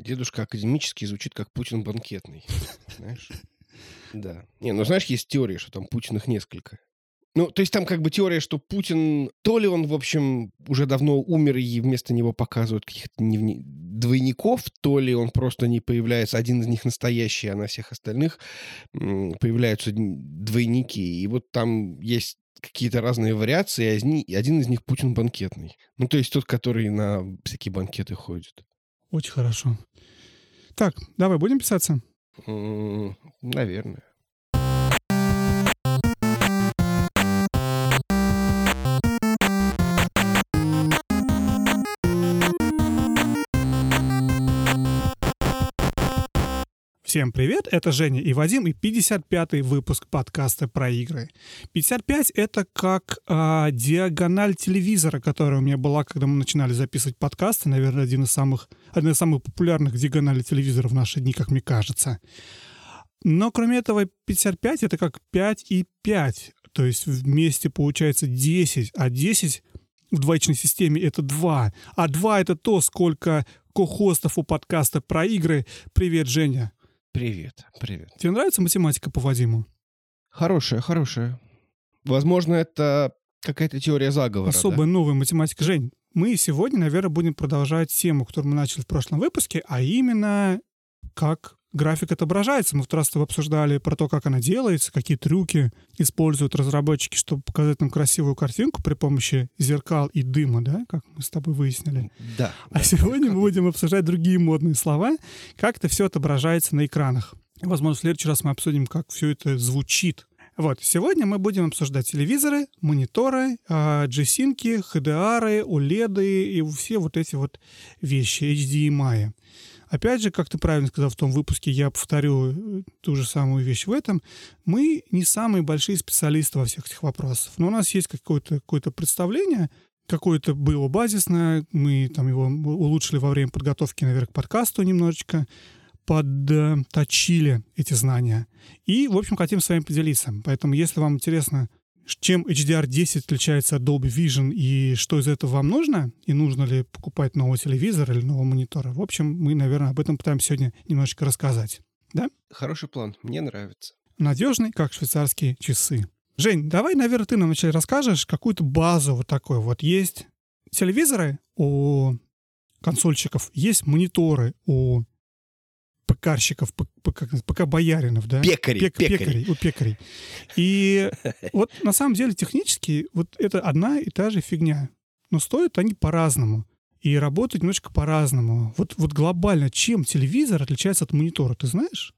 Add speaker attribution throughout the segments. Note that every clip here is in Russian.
Speaker 1: Дедушка академический звучит как Путин банкетный, знаешь? Да. Не, ну знаешь, есть теория, что там Путиных несколько. Ну, то есть там как бы теория, что Путин, то ли он, в общем, уже давно умер, и вместо него показывают каких-то двойников, то ли он просто не появляется, один из них настоящий, а на всех остальных появляются двойники. И вот там есть какие-то разные вариации, и один из них Путин банкетный. Ну, то есть тот, который на всякие банкеты ходит.
Speaker 2: Очень хорошо. Так, давай, будем писаться?
Speaker 1: Наверное.
Speaker 2: Всем привет, это Женя и Вадим, и 55-й выпуск подкаста про игры. 55 — это как диагональ телевизора, которая у меня была, когда мы начинали записывать подкасты. Наверное, одна из самых популярных диагоналей телевизора в наши дни, как мне кажется. Но кроме этого, 55 — это как 5 и 5. То есть вместе получается 10, а 10 в двоичной системе — это 2. А 2 — это то, сколько ко-хостов у подкаста про игры. Привет, Женя.
Speaker 1: Привет.
Speaker 2: Тебе нравится математика по Вадиму?
Speaker 1: Хорошая. Возможно, это какая-то теория заговора,
Speaker 2: Особая новая математика. Жень, мы сегодня, наверное, будем продолжать тему, которую мы начали в прошлом выпуске, а именно, как график отображается. Мы в раз обсуждали про то, как она делается, какие трюки используют разработчики, чтобы показать нам красивую картинку при помощи зеркал и дыма, да, как мы с тобой выяснили.
Speaker 1: Да.
Speaker 2: Сегодня мы будем обсуждать другие модные слова, как это все отображается на экранах. Возможно, в следующий раз мы обсудим, как все это звучит. Вот, сегодня мы будем обсуждать телевизоры, мониторы, G-Sync, HDR, OLED и все вот эти вот вещи, HDMI. Опять же, как ты правильно сказал в том выпуске, я повторю ту же самую вещь в этом. Мы не самые большие специалисты во всех этих вопросах, но у нас есть какое-то представление, какое-то было базисное, мы там его улучшили во время подготовки, наверное, к подкасту немножечко, подточили эти знания. И, в общем, хотим с вами поделиться. Поэтому, если вам интересно, чем HDR10 отличается от Dolby Vision и что из этого вам нужно, и нужно ли покупать новый телевизор или новый монитор, в общем, мы, наверное, об этом пытаемся сегодня немножечко рассказать. Да?
Speaker 1: Хороший план, мне нравится.
Speaker 2: Надежный, как швейцарские часы. Жень, давай, наверное, ты нам вначале расскажешь какую-то базу вот такую. Вот есть телевизоры у консольщиков, есть мониторы у ПК-щиков, ПК-бояринов, да?
Speaker 1: Пекарей.
Speaker 2: У пекарей. И вот на самом деле технически вот это одна и та же фигня. Но стоят они по-разному. И работают немножко по-разному. Вот глобально, чем телевизор отличается от монитора, ты знаешь?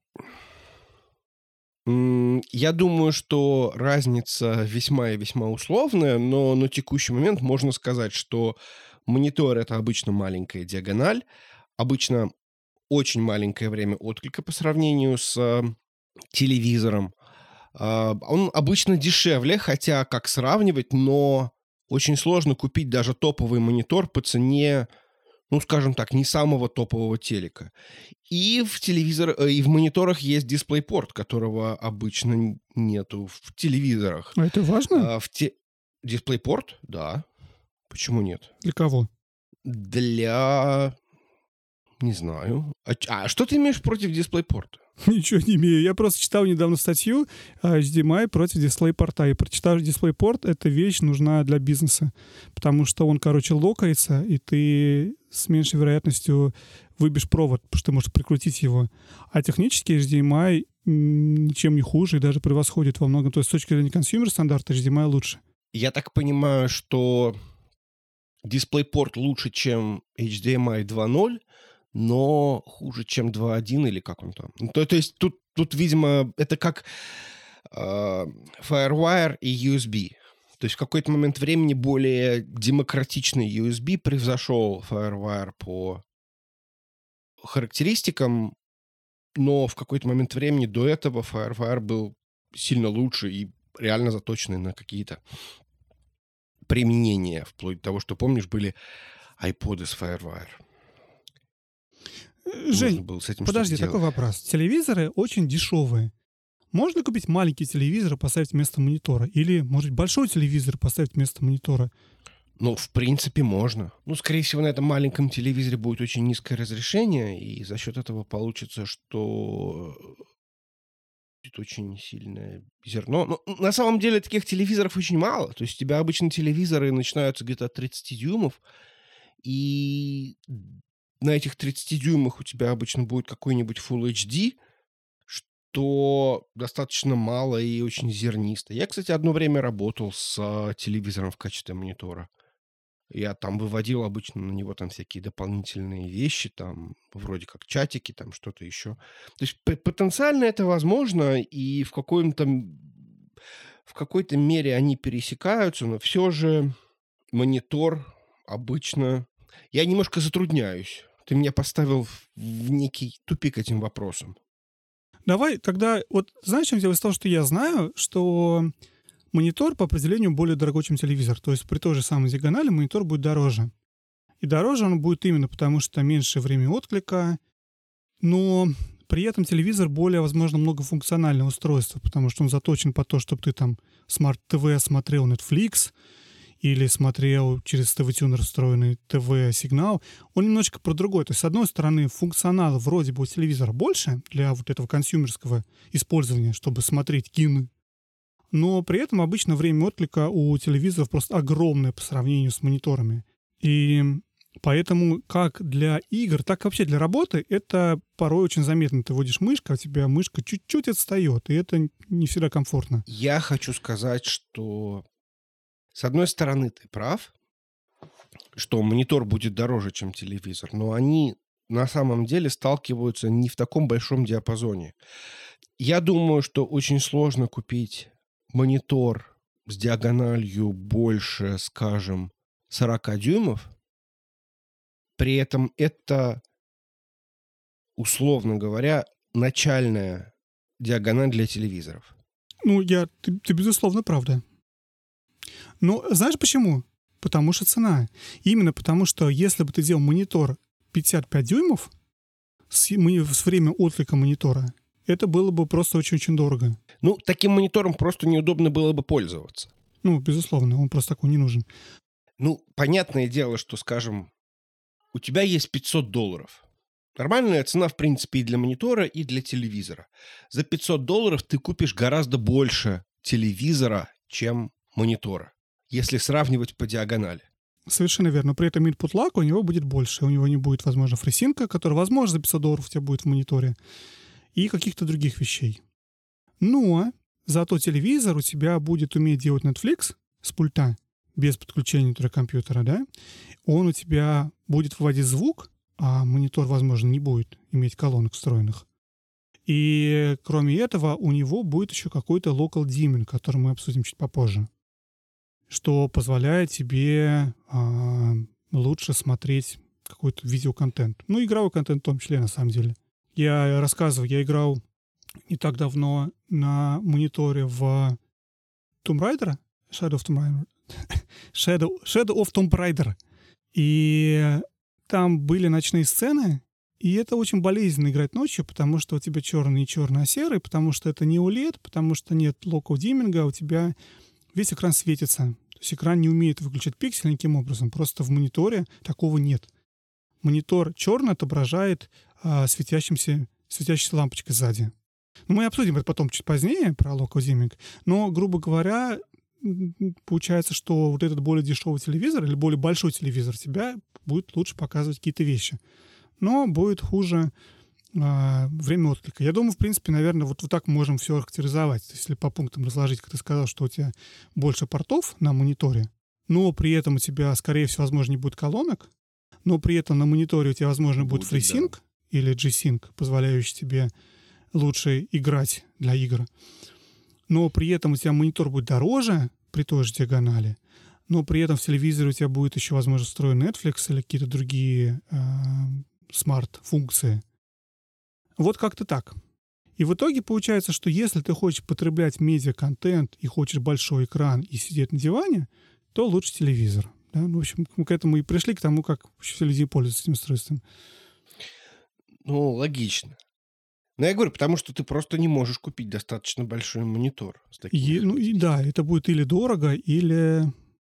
Speaker 1: Я думаю, что разница весьма и весьма условная, но на текущий момент можно сказать, что монитор — это обычно маленькая диагональ, обычно очень маленькое время отклика по сравнению с телевизором. Он обычно дешевле, хотя как сравнивать, но очень сложно купить даже топовый монитор по цене, ну, скажем так, не самого топового телека. И в мониторах есть DisplayPort, которого обычно нету в телевизорах.
Speaker 2: А это важно?
Speaker 1: DisplayPort? Да. Почему нет?
Speaker 2: Для кого?
Speaker 1: Не знаю. А что ты имеешь против DisplayPort?
Speaker 2: Ничего не имею. Я просто читал недавно статью HDMI против DisplayPort. И прочитав DisplayPort, эта вещь нужна для бизнеса. Потому что он, локается, и ты с меньшей вероятностью выбьешь провод, потому что ты можешь прикрутить его. А технически HDMI ничем не хуже и даже превосходит во многом. То есть с точки зрения консюмер стандарта HDMI лучше. Я
Speaker 1: так понимаю, что DisplayPort лучше, чем HDMI 2.0, но хуже, чем 2.1 или как он там. То есть тут, видимо, это как FireWire и USB. То есть в какой-то момент времени более демократичный USB превзошел FireWire по характеристикам, но в какой-то момент времени до этого FireWire был сильно лучше и реально заточенный на какие-то применения, вплоть до того, что, помнишь, были iPod с FireWire.
Speaker 2: Жень, подожди, такой вопрос. Телевизоры очень дешевые. Можно купить маленький телевизор и поставить вместо монитора? Или, может быть, большой телевизор поставить вместо монитора?
Speaker 1: Ну, в принципе, можно. Ну, скорее всего, на этом маленьком телевизоре будет очень низкое разрешение, и за счет этого получится, что будет очень сильное зерно. Но на самом деле таких телевизоров очень мало. То есть у тебя обычно телевизоры начинаются где-то от 30 дюймов, и на этих 30 дюймах у тебя обычно будет какой-нибудь Full HD, что достаточно мало и очень зернисто. Я, кстати, одно время работал с телевизором в качестве монитора. Я там выводил обычно на него там всякие дополнительные вещи, там вроде как чатики, там что-то еще. То есть потенциально это возможно, и в какой-то мере они пересекаются, но все же монитор обычно... Я немножко затрудняюсь. Ты меня поставил в некий тупик этим вопросом.
Speaker 2: Давай тогда, вот знаешь, чем дело? Из того, что я знаю, что монитор по определению более дорогой, чем телевизор. То есть при той же самой диагонали монитор будет дороже. И дороже он будет именно потому, что меньше время отклика, но при этом телевизор более, возможно, многофункциональное устройство, потому что он заточен по то, чтобы ты там смарт-ТВ смотрел Netflix или смотрел через ТВ-тюнер встроенный ТВ-сигнал. Он немножечко про другое. То есть, с одной стороны, функционала вроде бы у телевизора больше для вот этого консюмерского использования, чтобы смотреть кино, но при этом обычно время отклика у телевизоров просто огромное по сравнению с мониторами. И поэтому как для игр, так и вообще для работы это порой очень заметно. Ты водишь мышкой, а у тебя мышка чуть-чуть отстает, и это не всегда комфортно.
Speaker 1: Я хочу сказать, что с одной стороны ты прав, что монитор будет дороже, чем телевизор, но они на самом деле сталкиваются не в таком большом диапазоне. Я думаю, что очень сложно купить монитор с диагональю больше, скажем, 40 дюймов. При этом это, условно говоря, начальная диагональ для телевизоров.
Speaker 2: Ну, ты безусловно прав, да. Но знаешь почему? Потому что цена. Именно потому, что если бы ты делал монитор 55 дюймов с время отклика монитора, это было бы просто очень-очень дорого.
Speaker 1: Ну, таким монитором просто неудобно было бы пользоваться.
Speaker 2: Ну, безусловно, он просто такой не нужен.
Speaker 1: Ну, понятное дело, что, скажем, у тебя есть $500. Нормальная цена, в принципе, и для монитора, и для телевизора. За $500 ты купишь гораздо больше телевизора, чем монитора, если сравнивать по диагонали.
Speaker 2: Совершенно верно. При этом input lag у него будет больше. У него не будет, возможно, фрисинка, который, возможно, за $500 у тебя будет в мониторе, и каких-то других вещей. Но зато телевизор у тебя будет уметь делать Netflix с пульта, без подключения туда компьютера, да? Он у тебя будет выводить звук, а монитор, возможно, не будет иметь колонок встроенных. И кроме этого, у него будет еще какой-то local dimming, который мы обсудим чуть попозже, что позволяет тебе лучше смотреть какой-то видеоконтент. Ну, игровой контент в том числе, на самом деле. Я рассказывал, я играл не так давно на мониторе в Tomb Raider, Shadow of Tomb Raider. И там были ночные сцены, и это очень болезненно играть ночью, потому что у тебя черный, а серый, потому что это не OLED, потому что нет local dimming, а у тебя весь экран светится. То есть экран не умеет выключать пиксель никаким образом. Просто в мониторе такого нет. Монитор черный отображает светящейся лампочкой сзади. Мы обсудим это потом чуть позднее, про local dimming. Но, грубо говоря, получается, что вот этот более дешевый телевизор или более большой телевизор тебя будет лучше показывать какие-то вещи. Но будет хуже время отклика. Я думаю, в принципе, наверное, вот так мы можем все характеризовать. Если по пунктам разложить, как ты сказал, что у тебя больше портов на мониторе, но при этом у тебя, скорее всего, возможно, не будет колонок, но при этом на мониторе у тебя, возможно, будет FreeSync, да, или G-Sync, позволяющий тебе лучше играть для игр. Но при этом у тебя монитор будет дороже при той же диагонали, но при этом в телевизоре у тебя будет еще, возможно, встроен Netflix или какие-то другие смарт-функции. Вот как-то так. И в итоге получается, что если ты хочешь потреблять медиа-контент и хочешь большой экран и сидеть на диване, то лучше телевизор. Да? Ну, в общем, мы к этому и пришли, к тому, как все люди пользуются этим устройством.
Speaker 1: Ну, логично. Но я говорю, потому что ты просто не можешь купить достаточно большой монитор с таким
Speaker 2: Да, это будет или дорого, или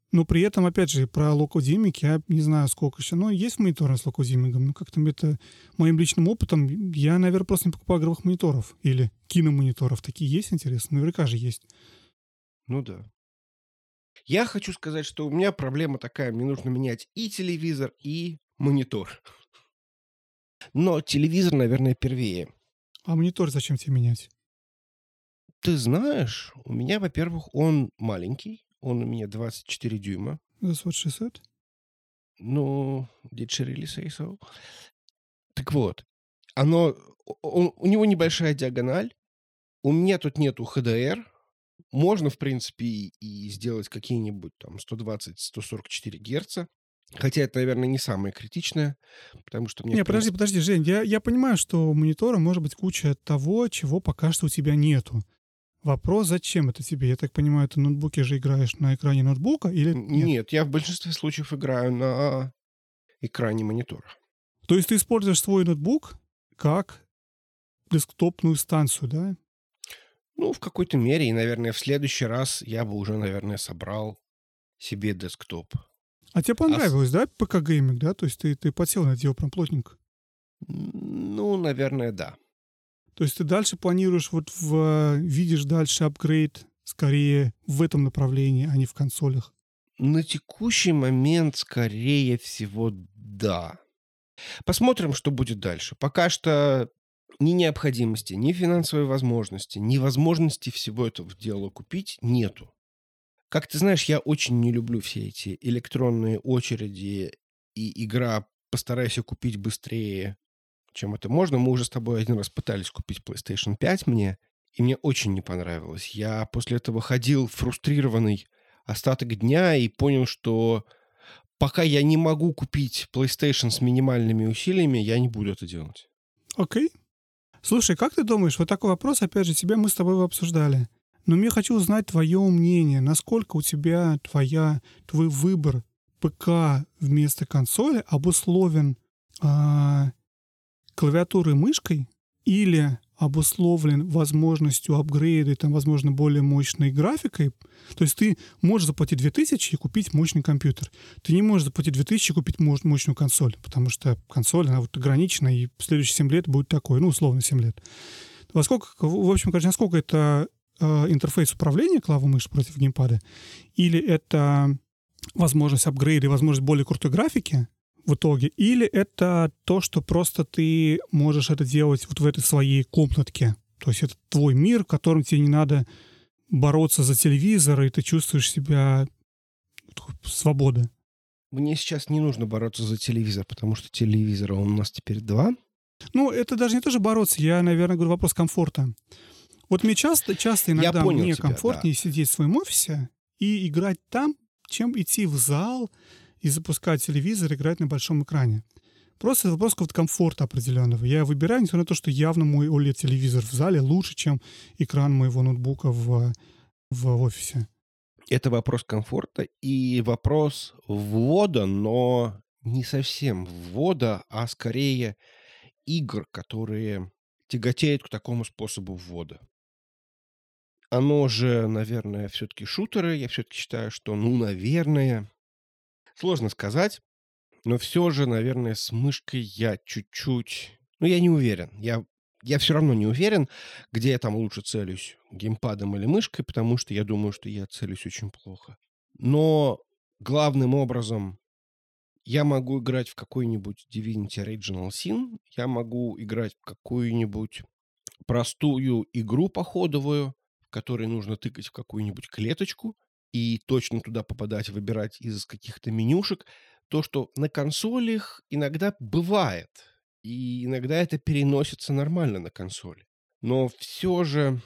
Speaker 2: Но при этом, опять же, про local dimming я не знаю, сколько еще. Ну, есть мониторы с local dimming, но как-то это моим личным опытом я, наверное, просто не покупаю игровых мониторов или киномониторов. Такие есть, интересно? Наверняка же есть.
Speaker 1: Ну да. Я хочу сказать, что у меня проблема такая. Мне нужно менять и телевизор, и монитор. Но телевизор, наверное, первее.
Speaker 2: А монитор зачем тебе менять?
Speaker 1: Ты знаешь, у меня, во-первых, он маленький. Он у меня 24 дюйма.
Speaker 2: That's what she said.
Speaker 1: Ну, did she really say so? Так вот, у него небольшая диагональ. У меня тут нету HDR. Можно, в принципе, и сделать какие-нибудь там 120-144 Герца. Хотя это, наверное, не самое критичное, потому что мне,
Speaker 2: Не,
Speaker 1: в принципе...
Speaker 2: подожди, Жень, я понимаю, что у монитора может быть куча того, чего пока что у тебя нету. Вопрос, зачем это тебе? Я так понимаю, ты на ноутбуке же играешь на экране ноутбука или нет?
Speaker 1: Нет, я в большинстве случаев играю на экране монитора.
Speaker 2: То есть ты используешь свой ноутбук как десктопную станцию, да?
Speaker 1: Ну, в какой-то мере, и, наверное, в следующий раз я бы уже, наверное, собрал себе десктоп.
Speaker 2: А тебе понравилось, да, ПК-гейминг, да? То есть ты подсел на это дело прям плотненько?
Speaker 1: Ну, наверное, да.
Speaker 2: То есть ты дальше планируешь, видишь дальше апгрейд скорее в этом направлении, а не в консолях?
Speaker 1: На текущий момент, скорее всего, да. Посмотрим, что будет дальше. Пока что ни необходимости, ни финансовой возможности, ни возможности всего этого дела купить нету. Как ты знаешь, я очень не люблю все эти электронные очереди и игра «Постарайся купить быстрее, чем это можно». Мы уже с тобой один раз пытались купить PlayStation 5 мне, и мне очень не понравилось. Я после этого ходил фрустрированный остаток дня и понял, что пока я не могу купить PlayStation с минимальными усилиями, я не буду это делать.
Speaker 2: Окей. Слушай, как ты думаешь, вот такой вопрос, опять же, мы с тобой его обсуждали. Но мне хочу узнать твое мнение. Насколько у тебя твой выбор ПК вместо консоли обусловлен клавиатурой и мышкой или обусловлен возможностью апгрейда, там, возможно, более мощной графикой. То есть ты можешь заплатить 2000 и купить мощный компьютер. Ты не можешь заплатить 2000 и купить мощную консоль, потому что консоль, она вот ограничена, и в следующие 7 лет будет такой, ну, условно, 7 лет. В общем, конечно, насколько это интерфейс управления клавой мыши против геймпада, или это возможность апгрейда и возможность более крутой графики в итоге, или это то, что просто ты можешь это делать вот в этой своей комнатке. То есть это твой мир, в котором тебе не надо бороться за телевизор, и ты чувствуешь себя свобода.
Speaker 1: Мне сейчас не нужно бороться за телевизор, потому что телевизора у нас теперь 2.
Speaker 2: Ну, это даже не то, что бороться. Я, наверное, говорю, вопрос комфорта. Вот мне часто иногда мне комфортнее сидеть в своем офисе и играть там, чем идти в зал и запускать телевизор, играть на большом экране. Просто это вопрос какого-то комфорта определенного. Я выбираю, несмотря на то, что явно мой OLED-телевизор в зале лучше, чем экран моего ноутбука в офисе.
Speaker 1: Это вопрос комфорта и вопрос ввода, но не совсем ввода, а скорее игр, которые тяготеют к такому способу ввода. Оно же, наверное, все-таки шутеры. Я все-таки считаю, что, наверное, сложно сказать, но все же, наверное, с мышкой я чуть-чуть... я не уверен. Я все равно не уверен, где я там лучше целюсь, геймпадом или мышкой, потому что я думаю, что я целюсь очень плохо. Но главным образом я могу играть в какой-нибудь Divinity Original Sin, я могу играть в какую-нибудь простую игру походовую, в которой нужно тыкать в какую-нибудь клеточку и точно туда попадать, выбирать из каких-то менюшек. То, что на консолях иногда бывает, и иногда это переносится нормально на консоли. Но все же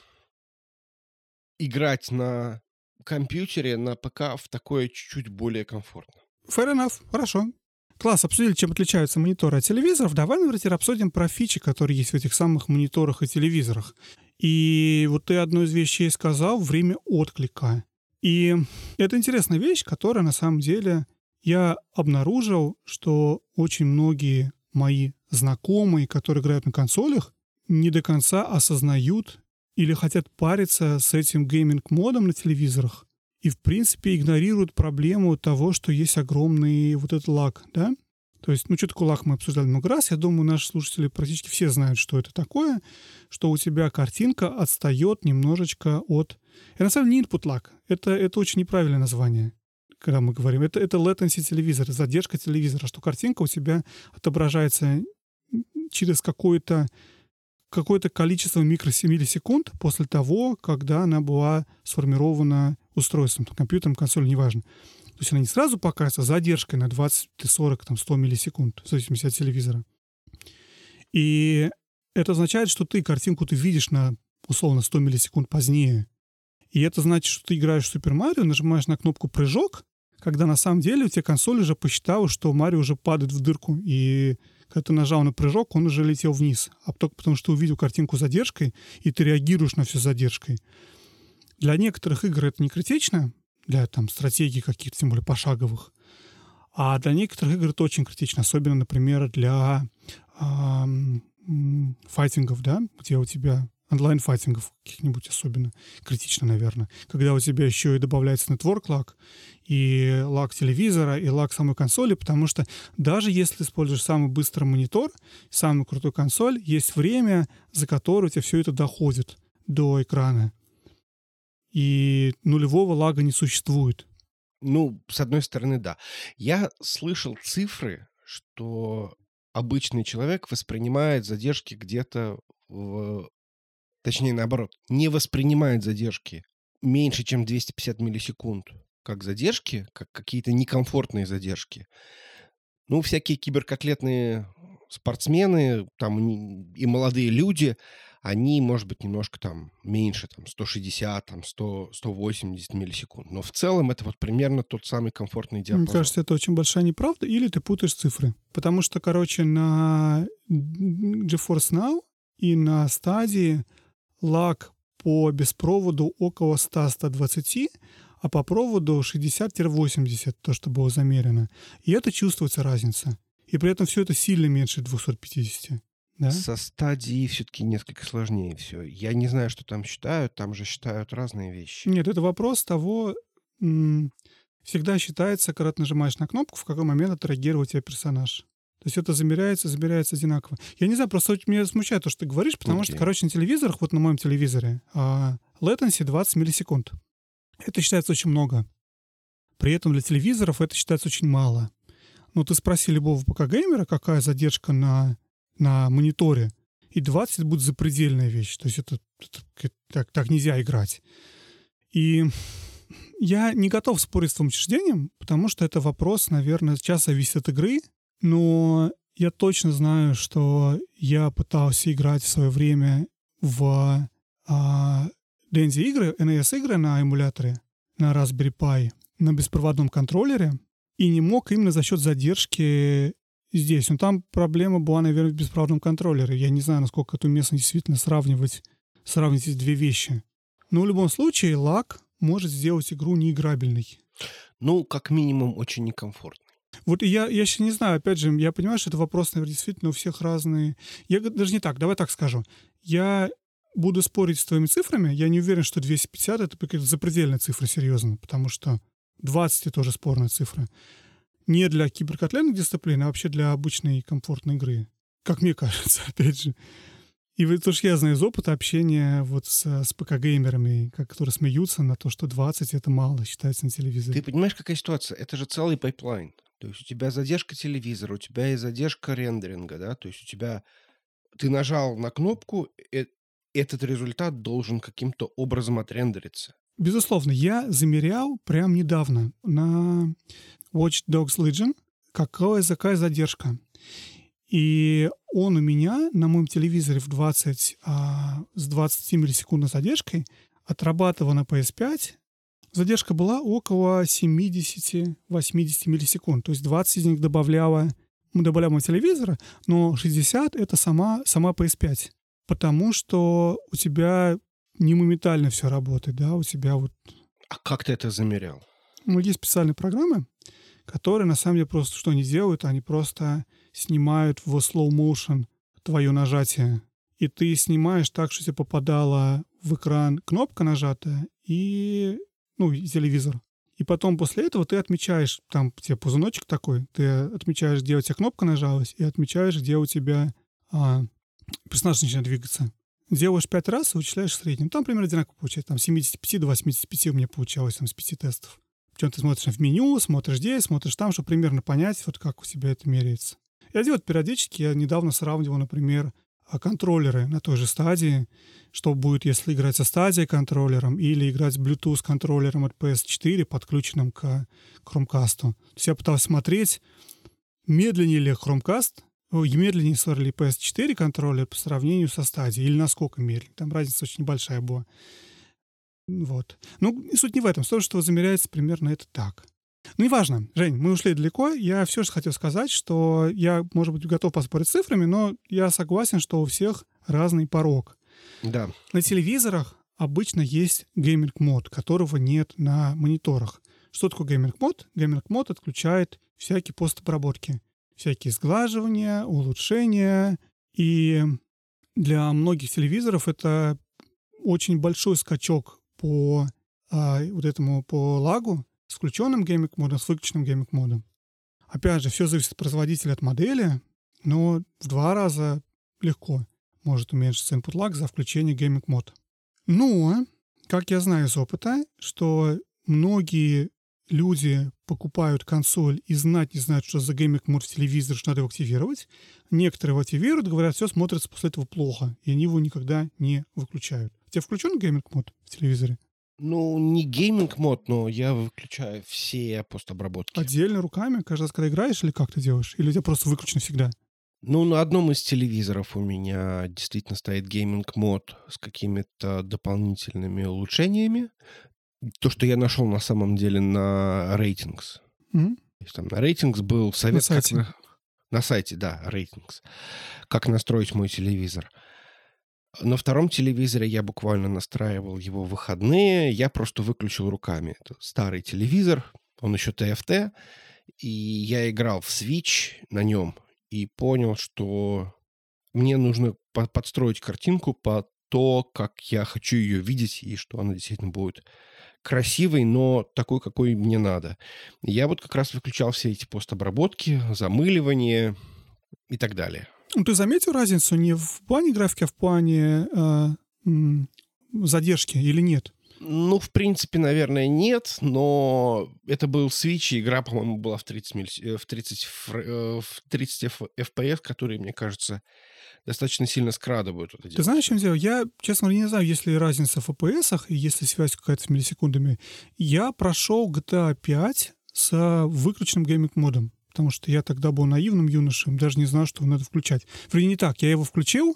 Speaker 1: играть на компьютере, на ПК в такое чуть-чуть более комфортно.
Speaker 2: Fair enough, хорошо. Класс, обсудили, чем отличаются мониторы от телевизоров. Давай, наверное, обсудим про фичи, которые есть в этих самых мониторах и телевизорах. И вот ты одну из вещей сказал — время отклика. И это интересная вещь, которая на самом деле я обнаружил, что очень многие мои знакомые, которые играют на консолях, не до конца осознают или хотят париться с этим гейминг-модом на телевизорах. и, в принципе, игнорируют проблему того, что есть огромный вот этот лаг, да? То есть, что такое лаг, мы обсуждали много раз. Я думаю, наши слушатели практически все знают, что это такое, что у тебя картинка отстает немножечко от... Это на самом деле не input lag, это очень неправильное название, когда мы говорим. Это latency телевизора, задержка телевизора, что картинка у тебя отображается через какое-то количество миллисекунд после того, когда она была сформирована устройством, компьютером, консолью, неважно. То есть она не сразу показывается, а задержкой на 20, 40, 100 миллисекунд, в зависимости от телевизора. И это означает, что картинку ты видишь на, условно, 100 миллисекунд позднее. И это значит, что ты играешь в Супер Марио, нажимаешь на кнопку «Прыжок», когда на самом деле у тебя консоль уже посчитала, что Марио уже падает в дырку, и когда ты нажал на прыжок, он уже летел вниз. А только потому, что ты увидел картинку с задержкой, и ты реагируешь на все с задержкой. Для некоторых игр это не критично, для стратегий каких-то, тем более пошаговых. А для некоторых игр это очень критично, особенно, например, для файтингов, да, где у тебя онлайн-файтингов каких-нибудь особенно критично, наверное. Когда у тебя еще и добавляется network lag, и лаг телевизора, и лаг самой консоли, потому что даже если ты используешь самый быстрый монитор, самую крутую консоль, есть время, за которое у тебя все это доходит до экрана. И нулевого лага не существует.
Speaker 1: С одной стороны, да. Я слышал цифры, что обычный человек воспринимает задержки где-то точнее, наоборот, не воспринимает задержки меньше, чем 250 миллисекунд как задержки, как какие-то некомфортные задержки. Всякие киберкотлетные спортсмены и молодые люди, они, может быть, немножко меньше, 160, 100, 180 миллисекунд. Но в целом это примерно тот самый комфортный диапазон.
Speaker 2: Мне кажется, это очень большая неправда, или ты путаешь цифры. Потому что, на GeForce Now и на стадии лаг по беспроводу около 100-120, а по проводу 60-80, то, что было замерено. И это чувствуется разница. И при этом все это сильно меньше 250. Да?
Speaker 1: Со стадии все-таки несколько сложнее все. Я не знаю, что там считают. Там же считают разные вещи.
Speaker 2: Нет, это вопрос того... Всегда считается, когда ты нажимаешь на кнопку, в какой момент отреагировал у тебя персонаж. То есть это замеряется одинаково. Я не знаю, просто меня смущает то, что ты говоришь, потому что, на телевизорах, вот на моем телевизоре, latency 20 миллисекунд. Это считается очень много. При этом для телевизоров это считается очень мало. Ты спроси любого ПК-геймера, какая задержка на мониторе, и 20 будет запредельная вещь. То есть это так нельзя играть. И я не готов спорить с твоим учреждением, потому что это вопрос, наверное, часто зависит от игры, но я точно знаю, что я пытался играть в свое время в DND-игры, NES-игры на эмуляторе, на Raspberry Pi, на беспроводном контроллере, и не мог именно за счет задержки здесь. Там проблема была, наверное, в беспроводном контроллере. Я не знаю, насколько это уместно действительно сравнивать эти две вещи. Но в любом случае лаг может сделать игру неиграбельной.
Speaker 1: Как минимум, очень некомфортной.
Speaker 2: Вот я еще не знаю, опять же, я понимаю, что это вопрос, наверное, действительно у всех разные. Я даже не так, давай так скажу. Я буду спорить с твоими цифрами, я не уверен, что 250 — это какая-то запредельная цифра, серьезно, потому что 20 — это тоже спорная цифра. Не для киберкотлетных дисциплин, а вообще для обычной комфортной игры. Как мне кажется, опять же. И потому что я знаю из опыта общения с ПК-геймерами, которые смеются на то, что 20 — это мало, считается на телевизоре.
Speaker 1: Ты понимаешь, какая ситуация? Это же целый пайплайн. То есть у тебя задержка телевизора, у тебя есть задержка рендеринга, да? То есть ты нажал на кнопку, этот результат должен каким-то образом отрендериться.
Speaker 2: Безусловно, я замерял прям недавно на Watch Dogs Legion, какая задержка. И он у меня на моем телевизоре с 20 миллисекундной задержкой отрабатывал на PS5. Задержка была около 70-80 миллисекунд. То есть 20 из них мы добавляем телевизора, но 60 — это сама PS5. Потому что у тебя не моментально все работает, да, у тебя
Speaker 1: А как ты это замерял?
Speaker 2: Есть специальные программы, которые на самом деле просто что они делают, они просто снимают в slow motion твое нажатие. И ты снимаешь так, что тебе попадала в экран кнопка нажатая, и и телевизор. И потом после этого ты отмечаешь, там тебе ползуночек такой, ты отмечаешь, где у тебя кнопка нажалась, и отмечаешь, где у тебя персонаж начинает двигаться. Делаешь 5 раз и вычисляешь в среднем. Там примерно одинаково получается. Там с 75 до 85 у меня получалось там, с 5 тестов. Причем ты смотришь в меню, смотришь здесь, смотришь там, чтобы примерно понять, вот как у тебя это меряется. Я делаю это периодически. Я недавно сравнивал, например, контроллеры на той же стадии, что будет, если играть со стадией контроллером или играть с Bluetooth контроллером от PS4, подключенным к Chromecast. То есть я пытался смотреть, медленнее ли Chromecast, медленнее, ли PS4 контроллер по сравнению со стадией, или насколько медленнее. Там разница очень небольшая была. Вот. И суть не в этом. Суть, что замеряется примерно это так. Неважно. Жень, мы ушли далеко. Я все же хотел сказать, что я, может быть, готов поспорить с цифрами, но я согласен, что у всех разный порог.
Speaker 1: Да.
Speaker 2: На телевизорах обычно есть гейминг-мод, которого нет на мониторах. Что такое гейминг-мод? Гейминг-мод отключает всякие постобработки. Всякие сглаживания, улучшения. И для многих телевизоров это очень большой скачок по по лагу, с включенным гейминг-модом, с выключенным гейминг-модом. Опять же, все зависит от производителя, от модели, но в 2 раза легко может уменьшиться input lag за включение гейминг-мода. Но, как я знаю из опыта, что многие люди покупают консоль и знать не знают, что за гейминг-мод в телевизоре, что надо его активировать. Некоторые его активируют, говорят, все смотрится после этого плохо, и они его никогда не выключают. У тебя включен гейминг-мод в телевизоре?
Speaker 1: Не гейминг-мод, но я выключаю все постобработки.
Speaker 2: Отдельно руками, каждый раз, когда играешь, или как ты делаешь? Или у тебя просто выключено всегда?
Speaker 1: На одном из телевизоров у меня действительно стоит гейминг-мод с какими-то дополнительными улучшениями. То, что я нашел на самом деле на Ratings.
Speaker 2: Мгм.
Speaker 1: То есть там на Ratings был совет...
Speaker 2: На сайте.
Speaker 1: На сайте, да, Ratings. Как настроить мой телевизор. На втором телевизоре я буквально настраивал его в выходные. Я просто выключил руками. Это старый телевизор, он еще TFT. И я играл в Switch на нем и понял, что мне нужно подстроить картинку под то, как я хочу ее видеть, и что она действительно будет красивой, но такой, какой мне надо. Я вот как раз выключал все эти постобработки, замыливание и так далее.
Speaker 2: Ты заметил разницу не в плане графики, а в плане задержки или нет?
Speaker 1: В принципе, наверное, нет, но это был Switch, и игра, по-моему, была в 30 FPS, которые, мне кажется, достаточно сильно скрадывают это дело.
Speaker 2: Ты знаешь, в чем дело? Я, честно говоря, не знаю, есть ли разница в FPS, и есть ли связь какая-то с миллисекундами. Я прошел GTA 5 с выключенным гейминг-модом, потому что я тогда был наивным юношем, даже не знал, что его надо включать. Вроде не так, я его включил,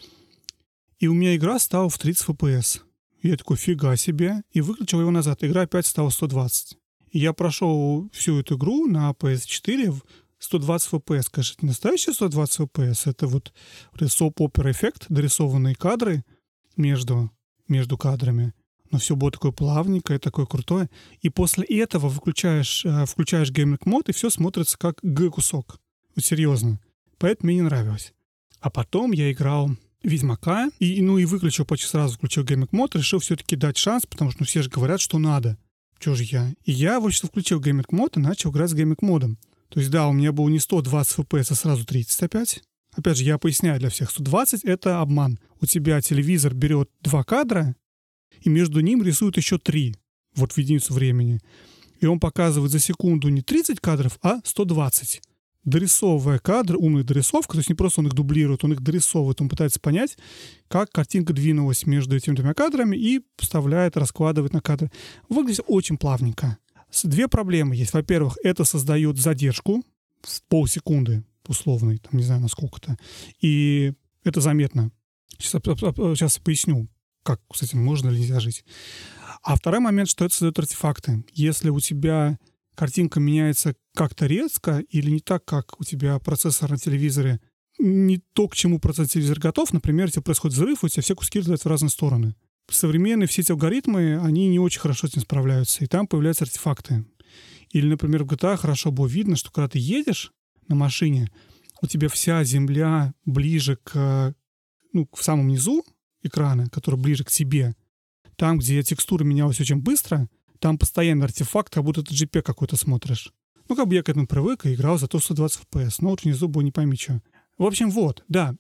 Speaker 2: и у меня игра стала в 30 FPS. Я такой, фига себе, и выключил его назад. Игра опять стала 120. И я прошел всю эту игру на PS4 в 120 FPS. Конечно, это не настоящие 120 FPS, это вот соп-опера эффект, дорисованные кадры между кадрами. Но все было такое плавненькое, такое крутое. И после этого включаешь гейминг-мод, и все смотрится как G-кусок. Вот серьезно. Поэтому мне не нравилось. А потом я играл Ведьмака, и выключил почти сразу, включил гейминг-мод, решил все-таки дать шанс, потому что все же говорят, что надо. Чё же я? И я, в общем, включил гейминг-мод и начал играть с гейминг-модом. То есть, да, у меня было не 120 FPS, а сразу 30 опять. Опять же, я поясняю для всех, 120 — это обман. У тебя телевизор берет 2 кадра, и между ним рисует еще 3, вот в единицу времени. И он показывает за секунду не 30 кадров, а 120. Дорисовывая кадры, умная дорисовка, то есть не просто он их дублирует, он их дорисовывает, он пытается понять, как картинка двинулась между этими 2 кадрами и вставляет, раскладывает на кадры. Выглядит очень плавненько. 2 проблемы есть. Во-первых, это создает задержку в полсекунды условной, там не знаю насколько-то, и это заметно. Сейчас поясню, как с этим можно или нельзя жить. А второй момент, что это создает артефакты. Если у тебя картинка меняется как-то резко или не так, как у тебя процессор на телевизоре, не то, к чему процессор телевизор готов, например, у тебя происходит взрыв, у тебя все куски разлетаются в разные стороны. Современные все эти алгоритмы, они не очень хорошо с этим справляются, и там появляются артефакты. Или, например, в GTA хорошо было видно, что когда ты едешь на машине, у тебя вся земля ближе к самому низу экрана, который ближе к тебе, там, где текстура менялась очень быстро, там постоянно артефакт, как будто ты JPEG какой-то смотришь. Ну, как бы я к этому привык и играл зато 120 FPS. Но вот внизу было не пойми что. В общем, вот, да.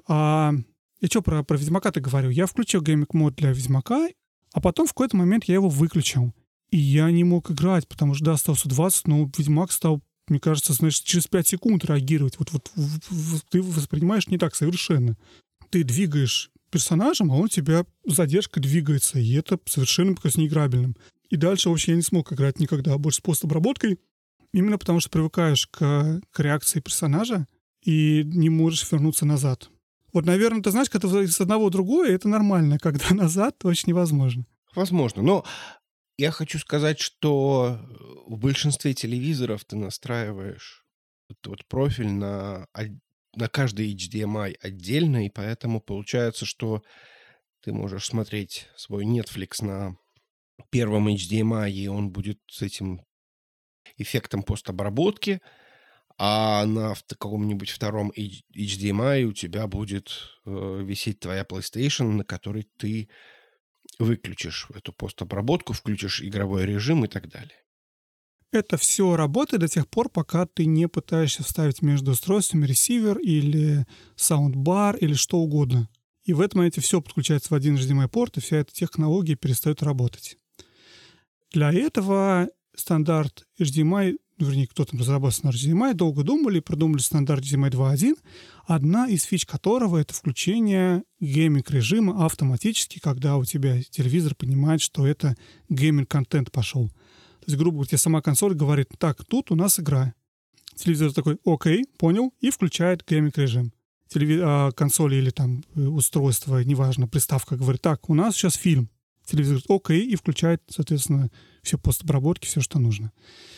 Speaker 2: Я что про Ведьмака-то говорю? Я включил гейминг-мод для Ведьмака, а потом в какой-то момент я его выключил. И я не мог играть, потому что, да, стал 120, но Ведьмак стал, мне кажется, знаешь, через 5 секунд реагировать. Вот ты воспринимаешь не так совершенно. Ты двигаешь персонажем, а он тебя с задержкой двигается, и это совершенно кажется неиграбельным. И дальше вообще я не смог играть никогда больше с постобработкой, именно потому что привыкаешь к реакции персонажа и не можешь вернуться назад. Вот, наверное, ты знаешь, когда с одного в другое, это нормально, когда назад очень невозможно.
Speaker 1: Возможно, но я хочу сказать, что в большинстве телевизоров ты настраиваешь вот профиль на каждый HDMI отдельно, и поэтому получается, что ты можешь смотреть свой Netflix на первом HDMI, и он будет с этим эффектом постобработки, а на каком-нибудь втором HDMI у тебя будет висеть твоя PlayStation, на которой ты выключишь эту постобработку, включишь игровой режим и так далее.
Speaker 2: Это все работает до тех пор, пока ты не пытаешься вставить между устройствами ресивер или саундбар или что угодно. И в этом моменте все подключается в один HDMI-порт, и вся эта технология перестает работать. Для этого стандарт HDMI, вернее, кто там разработал стандарт HDMI, долго думали, продумали стандарт HDMI 2.1, одна из фич которого — это включение гейминг-режима автоматически, когда у тебя телевизор понимает, что это гейминг-контент пошел. То есть, грубо говоря, тебе сама консоль говорит: так, тут у нас игра. Телевизор такой: окей, понял, и включает гейминг-режим. Консоль или там устройство, неважно, приставка говорит: так, у нас сейчас фильм. Телевизор говорит: окей, и включает, соответственно, все постобработки, все, что нужно.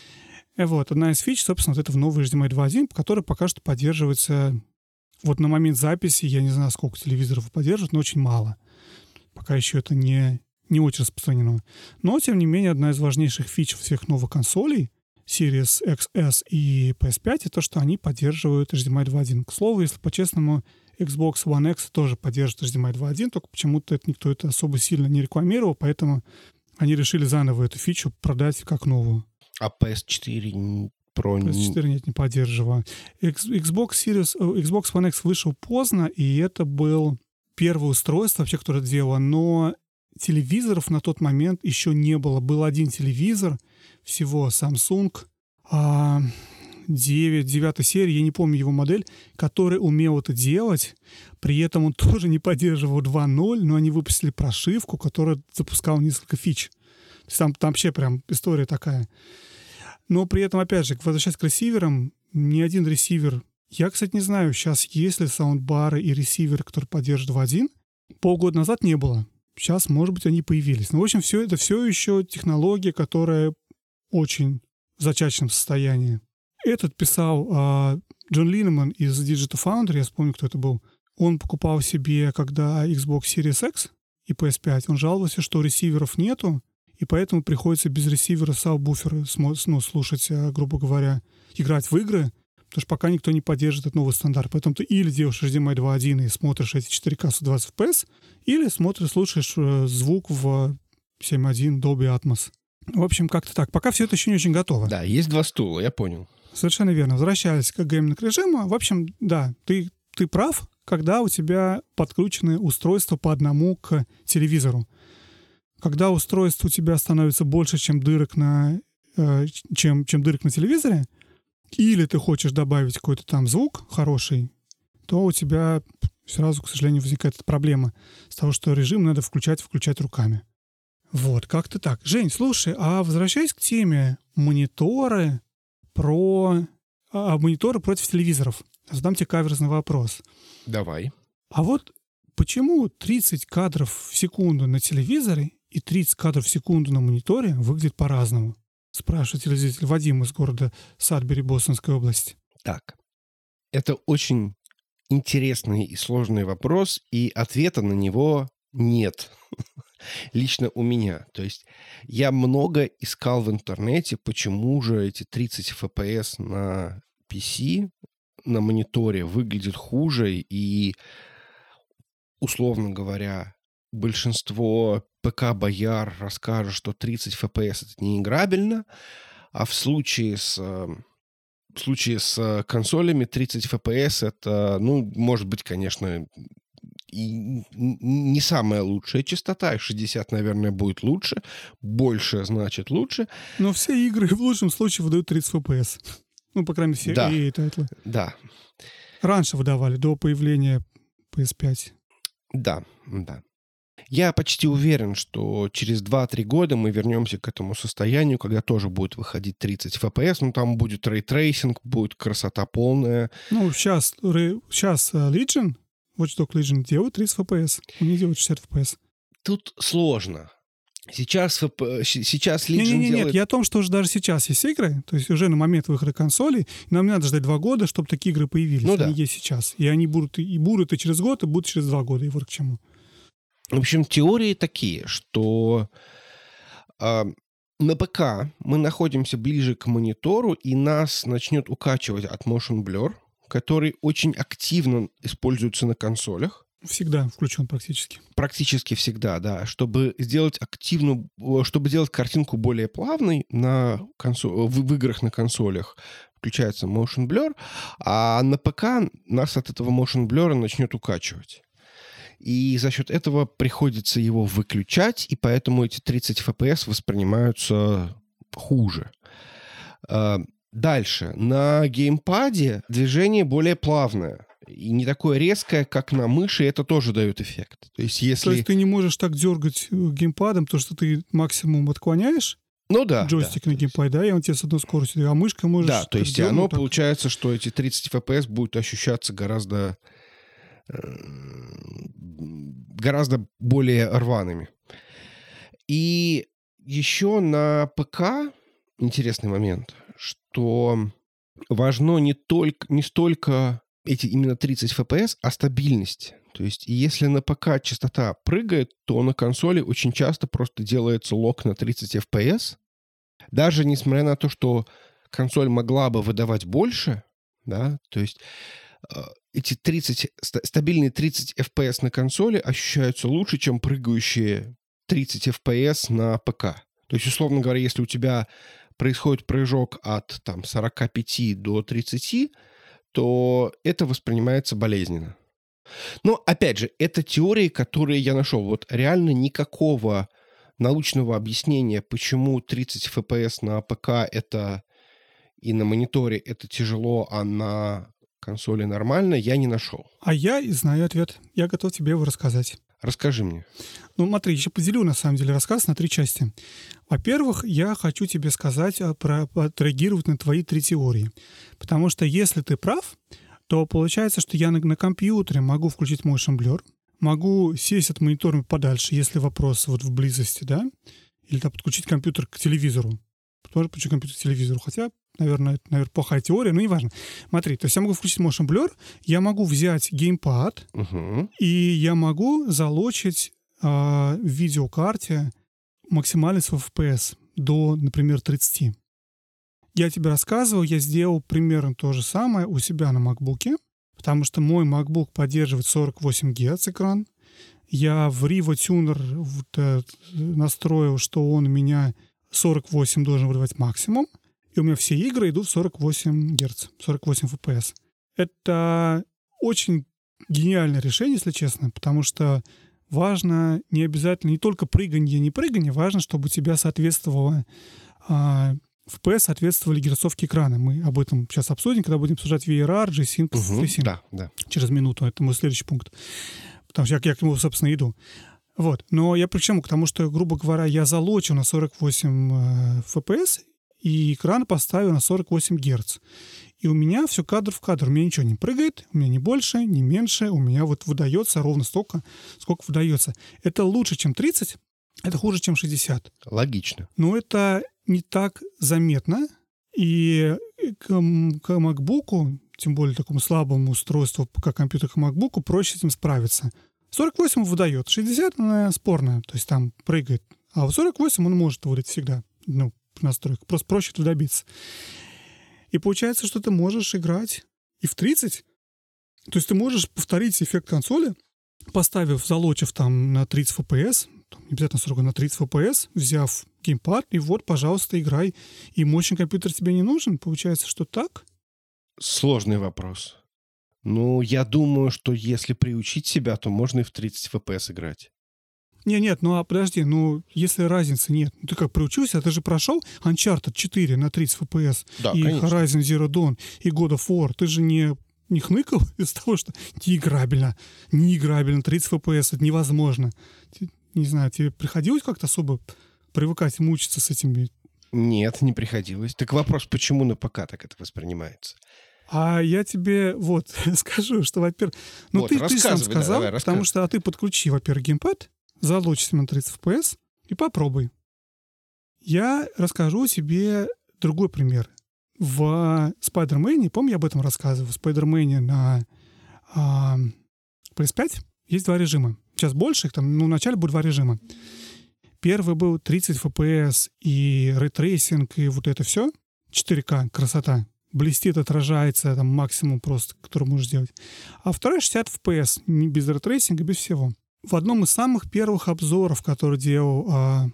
Speaker 2: Вот, одна из фич, собственно, вот это в новый HDMI 2.1, который пока что поддерживается, вот на момент записи, я не знаю, сколько телевизоров поддерживает, но очень мало. Пока еще это не очень распространено. Но, тем не менее, одна из важнейших фич всех новых консолей Series XS и PS5 — это то, что они поддерживают HDMI 2.1. К слову, если по-честному, Xbox One X тоже поддерживает HDMI 2.1, только почему-то никто это особо сильно не рекламировал, поэтому они решили заново эту фичу продать как новую.
Speaker 1: А PS4 Pro...
Speaker 2: PS4 нет, не поддерживаю. Xbox One X вышел поздно, и это был первое устройство вообще, которое делало, но телевизоров на тот момент еще не было. Был один телевизор, всего Samsung 9 серии, я не помню его модель, который умел это делать. При этом он тоже не поддерживал 2.0, но они выпустили прошивку, которая запускала несколько фич. То есть там вообще прям история такая. Но при этом, опять же, возвращаясь к ресиверам, ни один ресивер... Я, кстати, не знаю, сейчас есть ли саундбары и ресиверы, которые поддерживают 2.1. Полгода назад не было. Сейчас, может быть, они появились. Но, в общем, все это все еще технология, которая очень в зачаточном состоянии. Этот писал Джон Линнеман из Digital Foundry, я вспомню, кто это был. Он покупал себе, когда Xbox Series X и PS5, он жаловался, что ресиверов нету, и поэтому приходится без ресивера сабвуфера слушать, грубо говоря, играть в игры, потому что пока никто не поддержит этот новый стандарт. Поэтому ты или делаешь HDMI 2.1 и смотришь эти 4К 120 FPS, или слушаешь звук в 7.1 Dolby Atmos. В общем, как-то так. Пока все это еще не очень готово.
Speaker 1: Да, есть два стула, я понял.
Speaker 2: Совершенно верно. Возвращаясь к гейминг-режиму, в общем, да, ты прав, когда у тебя подкручены устройства по одному к телевизору. Когда устройство у тебя становится больше, чем дырок чем дырок на телевизоре, или ты хочешь добавить какой-то там звук хороший, то у тебя сразу, к сожалению, возникает эта проблема с того, что режим надо включать руками. Вот, как-то так. Жень, слушай, а возвращаясь к теме мониторы против телевизоров, задам тебе каверзный вопрос.
Speaker 1: Давай.
Speaker 2: А вот почему 30 кадров в секунду на телевизоре и 30 кадров в секунду на мониторе выглядит по-разному? Спрашивает телезритель Вадим из города Садбери, Бостонской области.
Speaker 1: Так, это очень интересный и сложный вопрос, и ответа на него нет. Лично у меня. То есть я много искал в интернете, почему же эти 30 FPS на PC, на мониторе выглядят хуже, и, условно говоря, большинство ПК-бояр расскажет, что 30 FPS это неиграбельно, а в случае с консолями 30 FPS это, может быть, конечно, и не самая лучшая частота, 60, наверное, будет лучше, больше значит лучше.
Speaker 2: Но все игры в лучшем случае выдают 30 FPS. По крайней мере, все EA-тайтлы.
Speaker 1: Да.
Speaker 2: Раньше выдавали, до появления PS5.
Speaker 1: Да. Я почти уверен, что через 2-3 года мы вернемся к этому состоянию, когда тоже будет выходить 30 FPS, там будет рейтрейсинг, будет красота полная.
Speaker 2: Сейчас Legion, Watch Dogs Legion делают 30 FPS, он не делает 60 FPS.
Speaker 1: Тут сложно. Сейчас Legion делает...
Speaker 2: Нет, я о том, что уже даже сейчас есть игры, то есть уже на момент выхода консолей, нам не надо ждать 2 года, чтобы такие игры появились. Они есть сейчас. И они будут и через год, и будут через 2 года. И вот к чему.
Speaker 1: В общем, теории такие, что на ПК мы находимся ближе к монитору, и нас начнет укачивать от Motion Blur, который очень активно используется на консолях.
Speaker 2: Всегда включен практически.
Speaker 1: Практически всегда, да. Чтобы сделать картинку более плавной в играх на консолях, включается Motion Blur, а на ПК нас от этого Motion Blur начнет укачивать. И за счет этого приходится его выключать, и поэтому эти 30 FPS воспринимаются хуже. Дальше. На геймпаде движение более плавное. И не такое резкое, как на мыши, это тоже дает эффект. То есть
Speaker 2: ты не можешь так дергать геймпадом, потому что ты максимум отклоняешь джойстик на геймпад, и он тебе с одной скоростью, а мышкой можешь...
Speaker 1: Да, то есть получается, что эти 30 FPS будут ощущаться гораздо более рваными. И еще на ПК интересный момент, что важно не столько именно 30 FPS, а стабильность. То есть если на ПК частота прыгает, то на консоли очень часто просто делается лок на 30 FPS. Даже несмотря на то, что консоль могла бы выдавать больше, да, то есть эти стабильные 30 FPS на консоли ощущаются лучше, чем прыгающие 30 FPS на ПК. То есть, условно говоря, если у тебя происходит прыжок от 45 до 30, то это воспринимается болезненно. Но, опять же, это теории, которые я нашел. Вот реально никакого научного объяснения, почему 30 FPS на ПК это и на мониторе это тяжело, а на консоли нормально, я не нашел.
Speaker 2: А я знаю ответ. Я готов тебе его рассказать.
Speaker 1: Расскажи мне.
Speaker 2: Смотри, еще поделю, на самом деле, рассказ на 3 части. Во-первых, я хочу тебе сказать, отреагировать на твои 3 теории. Потому что если ты прав, то получается, что я на компьютере могу включить Motion Blur, могу сесть от монитора подальше, если вопрос вот в близости, да, или подключить компьютер к телевизору. Тоже подключить компьютер к телевизору, хотя, наверное, плохая теория, но неважно. Смотри, то есть я могу включить Motion Blur, я могу взять геймпад, и я могу залочить в видеокарте максимальный свой FPS до, например, 30. Я тебе рассказывал, я сделал примерно то же самое у себя на MacBook'е, потому что мой MacBook поддерживает 48 Гц экран. Я в Riva Tuner настроил, что он у меня 48 должен выдавать максимум, и у меня все игры идут в 48 Гц, 48 FPS. Это очень гениальное решение, если честно, потому что важно не обязательно не только прыганье, не прыганье, важно, чтобы у тебя соответствовало FPS, соответствовали герцовке экрана. Мы об этом сейчас обсудим, когда будем обсуждать VRR, G-Sync, FreeSync.
Speaker 1: Да.
Speaker 2: Через минуту, это мой следующий пункт. Потому что я к нему, собственно, иду. Вот. Но я почему? К тому, что, грубо говоря, я залочу на 48 FPS и экран поставил на 48 Гц. И у меня все кадр в кадр. У меня ничего не прыгает, у меня ни больше, ни меньше. У меня вот выдается ровно столько, сколько выдается. Это лучше, чем 30, это хуже, чем 60.
Speaker 1: Логично.
Speaker 2: Но это не так заметно. И к MacBook'у, тем более такому слабому устройству, как компьютер к MacBook'у, проще с этим справиться. 48 выдает, 60 она спорная, то есть там прыгает. А вот 48 он может выдать всегда, в настройках. Просто проще туда добиться. И получается, что ты можешь играть и в 30. То есть ты можешь повторить эффект консоли, залочив там на 30 FPS, там, не обязательно 40, на 30 FPS, взяв геймпад, и вот, пожалуйста, играй. И мощный компьютер тебе не нужен? Получается, что так?
Speaker 1: Сложный вопрос. Ну, я думаю, что если приучить себя, то можно и в 30 FPS играть.
Speaker 2: Нет, ну а подожди, ну если разницы нет, ну ты как приучился, ты же прошел Uncharted 4 на 30 FPS,
Speaker 1: Да,
Speaker 2: и
Speaker 1: конечно.
Speaker 2: Horizon Zero Dawn, и God of War, ты же не хныкал из того, что неиграбельно, 30 FPS, это невозможно. Не знаю, тебе приходилось как-то особо привыкать и мучиться с этими?
Speaker 1: Нет, не приходилось. Так вопрос, почему на ПК так это воспринимается?
Speaker 2: А я тебе вот скажу, что, во-первых, ну
Speaker 1: Вот,
Speaker 2: ты сам
Speaker 1: рассказывай, да,
Speaker 2: сказал,
Speaker 1: давай,
Speaker 2: потому что ты подключи, во-первых, геймпад, залочь себе на 30 FPS и попробуй. Я расскажу тебе другой пример. В Spider-Man, помню, я об этом рассказывал, в Spider-Man на PS5 есть два режима. Сейчас больше их, там, ну, вначале будет два режима. Первый был 30 FPS и рейтрейсинг, и вот это все. 4К, красота. Блестит, отражается, там максимум просто, который можешь сделать. А второй 60 FPS, не без рейтрейсинга, без всего. В одном из самых первых обзоров, который делал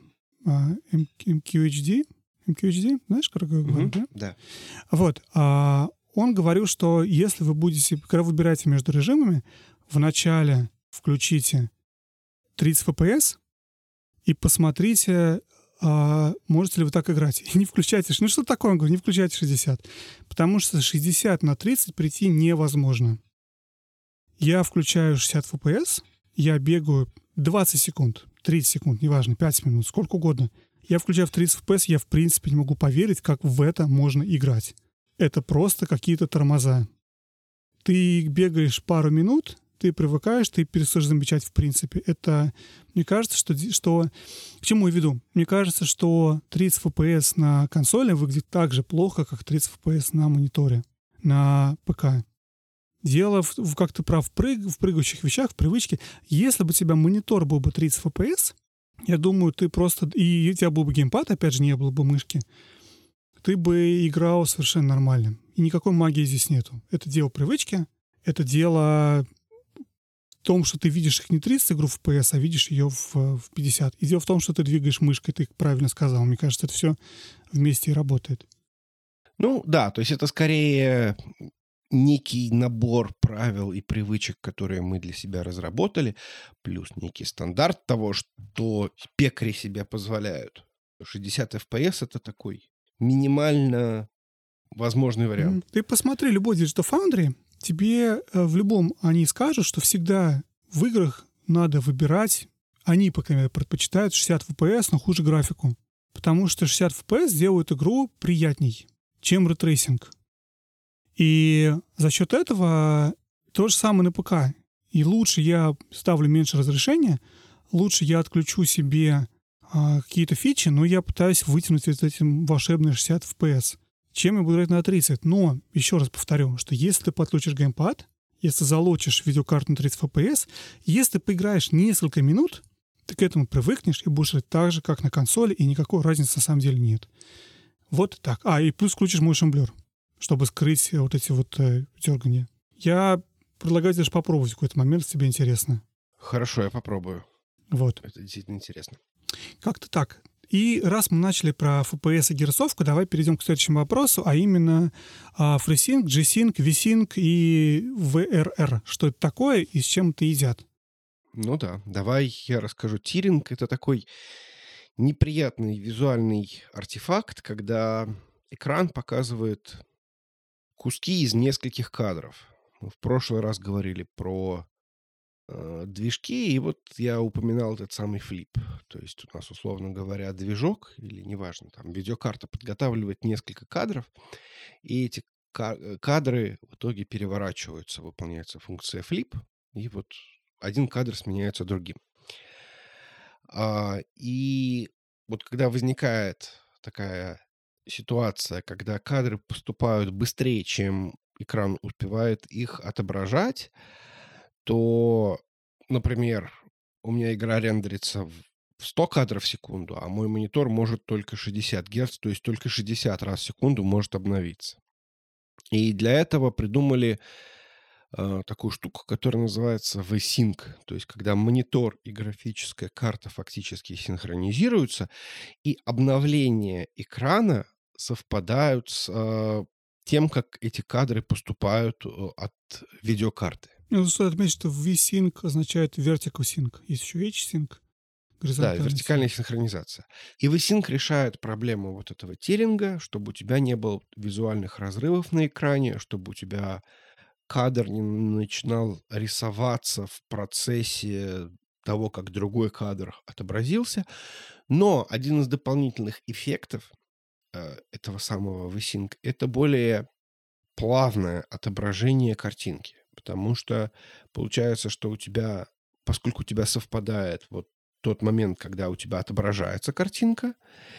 Speaker 2: MQHD, знаешь, как я говорю, да?
Speaker 1: Да.
Speaker 2: Вот. Он говорил, что если вы будете, когда выбираете между режимами, вначале включите 30 FPS и посмотрите, можете ли вы так играть. И не включайте. Ну что такое? Он говорит, не включайте 60. Потому что 60 на 30 прийти невозможно. Я включаю 60 FPS, я бегаю 20 секунд, 30 секунд, неважно, 5 минут, сколько угодно. Я включаю в 30 FPS, я в принципе не могу поверить, как в это можно играть. Это просто какие-то тормоза. Ты бегаешь пару минут, ты привыкаешь, ты перестаешь замечать в принципе. Это, мне кажется, что... К чему я веду? Мне кажется, что 30 FPS на консоли выглядит так же плохо, как 30 FPS на мониторе, на ПК. Дело, как ты прав, в прыгающих вещах, в привычке. Если бы у тебя монитор был бы 30 FPS, я думаю, ты просто... И у тебя был бы геймпад, опять же, не было бы мышки, ты бы играл совершенно нормально. И никакой магии здесь нету. Это дело привычки, это дело в том, что ты видишь их не 30 игру в FPS, а видишь ее в 50. И дело в том, что ты двигаешь мышкой, ты правильно сказал. Мне кажется, это все вместе и работает.
Speaker 1: Ну, да, то есть это скорее некий набор правил и привычек, которые мы для себя разработали, плюс некий стандарт того, что пекари себе позволяют. 60 FPS — это такой минимально возможный вариант.
Speaker 2: Ты посмотри любой Digital Foundry, тебе в любом они скажут, что всегда в играх надо выбирать, они, по крайней мере, предпочитают 60 FPS, но хуже графику. Потому что 60 FPS делают игру приятней, чем рейтрейсинг. И за счет этого то же самое на ПК. И лучше я ставлю меньше разрешения, лучше я отключу себе какие-то фичи, но я пытаюсь вытянуть вот эти волшебные 60 FPS. Чем я буду играть на 30? Но, еще раз повторю, что если ты подключишь геймпад, если залочишь видеокарту на 30 FPS, если ты поиграешь несколько минут, ты к этому привыкнешь и будешь играть так же, как на консоли, и никакой разницы на самом деле нет. Вот так. И плюс включишь motion blur, чтобы скрыть вот эти вот дергания. Я предлагаю тебе даже попробовать в какой-то момент, если тебе интересно.
Speaker 1: Хорошо, я попробую.
Speaker 2: Вот.
Speaker 1: Это действительно интересно.
Speaker 2: Как-то так. И раз мы начали про FPS и герцовку, давай перейдем к следующему вопросу, а именно FreeSync, G-Sync, V-Sync и VRR. Что это такое и с чем это едят?
Speaker 1: Ну да, давай я расскажу. Тиринг — это такой неприятный визуальный артефакт, когда экран показывает куски из нескольких кадров. Мы в прошлый раз говорили про движки, и вот я упоминал этот самый флип. То есть у нас, условно говоря, движок, или неважно, там видеокарта подготавливает несколько кадров, и эти кадры в итоге переворачиваются, выполняется функция флип, и вот один кадр сменяется другим. И вот когда возникает такая ситуация, когда кадры поступают быстрее, чем экран успевает их отображать, то, например, у меня игра рендерится в 100 кадров в секунду, а мой монитор может только 60 Гц, то есть только 60 раз в секунду может обновиться. И для этого придумали такую штуку, которая называется V-Sync. То есть когда монитор и графическая карта фактически синхронизируются, и обновления экрана совпадают с тем, как эти кадры поступают от видеокарты.
Speaker 2: Ну, стоит отметить, что V-Sync означает Vertical Sync. Есть еще H-Sync,
Speaker 1: Да,
Speaker 2: горизонтальный
Speaker 1: вертикальная
Speaker 2: синк.
Speaker 1: синхронизация. И V-Sync решает проблему вот этого тиринга, чтобы у тебя не было визуальных разрывов на экране, чтобы у тебя кадр не начинал рисоваться в процессе того, как другой кадр отобразился. Но один из дополнительных эффектов этого самого V-Sync — это более плавное отображение картинки. Потому что получается, что у тебя, поскольку у тебя совпадает вот тот момент, когда у тебя отображается картинка,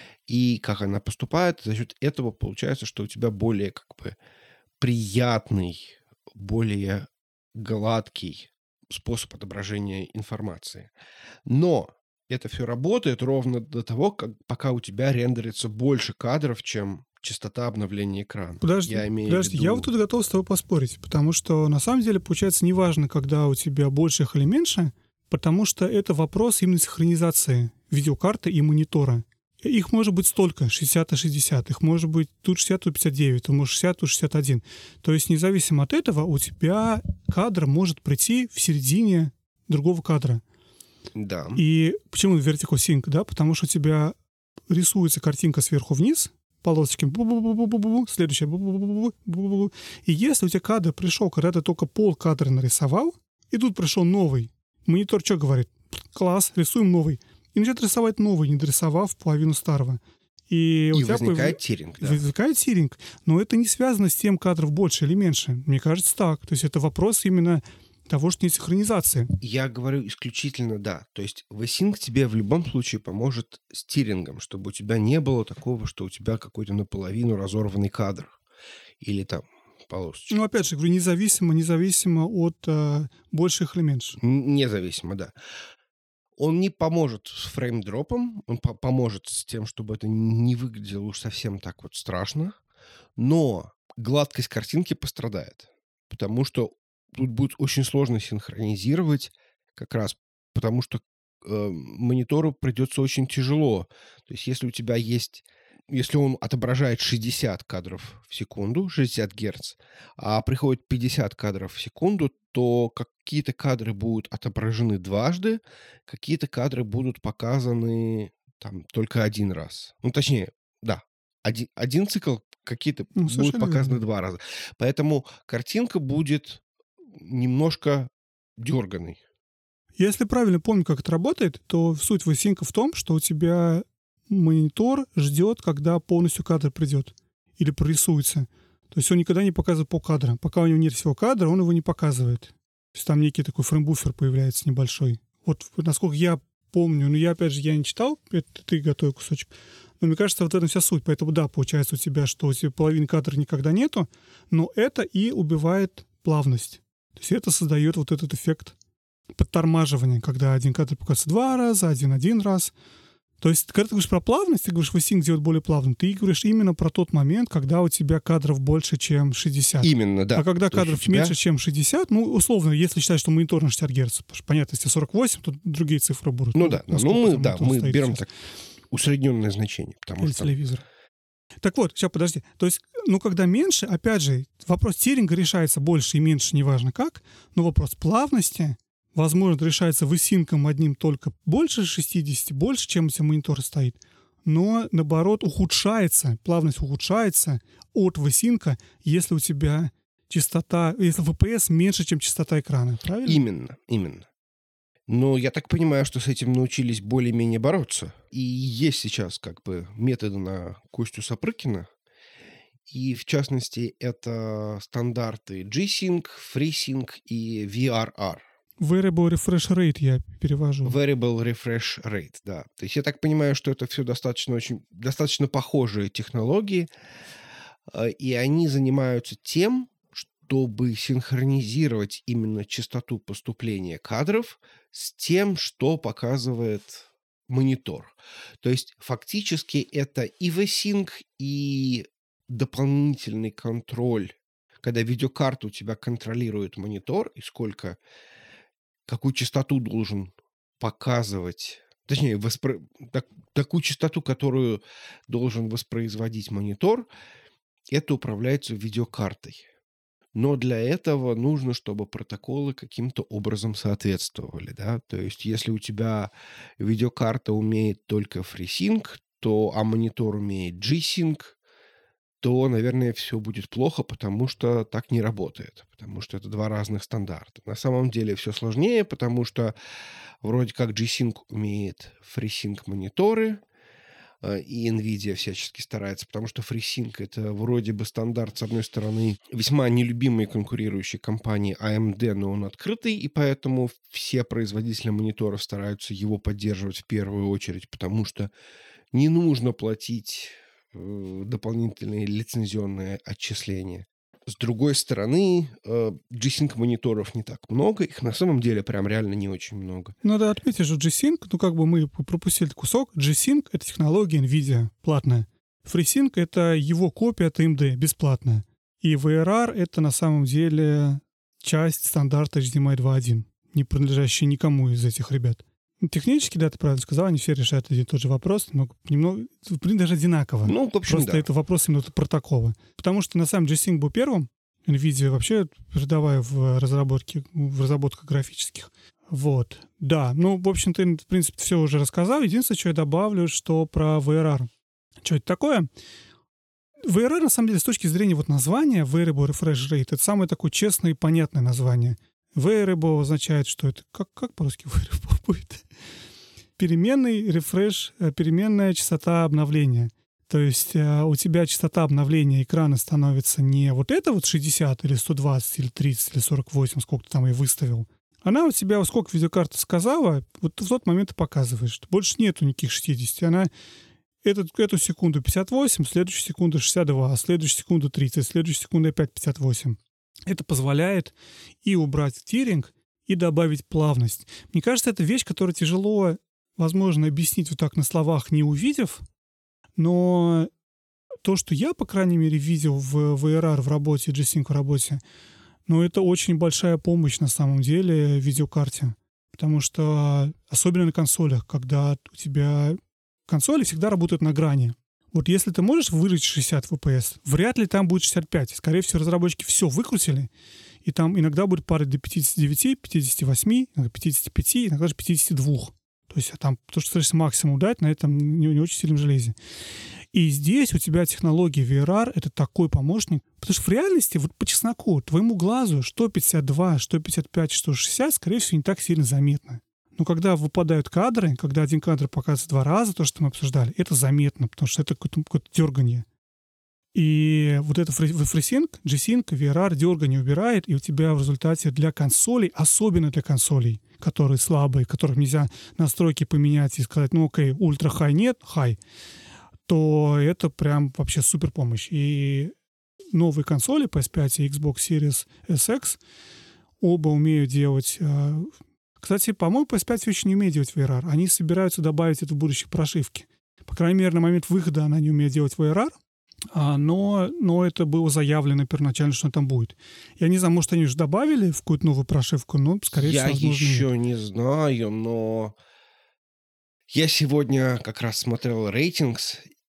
Speaker 1: и как она поступает, за счет этого получается, что у тебя более как бы приятный, более гладкий способ отображения информации. Но это все работает ровно до того, пока у тебя рендерится больше кадров, чем частота обновления экрана.
Speaker 2: Подожди,
Speaker 1: Я имею в
Speaker 2: подожди, я вот
Speaker 1: виду...
Speaker 2: тут готов с тобой поспорить, потому что на самом деле получается неважно, когда у тебя больше их или меньше, потому что это вопрос именно синхронизации видеокарты и монитора. Их может быть столько, 60 и 60, их может быть тут 60, тут 59, тут может 60, тут 61. То есть независимо от этого у тебя кадр может прийти в середине другого кадра.
Speaker 1: Да.
Speaker 2: И почему Vertical Sync, да? Потому что у тебя рисуется картинка сверху вниз, полосочки, бу-бу-бу-бу-бу-бу, следующая, бу-бу-бу-бу-бу-бу. И если у тебя кадр пришел, когда ты только пол кадра нарисовал, и тут пришел новый, монитор что говорит? Класс, рисуем новый. И начинает рисовать новый, не дорисовав половину старого. И у тебя
Speaker 1: возникает тиринг, да.
Speaker 2: возникает тиринг. Но это не связано с тем, кадров больше или меньше. Мне кажется, так. То есть это вопрос именно того, что нет синхронизации.
Speaker 1: Я говорю исключительно да. То есть V-Sync тебе в любом случае поможет с тирингом, чтобы у тебя не было такого, что у тебя какой-то наполовину разорванный кадр. Или там полосочка.
Speaker 2: Ну, опять же, говорю, независимо от больше их или меньше.
Speaker 1: Независимо, да. Он не поможет с фреймдропом, он поможет с тем, чтобы это не выглядело уж совсем так вот страшно, но гладкость картинки пострадает, потому что тут будет очень сложно синхронизировать как раз, потому что монитору придется очень тяжело. То есть если он отображает 60 кадров в секунду, 60 Гц, а приходит 50 кадров в секунду, то какие-то кадры будут отображены дважды, какие-то кадры будут показаны там только один раз. Ну, точнее, да, один цикл, какие-то
Speaker 2: Ну,
Speaker 1: будут
Speaker 2: совершенно
Speaker 1: показаны
Speaker 2: верно.
Speaker 1: 2 раза. Поэтому картинка будет немножко дерганой.
Speaker 2: Если правильно помню, как это работает, то суть V-Sync в том, что у тебя монитор ждет, когда полностью кадр придет или прорисуется. То есть он никогда не показывает полкадра. Пока у него нет всего кадра, он его не показывает. То есть там некий такой фреймбуфер появляется небольшой. Вот насколько я помню, но я, опять же, я не читал, это ты готовил кусочек, но мне кажется, вот это вся суть. Поэтому да, получается у тебя, что у тебя половины кадра никогда нету, но это и убивает плавность. То есть это создает вот этот эффект подтормаживания, когда один кадр показывается 2 раза, один раз. То есть, когда ты говоришь про плавность, ты говоришь, V-Sync делает более плавным, ты говоришь именно про тот момент, когда у тебя кадров больше, чем 60.
Speaker 1: Именно, да.
Speaker 2: А когда
Speaker 1: То есть
Speaker 2: кадров
Speaker 1: у тебя-
Speaker 2: меньше, чем 60, ну, условно, если считать, что монитор на 60 Гц, потому что, понятно, если 48, то другие цифры будут.
Speaker 1: Ну да,
Speaker 2: насколько там монитор
Speaker 1: мы
Speaker 2: стоит
Speaker 1: берем
Speaker 2: сейчас.
Speaker 1: так усредненное значение, потому
Speaker 2: Или
Speaker 1: что там
Speaker 2: телевизор. Так вот, сейчас подожди. То есть, ну, когда меньше, опять же, вопрос тиринга решается больше и меньше, неважно как, но вопрос плавности, возможно, решается V-Sync одним только больше 60, больше, чем у тебя монитор стоит, но, наоборот, ухудшается, плавность ухудшается от V-Sync, если у тебя частота, если FPS меньше, чем частота экрана, правильно?
Speaker 1: именно. Но я так понимаю, что с этим научились более-менее бороться. И есть сейчас как бы методы на Костю Сапрыкина. И в частности, это стандарты G-Sync, FreeSync и VRR.
Speaker 2: Variable Refresh Rate я перевожу.
Speaker 1: Variable Refresh Rate, да. То есть я так понимаю, что это все достаточно похожие технологии, и они занимаются тем, чтобы синхронизировать именно частоту поступления кадров с тем, что показывает монитор. То есть фактически это и V-Sync, и дополнительный контроль, когда видеокарта у тебя контролирует монитор и какую частоту должен показывать, точнее, такую частоту, которую должен воспроизводить монитор, это управляется видеокартой. Но для этого нужно, чтобы протоколы каким-то образом соответствовали, да. То есть если у тебя видеокарта умеет только FreeSync, а монитор умеет G-Sync, то, наверное, все будет плохо, потому что так не работает, потому что это два разных стандарта. На самом деле все сложнее, потому что вроде как G-Sync умеет FreeSync мониторы, и NVIDIA всячески старается, потому что FreeSync — это вроде бы стандарт, с одной стороны, весьма нелюбимой конкурирующей компании AMD, но он открытый, и поэтому все производители мониторов стараются его поддерживать в первую очередь, потому что не нужно платить дополнительные лицензионные отчисления. С другой стороны, G-Sync мониторов не так много, их на самом деле прям реально не очень много.
Speaker 2: Надо отметить, что G-Sync, мы пропустили кусок. G-Sync — это технология NVIDIA, платная. FreeSync — это его копия от AMD, бесплатная. И VRR — это на самом деле часть стандарта HDMI 2.1, не принадлежащая никому из этих ребят. Технически, да, ты правильно сказал, они все решают один и тот же вопрос, но немного, в принципе, даже одинаково.
Speaker 1: В общем,
Speaker 2: просто
Speaker 1: да.
Speaker 2: это вопрос именно протокола. Потому что на самом деле G-Sync был первым, NVIDIA вообще передовая в разработках графических. Вот. Да, в общем, ты, в принципе, все уже рассказал. Единственное, что я добавлю, что про VRR. Что это такое? VRR, на самом деле, с точки зрения названия, Variable Refresh Rate, это самое такое честное и понятное название. Variable означает, что это... Как по-русски variable будет? Переменный refresh, переменная частота обновления. То есть у тебя частота обновления экрана становится не вот это 60 или 120 или 30 или 48, сколько ты там и выставил. Она у тебя, сколько видеокарта сказала, в тот момент и показывает, что больше нету никаких 60. Она эту секунду 58, следующую секунду 62, следующую секунду 30, следующую секунду опять 58. Это позволяет и убрать тиринг, и добавить плавность. Мне кажется, это вещь, которую тяжело, возможно, объяснить вот так на словах, не увидев, но то, что я, по крайней мере, видел в VRR в работе, G-Sync в работе, это очень большая помощь на самом деле в видеокарте. Потому что, особенно на консолях, когда у тебя консоли всегда работают на грани. Вот если ты можешь выжать 60 FPS, вряд ли там будет 65. Скорее всего, разработчики все выкрутили, и там иногда будет падать до 59, 58, 55, иногда даже 52. То есть там то, что стараешься максимум дать, на этом не очень сильном железе. И здесь у тебя технология VRR — это такой помощник. Потому что в реальности, по чесноку, твоему глазу что 52, что 55, что 60, скорее всего, не так сильно заметно. Но когда выпадают кадры, когда один кадр показывается 2 раза, то, что мы обсуждали, это заметно, потому что это какое-то дергание. И вот это FreeSync, G-Sync, VRR дергание убирает, и у тебя в результате для консолей, особенно для консолей, которые слабые, которых нельзя настройки поменять и сказать, окей, ультра-хай нет, хай, то это прям вообще супер помощь. И новые консоли PS5 и Xbox Series SX оба умеют делать... Кстати, по-моему, PS5 еще не умеет делать VRR. Они собираются добавить это в будущей прошивке. По крайней мере, на момент выхода она не умеет делать VRR, но это было заявлено первоначально, что там будет. Я не знаю, может, они уже добавили в какую-то новую прошивку, но, скорее всего, возможно,
Speaker 1: Я еще не знаю, но я сегодня как раз смотрел рейтингс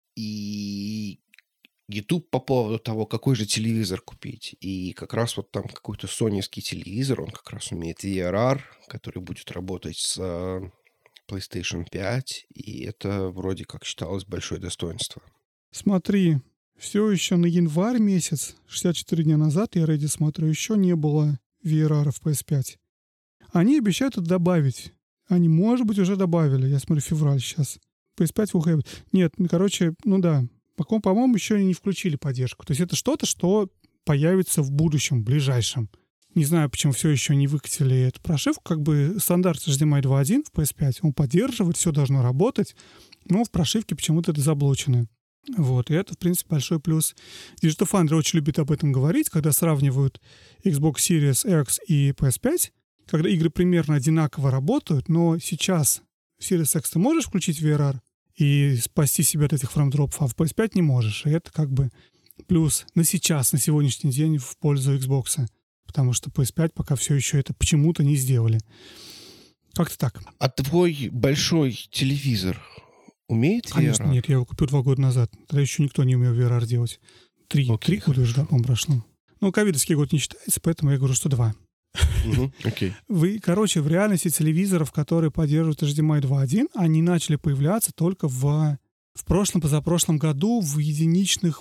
Speaker 1: и YouTube по поводу того, какой же телевизор купить. И как раз там какой-то соневский телевизор, он как раз умеет VRR, который будет работать с PlayStation 5, и это вроде как считалось большое достоинство.
Speaker 2: Смотри, все еще на январь месяц, 64 дня назад, я Reddit смотрю, еще не было VRR в PS5. Они обещают это добавить. Они, может быть, уже добавили. Я смотрю, февраль сейчас. PS5 will have... Нет, да. По-моему, еще не включили поддержку. То есть это что-то, что появится в будущем, ближайшем. Не знаю, почему все еще не выкатили эту прошивку. Стандарт HDMI 2.1 в PS5, он поддерживает, все должно работать, но в прошивке почему-то это заблочено. Вот, и это, в принципе, большой плюс. Digital Foundry очень любит об этом говорить, когда сравнивают Xbox Series X и PS5, когда игры примерно одинаково работают, но сейчас в Series X ты можешь включить VRR и спасти себя от этих фреймдропов, а в PS5 не можешь. И это плюс на сейчас, на сегодняшний день в пользу Xbox. Потому что PS5 пока все еще это почему-то не сделали. Как-то так.
Speaker 1: А твой большой телевизор умеет
Speaker 2: Конечно,
Speaker 1: VR?
Speaker 2: нет, я его купил 2 года назад. Тогда еще никто не умел VR делать. Три
Speaker 1: Окей,
Speaker 2: года уже, да,
Speaker 1: хорошо.
Speaker 2: по-моему, прошло. Ну, ковидовский год не считается, поэтому я говорю, что 2.
Speaker 1: Окей.
Speaker 2: Короче, в реальности телевизоров, которые поддерживают HDMI 2.1, они начали появляться только в прошлом, позапрошлом году в единичных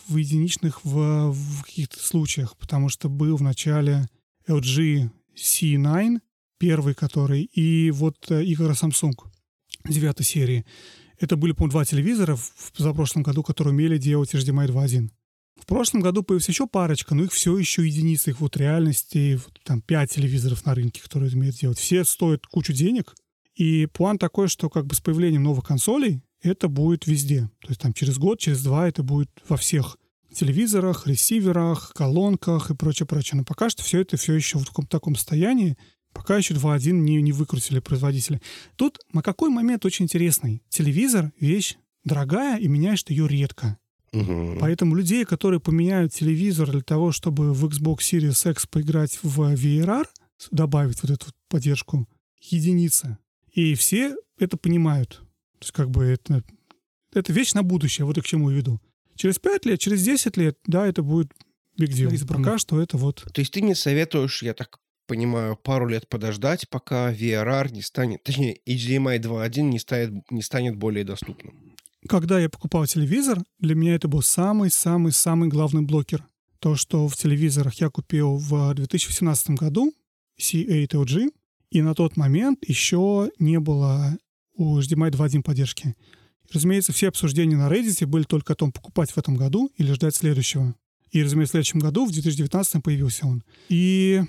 Speaker 2: в каких-то случаях, потому что был в начале LG C9, первый который, и вот игры Samsung 9 серии. Это были, по-моему, 2 телевизора в позапрошлом году, которые умели делать HDMI 2.1. В прошлом году появилась еще парочка, но их все еще единицы. Их вот реальности, там 5 телевизоров на рынке, которые умеют делать. Все стоят кучу денег. И план такой, что как бы с появлением новых консолей это будет везде. То есть там через год, через 2 это будет во всех телевизорах, ресиверах, колонках и прочее. Но пока что все это все еще в таком состоянии. Пока еще 2.1 не выкрутили производители. Тут какой момент очень интересный. Телевизор — вещь дорогая, и меняешь ты ее редко. Поэтому людей, которые поменяют телевизор для того, чтобы в Xbox Series X поиграть в VRR, добавить вот эту поддержку, единицы. И все это понимают. То есть как бы это вещь на будущее, вот и к чему я веду. Через 5 лет, через 10 лет, да, это будет big deal. Пока что это вот...
Speaker 1: То есть ты мне советуешь, я так понимаю, пару лет подождать, пока VRR не станет, точнее, HDMI 2.1 не станет более доступным.
Speaker 2: Когда я покупал телевизор, для меня это был самый-самый-самый главный блокер. То, что в телевизорах я купил в 2018 году C8 LG, и на тот момент еще не было у HDMI 2.1 поддержки. Разумеется, все обсуждения на Reddit были только о том, покупать в этом году или ждать следующего. И, разумеется, в следующем году, в 2019 появился он. И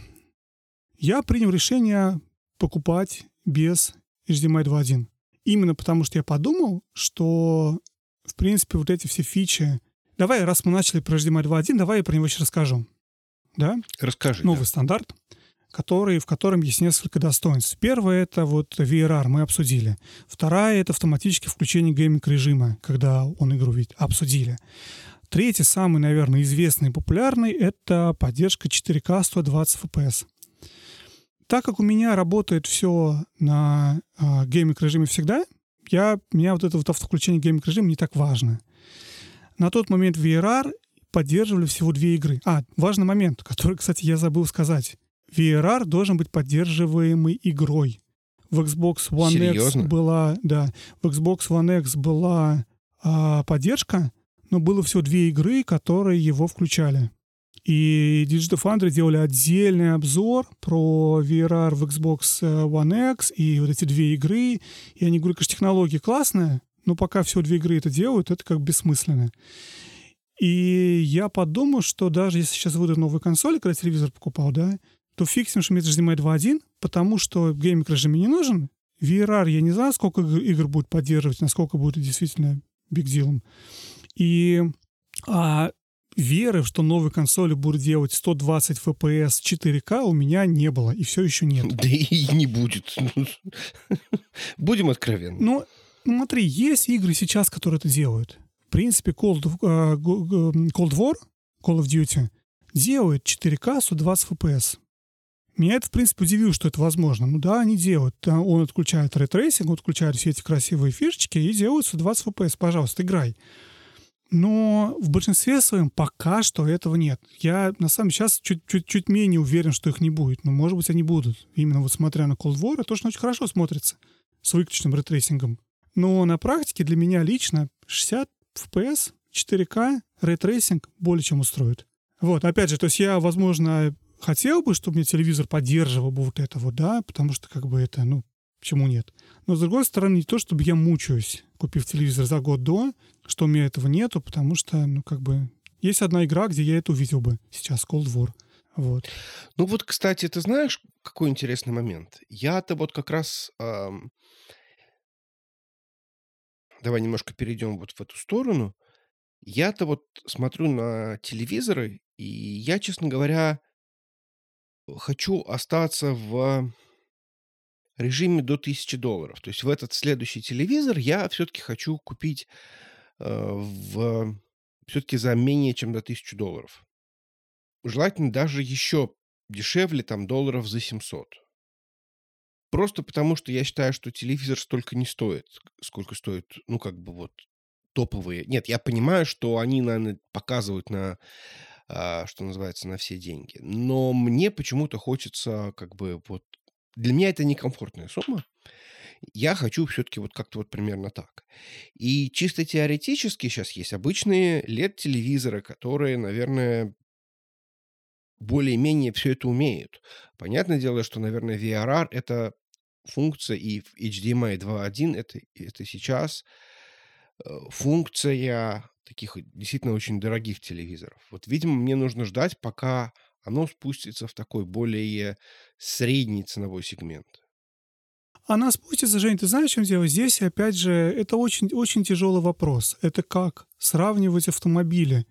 Speaker 2: я принял решение покупать без HDMI 2.1. Именно потому, что я подумал, что, в принципе, вот эти все фичи... Давай, раз мы начали про HDMI 2.1, давай я про него еще расскажу. Да?
Speaker 1: Расскажи.
Speaker 2: Новый стандарт, в котором есть несколько достоинств. Первое — это вот VRR, мы обсудили. Вторая — это автоматическое включение гейминг-режима, когда он игру видит, обсудили. Третий, самый, наверное, известный и популярный — это поддержка 4К 120 FPS. Так как у меня работает все на гейминг-режиме всегда, меня вот это вот автовключение гейминг-режима не так важно. На тот момент VRR поддерживали всего 2 игры. Важный момент, который, кстати, я забыл сказать. VRR должен быть поддерживаемой игрой. В Xbox One
Speaker 1: Серьезно?
Speaker 2: X была... Да, в Xbox One X была поддержка, но было всего 2 игры, которые его включали. И Digital Foundry делали отдельный обзор про VRR в Xbox One X и вот эти 2 игры. И они говорят, конечно, технология классная, но пока всего 2 игры это делают, это как бессмысленно. И я подумал, что даже если сейчас выйдут новые консоли, когда телевизор покупал, да, то фиг с ним, что HDMI 2.1, потому что гейминг-режим мне не нужен. VRR я не знаю, сколько игр будет поддерживать, насколько будет действительно биг-дилом. И веры, что новые консоли будут делать 120 FPS 4К, у меня не было, и все еще нет.
Speaker 1: Да и не будет. Будем откровенны.
Speaker 2: Но смотри, есть игры сейчас, которые это делают. В принципе, Cold War, Call of Duty, делает 4К 120 FPS. Меня это, в принципе, удивило, что это возможно. Ну да, они делают. Он отключает рейтрейсинг, он отключает все эти красивые фишечки и делают 120 FPS. Пожалуйста, играй. Но в большинстве своем пока что этого нет. Я, на самом деле, сейчас чуть менее уверен, что их не будет. Но, может быть, они будут. Именно вот смотря на Cold War, это очень хорошо смотрится с выключенным рейтрейсингом. Но на практике для меня лично 60 FPS, 4К, рейтрейсинг более чем устроит. Вот, опять же, то есть я, возможно, хотел бы, чтобы мне телевизор поддерживал бы вот это вот, да, потому что как бы это, почему нет? Но, с другой стороны, не то, чтобы я мучаюсь, купив телевизор за год до, что у меня этого нету, потому что, есть одна игра, где я это увидел бы сейчас, Cold War. Вот.
Speaker 1: Ну вот, кстати, ты знаешь, какой интересный момент? Я-то вот как раз... Давай немножко перейдем вот в эту сторону. Я-то вот смотрю на телевизоры, и я, честно говоря, хочу остаться в режиме до $1000. То есть в этот следующий телевизор я все-таки хочу купить в все-таки за менее чем за $1000. Желательно даже еще дешевле, там, долларов за 700. Просто потому, что я считаю, что телевизор столько не стоит, сколько стоит, ну, как бы вот топовые. Нет, я понимаю, что они, наверное, показывают на, что называется, на все деньги. Но мне почему-то хочется, как бы, вот... Для меня это некомфортная сумма. Я хочу все-таки вот как-то вот примерно так. И чисто теоретически сейчас есть обычные LED-телевизоры, которые, наверное, более-менее все это умеют. Понятное дело, что, наверное, VRR — это функция, и в HDMI 2.1 это сейчас функция таких действительно очень дорогих телевизоров. Вот, видимо, мне нужно ждать, пока оно спустится в такой более средний ценовой сегмент.
Speaker 2: Она спустится, Жень, ты знаешь, в чем дело? Здесь, опять же, это очень, очень тяжелый вопрос. Это как сравнивать автомобили.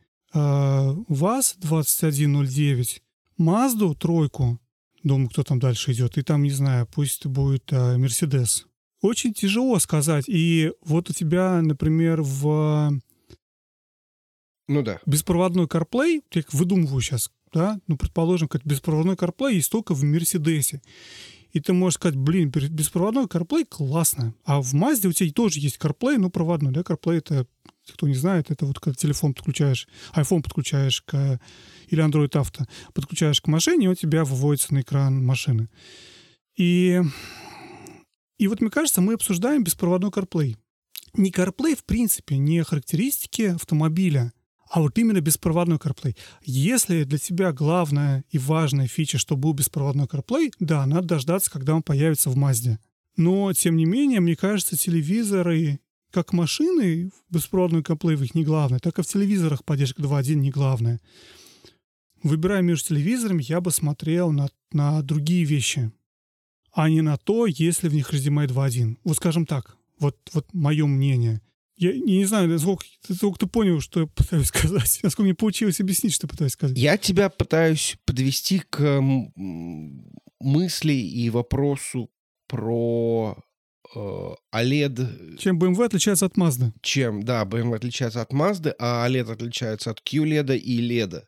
Speaker 2: ВАЗ-2109, Мазду тройку, думаю, кто там дальше идет, и там, не знаю, пусть это будет Мерседес. Очень тяжело сказать. И вот у тебя, например, в
Speaker 1: Ну да.
Speaker 2: беспроводной CarPlay, я выдумываю сейчас, да, ну, предположим, как беспроводной CarPlay есть только в Мерседесе. И ты можешь сказать, блин, беспроводной CarPlay классно. А в Mazda у тебя тоже есть CarPlay, но проводной. Да? CarPlay — это, кто не знает, это вот когда телефон подключаешь, iPhone подключаешь или Android Auto подключаешь к машине, и он тебя выводится на экран машины. И вот, мне кажется, мы обсуждаем беспроводной CarPlay. Не CarPlay, в принципе, не характеристики автомобиля, а вот именно беспроводной CarPlay. Если для тебя главная и важная фича, что был беспроводной CarPlay, да, надо дождаться, когда он появится в Mazda. Но, тем не менее, мне кажется, телевизоры, как машины, беспроводной CarPlay в них не главное, так и в телевизорах поддержка 2.1 не главное. Выбирая между телевизорами, я бы смотрел на другие вещи, а не на то, есть ли в них HDMI 2.1. Вот скажем так, вот мое мнение. Я не знаю, насколько ты понял, что я пытаюсь сказать, насколько мне получилось объяснить, что я пытаюсь сказать.
Speaker 1: Я тебя пытаюсь подвести к мысли и вопросу про OLED.
Speaker 2: Чем BMW отличается от Mazda?
Speaker 1: Чем, да, BMW отличается от Mazda, а OLED отличается от QLED и LED.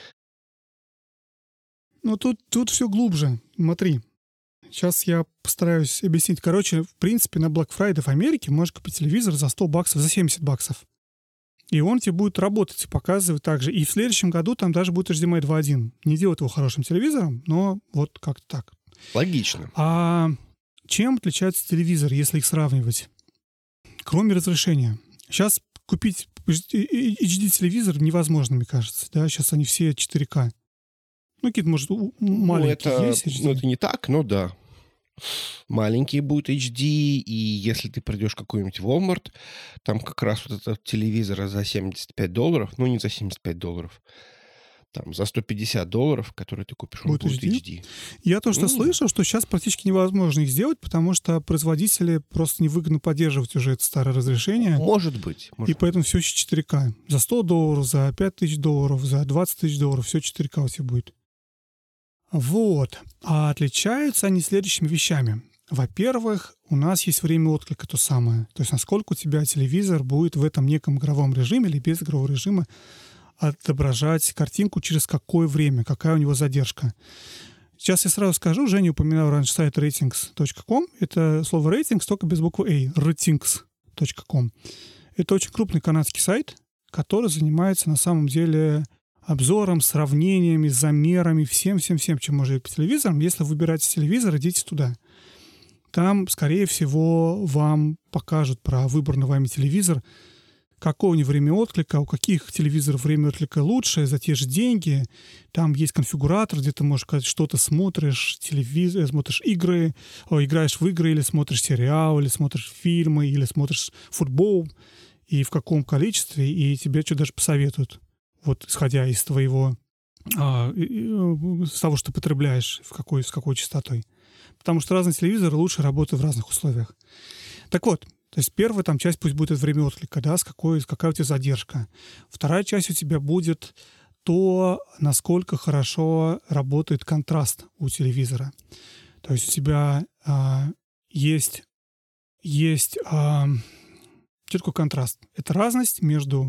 Speaker 2: Ну, тут все глубже. Смотри. Сейчас я постараюсь объяснить. Короче, в принципе, на Black Friday в Америке можешь купить телевизор за $100, за $70. И он тебе будет работать и показывать так же. И в следующем году там даже будет HDMI 2.1. Не делает его хорошим телевизором, но вот как-то так.
Speaker 1: Логично.
Speaker 2: А чем отличается телевизор, если их сравнивать? Кроме разрешения. Сейчас купить HD-телевизор невозможно, мне кажется. Да? Сейчас они все 4К. Ну, какие-то, может, маленькие есть HD.
Speaker 1: Ну, это не так, но да. Маленький будет HD, и если ты придешь в какой-нибудь Walmart, там как раз вот этот телевизор за $75, ну, не за $75, там за $150, который ты купишь, он будет HD.
Speaker 2: Я то, что слышал, что сейчас практически невозможно их сделать, потому что производители просто невыгодно поддерживать уже это старое разрешение.
Speaker 1: Может быть.
Speaker 2: И поэтому все еще 4К. За $100, за $5000, за $20 000 все 4К у тебя будет. Вот. А отличаются они следующими вещами. Во-первых, у нас есть время отклика то самое. То есть насколько у тебя телевизор будет в этом неком игровом режиме или без игрового режима отображать картинку через какое время, какая у него задержка. Сейчас я сразу скажу, Женя упоминал раньше сайт ratings.com. Это слово ratings, только без буквы A. ratings.com. Это очень крупный канадский сайт, который занимается на самом деле обзором, сравнениями, замерами, всем-всем-всем, чем может быть по телевизорам. Если выбираете телевизор, идите туда. Там, скорее всего, вам покажут про выбранный вами телевизор, какое у него время отклика, у каких телевизоров время отклика лучше, за те же деньги. Там есть конфигуратор, где ты можешь сказать, что ты смотришь, телевизор, смотришь игры, играешь в игры, или смотришь сериал, или смотришь фильмы, или смотришь футбол, и в каком количестве, и тебе что даже посоветуют. Вот исходя из твоего, с того, что ты потребляешь, с какой частотой. Потому что разные телевизоры лучше работают в разных условиях. Так вот, то есть первая там часть пусть будет время отклика, да, какая у тебя задержка. Вторая часть у тебя будет то, насколько хорошо работает контраст у телевизора. То есть у тебя есть что такое контраст? Это разность между...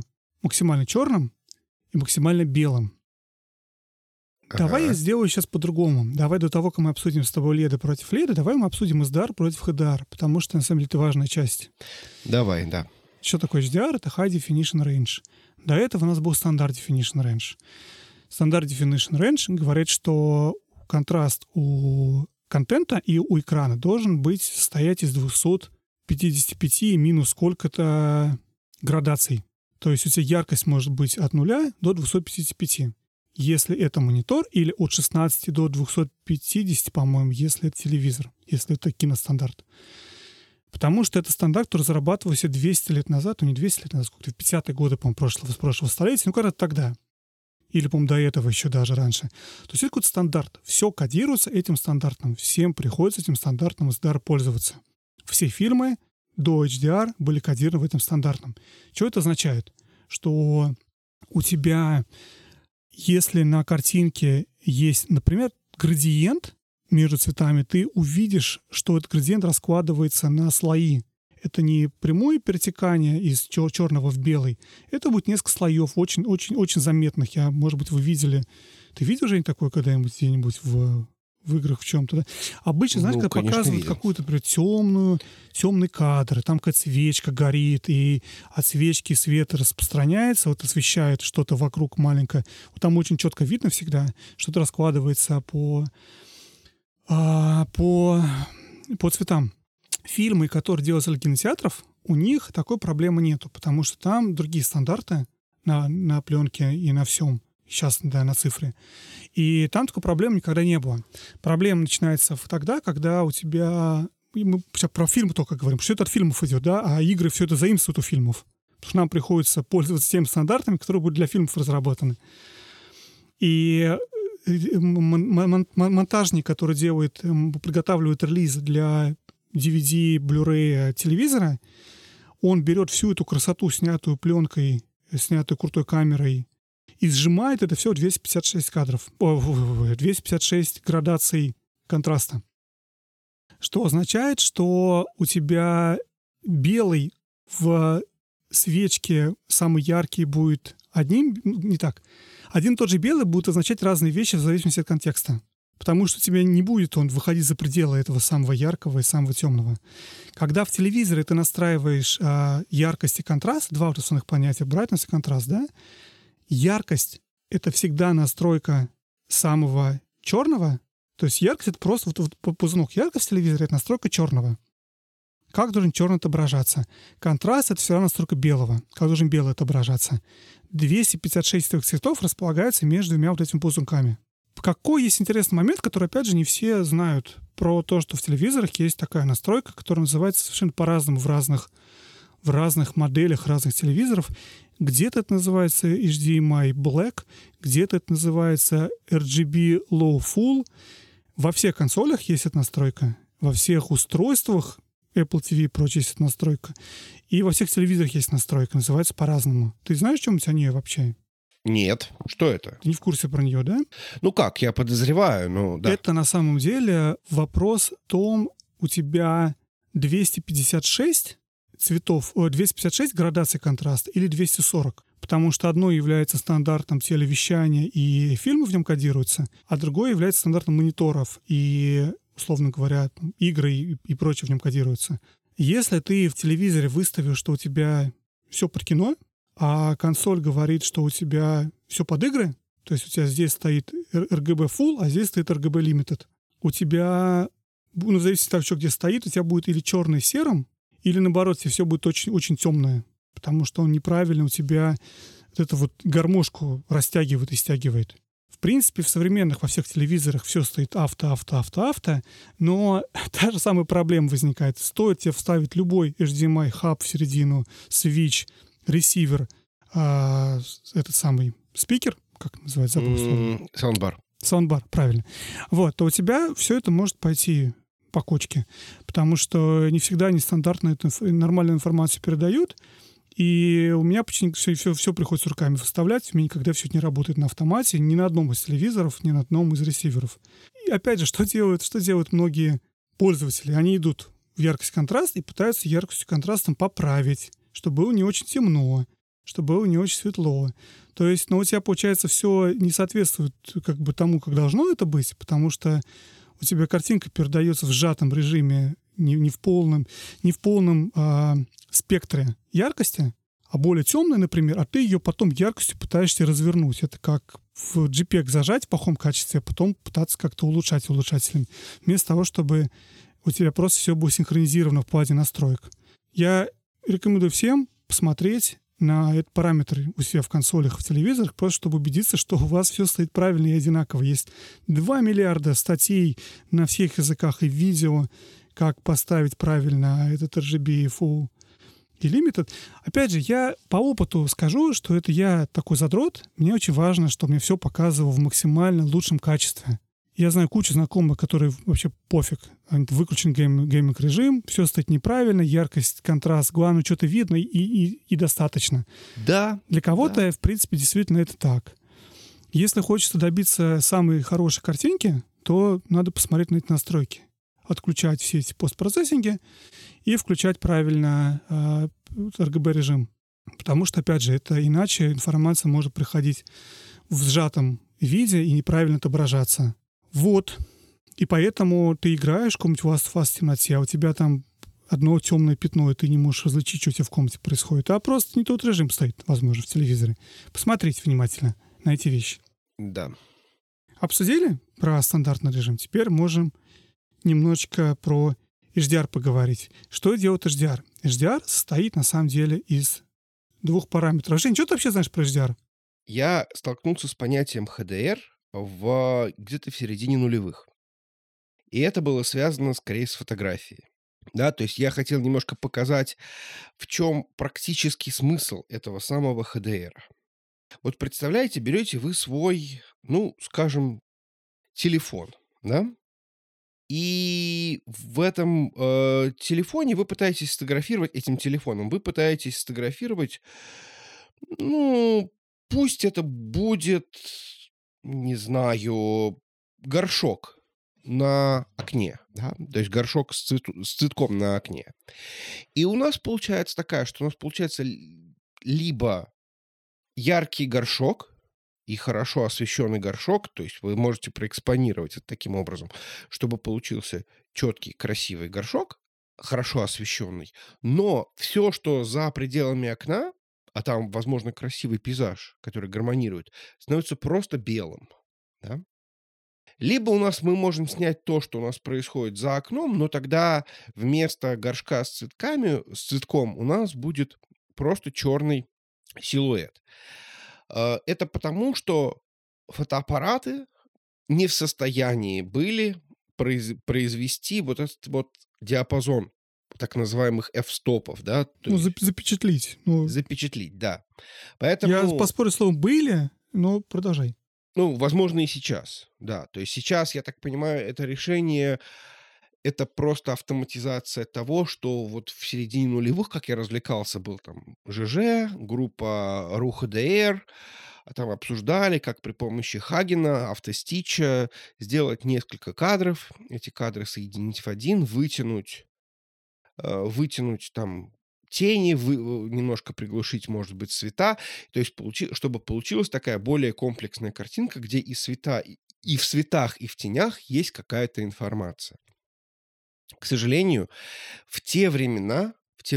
Speaker 2: максимально черным и максимально белым. Давай я сделаю сейчас по-другому. Давай до того, как мы обсудим с тобой LED против LED, давай мы обсудим SDR против HDR, потому что, на самом деле, это важная часть.
Speaker 1: Давай, да.
Speaker 2: Что такое HDR? Это High Definition Range. До этого у нас был Standard Definition Range. Standard Definition Range говорит, что контраст у контента и у экрана должен быть состоять из 255 минус сколько-то градаций. То есть у тебя яркость может быть от 0 до 255. Если это монитор, или от 16 до 250, по-моему, если это телевизор, если это киностандарт. Потому что это стандарт, который разрабатывался 200 лет назад, не 200 лет назад, сколько-то в 50-е годы, по-моему, прошлого столетия, когда-то тогда. Или, по-моему, до этого еще даже раньше. То есть это какой-то стандарт. Все кодируется этим стандартом. Всем приходится этим стандартом SDR пользоваться. Все фильмы до HDR были кодированы в этом стандартном. Что это означает? Что у тебя, если на картинке есть, например, градиент между цветами, ты увидишь, что этот градиент раскладывается на слои. Это не прямое перетекание из черного в белый. Это будет несколько слоев, очень заметных. Может быть, вы видели. Ты видел же такое когда-нибудь где-нибудь в играх в чем-то, да? Обычно, знаешь, когда показывают какую-то, например, темный кадр, там какая-то свечка горит, и от свечки свет распространяется, вот освещает что-то вокруг маленькое. Вот там очень четко видно всегда, что-то раскладывается по цветам. Фильмы, которые делаются для кинотеатров, у них такой проблемы нету, потому что там другие стандарты на пленке и на всем. Сейчас, да, на цифре. И там такой проблем никогда не было. Проблема начинается тогда, когда у тебя... Мы сейчас про фильмы только говорим, что это от фильмов идет, да, а игры все это заимствуют у фильмов. Потому что нам приходится пользоваться теми стандартами, которые будут для фильмов разработаны. И монтажник, который приготавливает релиз для DVD, Blu-ray телевизора, он берет всю эту красоту, снятую пленкой, снятую крутой камерой, и сжимает это все в 256 кадров, 256 градаций контраста. Что означает, что у тебя белый в свечке самый яркий будет одним, не так. Один и тот же белый будет означать разные вещи в зависимости от контекста. Потому что у тебя не будет он выходить за пределы этого самого яркого и самого темного. Когда в телевизоре ты настраиваешь яркость и контраст, два вот основных понятия, брайтнесс и контраст, да? Яркость — это всегда настройка самого черного. То есть яркость — это просто ползунок. Яркость в телевизоре — это настройка черного. Как должен черный отображаться? Контраст — это всегда настройка белого. Как должен белый отображаться? 256 этих цветов располагаются между двумя вот этими ползунками. Какой есть интересный момент, который, опять же, не все знают про то, что в телевизорах есть такая настройка, которая называется совершенно по-разному в разных моделях разных телевизоров. Где-то это называется HDMI Black, где-то это называется RGB Low Full. Во всех консолях есть эта настройка, во всех устройствах Apple TV и прочее есть эта настройка. И во всех телевизорах есть настройка, называется по-разному. Ты знаешь, что-нибудь о ней вообще?
Speaker 1: Нет. Что это?
Speaker 2: Ты не в курсе про нее, да?
Speaker 1: Ну как, я подозреваю, но да.
Speaker 2: Это на самом деле вопрос в том, у тебя 256 цветов, 256 градаций контраста или 240. Потому что одно является стандартом телевещания и фильмы в нем кодируются, а другое является стандартом мониторов и, условно говоря, игры и прочее в нем кодируются. Если ты в телевизоре выставил, что у тебя все под кино, а консоль говорит, что у тебя все под игры, то есть у тебя здесь стоит RGB Full, а здесь стоит RGB Limited, у тебя, в зависимости от того, где стоит, у тебя будет или черный серым, или наоборот, тебе все будет очень, очень темное, потому что он неправильно у тебя вот эту вот гармошку растягивает и стягивает. В принципе, в современных во всех телевизорах все стоит авто, но та же самая проблема возникает. Стоит тебе вставить любой HDMI хаб в середину, свич, ресивер, этот самый спикер, как называется?
Speaker 1: Саундбар.
Speaker 2: Саундбар, правильно. Вот, то у тебя все это может пойти по кочке, потому что не всегда они стандартную нормальную информацию передают, и у меня почти все приходится руками выставлять, у меня никогда все это не работает на автомате, ни на одном из телевизоров, ни на одном из ресиверов. И опять же, что делают многие пользователи? Они идут в яркость контраст и пытаются яркостью контрастом поправить, чтобы было не очень темно. чтобы было не очень светло. То есть, у тебя, получается, все не соответствует как бы тому, как должно это быть, потому что у тебя картинка передается в сжатом режиме, не в полном спектре яркости, а более темная, например, а ты ее потом яркостью пытаешься развернуть. Это как в JPEG зажать в плохом качестве, а потом пытаться как-то улучшать улучшателями. Вместо того, чтобы у тебя просто все было синхронизировано в плане настроек. Я рекомендую всем посмотреть на этот параметр у себя в консолях, в телевизорах, просто чтобы убедиться, что у вас все стоит правильно и одинаково. Есть 2 миллиарда статей на всех языках и видео, как поставить правильно этот RGB Full и Limited. Опять же, я по опыту скажу, что это я такой задрот. Мне очень важно, чтобы мне все показывало в максимально лучшем качестве. Я знаю кучу знакомых, которые вообще пофиг. Выключен гейминг-режим, все стоит неправильно, яркость, контраст, главное, что-то видно и достаточно.
Speaker 1: Да.
Speaker 2: Для кого-то,
Speaker 1: да.
Speaker 2: в принципе, действительно это так. Если хочется добиться самой хорошей картинки, то надо посмотреть на эти настройки. Отключать все эти постпроцессинги и включать правильно RGB-режим. Потому что, опять же, это иначе информация может приходить в сжатом виде и неправильно отображаться. Вот. И поэтому ты играешь в каком-нибудь Last of Us в темноте, а у тебя там одно темное пятно, и ты не можешь различить, что у тебя в комнате происходит. А просто не тот режим стоит, возможно, в телевизоре. Посмотрите внимательно на эти вещи.
Speaker 1: Да.
Speaker 2: Обсудили про стандартный режим? Теперь можем немножечко про HDR поговорить. Что делает HDR? HDR состоит, на самом деле, из 2 параметров. Жень, что ты вообще знаешь про HDR?
Speaker 1: Я столкнулся с понятием HDR где-то в середине нулевых. И это было связано скорее с фотографией. Да, то есть я хотел немножко показать, в чем практический смысл этого самого HDR. Вот представляете, берете вы свой, скажем, телефон, да? И в этом телефоне вы пытаетесь сфотографировать, этим телефоном, вы пытаетесь сфотографировать, пусть это будет, не знаю, горшок на окне, да, то есть горшок с цветком на окне. И у нас получается либо яркий горшок и хорошо освещенный горшок, то есть вы можете проэкспонировать это таким образом, чтобы получился четкий, красивый горшок, хорошо освещенный, но все, что за пределами окна, а там, возможно, красивый пейзаж, который гармонирует, становится просто белым, да? Либо мы можем снять то, что у нас происходит за окном, но тогда вместо горшка с цветком у нас будет просто черный силуэт. Это потому, что фотоаппараты не в состоянии были произвести вот этот вот диапазон так называемых f-стопов, да, то есть
Speaker 2: Запечатлить.
Speaker 1: запечатлить, да.
Speaker 2: Я
Speaker 1: Поэтому,
Speaker 2: поспорю словом «были», но продолжай.
Speaker 1: возможно, и сейчас, да. То есть сейчас, я так понимаю, это решение, это просто автоматизация того, что вот в середине нулевых, как я развлекался, был там ЖЖ, группа РУ-ХДР, там обсуждали, как при помощи Хагена, автостича сделать несколько кадров, эти кадры соединить в один, вытянуть там тени, немножко приглушить, может быть, цвета, то есть чтобы получилась такая более комплексная картинка, где и в цветах, и в тенях есть какая-то информация. К сожалению, в те времена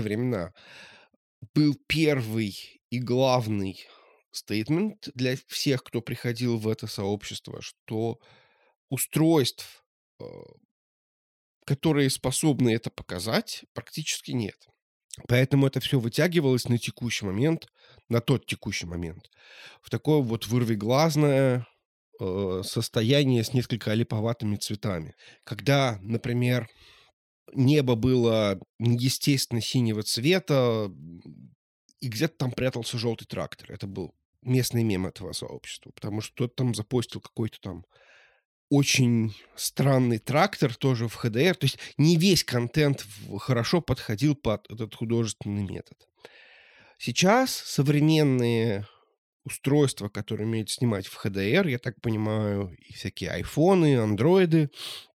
Speaker 1: был первый и главный стейтмент для всех, кто приходил в это сообщество, что устройств, э, которые способны это показать, практически нет. Поэтому это все вытягивалось на тот текущий момент, в такое вот вырвиглазное состояние с несколько олиповатыми цветами. Когда, например, небо было неестественно синего цвета, и где-то там прятался желтый трактор. Это был местный мем этого сообщества, потому что кто-то там запостил какой-то там очень странный трактор тоже в HDR. То есть не весь контент хорошо подходил под этот художественный метод. Сейчас современные устройства, которые умеют снимать в HDR, я так понимаю, и всякие айфоны, андроиды,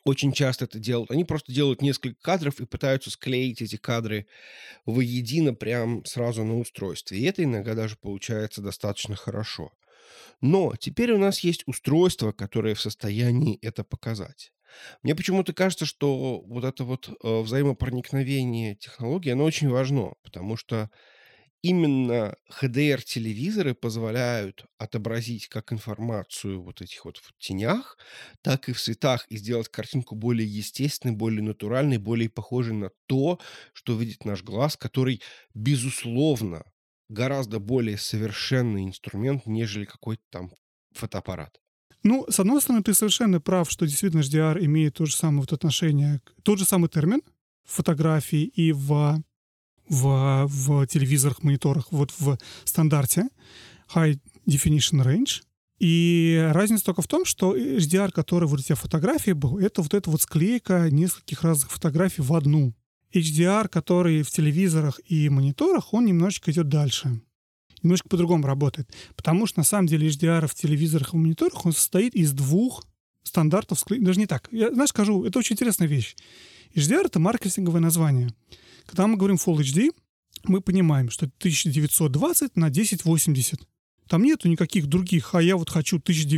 Speaker 1: очень часто это делают. Они просто делают несколько кадров и пытаются склеить эти кадры воедино прям сразу на устройстве. И это иногда даже получается достаточно хорошо. Но теперь у нас есть устройство, которое в состоянии это показать. Мне почему-то кажется, что вот это вот взаимопроникновение технологий, оно очень важно, потому что именно HDR-телевизоры позволяют отобразить как информацию вот этих вот в тенях, так и в цветах, и сделать картинку более естественной, более натуральной, более похожей на то, что видит наш глаз, который, безусловно, гораздо более совершенный инструмент, нежели какой-то там фотоаппарат.
Speaker 2: Ну, с одной стороны, ты совершенно прав, что действительно HDR имеет то же самое вот отношение, тот же самый термин в фотографии и в телевизорах, мониторах, вот в стандарте High Definition Range. И разница только в том, что HDR, который вот у тебя фотографии был, это вот эта вот склейка нескольких разных фотографий в одну. HDR, который в телевизорах и мониторах, он немножечко идет дальше. Немножко по-другому работает. Потому что на самом деле HDR в телевизорах и мониторах, он состоит из двух стандартов. Даже не так. Я, знаешь, скажу, это очень интересная вещь. HDR — это маркетинговое название. Когда мы говорим Full HD, мы понимаем, что это 1920 на 1080. Там нету никаких других, а я вот хочу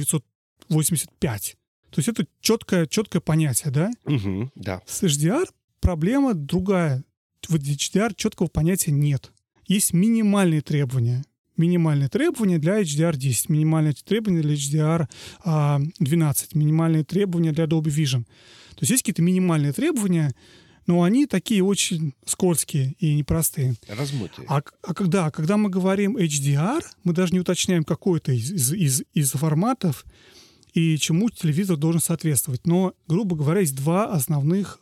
Speaker 2: 1985. То есть это четкое понятие, да?
Speaker 1: Угу, да.
Speaker 2: С HDR проблема другая. В HDR четкого понятия нет. Есть минимальные требования. Минимальные требования для HDR10, минимальные требования для HDR12, минимальные требования для Dolby Vision. То есть есть какие-то минимальные требования, но они такие очень скользкие и непростые.
Speaker 1: Размытые.
Speaker 2: Когда мы говорим HDR, мы даже не уточняем, какой это из форматов и чему телевизор должен соответствовать. Но, грубо говоря, есть два основных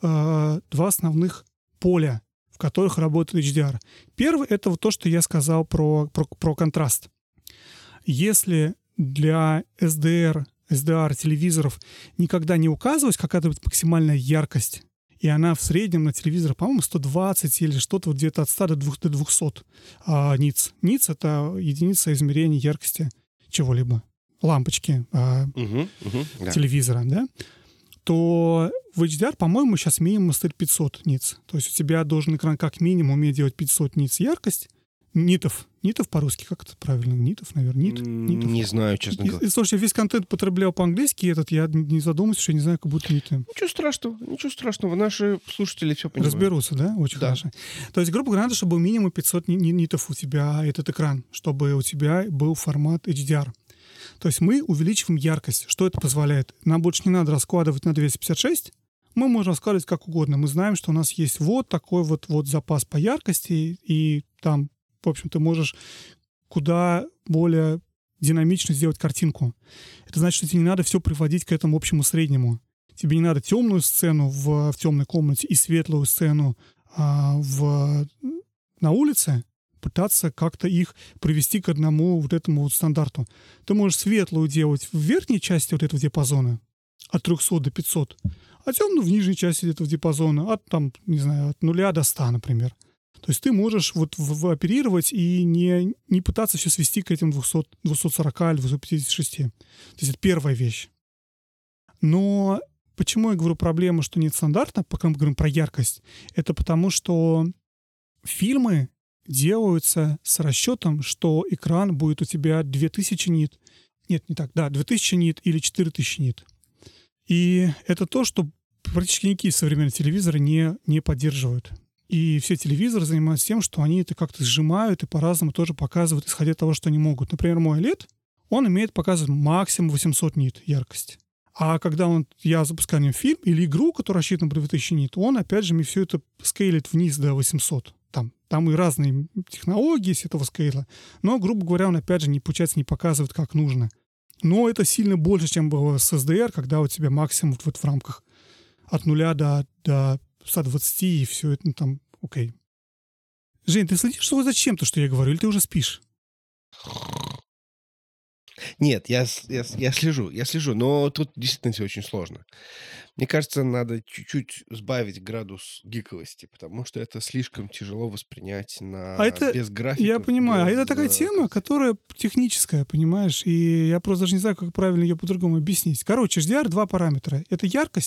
Speaker 2: поля, в которых работает HDR. Первый — это вот то, что я сказал про контраст. Если для SDR телевизоров никогда не указывалась какая-то максимальная яркость, и она в среднем на телевизорах, по-моему, 120 или что-то вот где-то от 100 до 200 ниц. Ниц — это единица измерения яркости чего-либо. Лампочки телевизора, да? То в HDR, по-моему, сейчас минимум стоит 500 ниц. То есть у тебя должен экран как минимум уметь делать 500 ниц яркость. Нитов по-русски, как это правильно? Нитов, наверное, нитов.
Speaker 1: Не знаю, честно говоря.
Speaker 2: Слушай, я весь контент потреблял по-английски, я не задумался, что я не знаю, как будто ниты.
Speaker 1: Ничего страшного. Наши слушатели все понимают.
Speaker 2: Разберутся, да? Очень хорошо. То есть, грубо говоря, надо, чтобы был минимум 500 нитов у тебя этот экран, чтобы у тебя был формат HDR. То есть мы увеличиваем яркость. Что это позволяет? Нам больше не надо раскладывать на 256. Мы можем раскладывать как угодно. Мы знаем, что у нас есть вот такой вот запас по яркости, и там, в общем, ты можешь куда более динамично сделать картинку. Это значит, что тебе не надо все приводить к этому общему среднему. Тебе не надо темную сцену в темной комнате и светлую сцену на улице пытаться как-то их привести к одному вот этому вот стандарту. Ты можешь светлую делать в верхней части вот этого диапазона от 300 до 500, а темную в нижней части этого диапазона от 0 до 100, например. То есть ты можешь вот оперировать и не пытаться все свести к этим 240 или 256. То есть это первая вещь. Но почему я говорю проблема, что нет стандарта, пока мы говорим про яркость? Это потому, что фильмы делаются с расчетом, что экран будет у тебя 2000 нит. Нет, не так. Да, 2000 нит или 4000 нит. И это то, что практически никакие современные телевизоры не поддерживают. И все телевизоры занимаются тем, что они это как-то сжимают и по-разному тоже показывают, исходя от того, что они могут. Например, мой OLED, он умеет показывать максимум 800 нит яркость. А когда я запускаю на нем фильм или игру, которая рассчитана на 2000 нит, он, опять же, мне все это скейлит вниз до 800. Там и разные технологии с этого скейла. Но, грубо говоря, он, опять же, получается, не показывает, как нужно. Но это сильно больше, чем было с SDR, когда у тебя максимум вот в рамках от 0 до 120, и все это там окей. Жень, ты следишь зачем-то, что я говорю, или ты уже спишь?
Speaker 1: Нет, я слежу, но тут действительно все очень сложно. Мне кажется, надо чуть-чуть сбавить градус гиковости, потому что это слишком тяжело воспринять без графиков.
Speaker 2: Я понимаю, это такая тема, которая техническая, понимаешь, и я просто даже не знаю, как правильно ее по-другому объяснить. Короче, HDR — два параметра. Это яркость,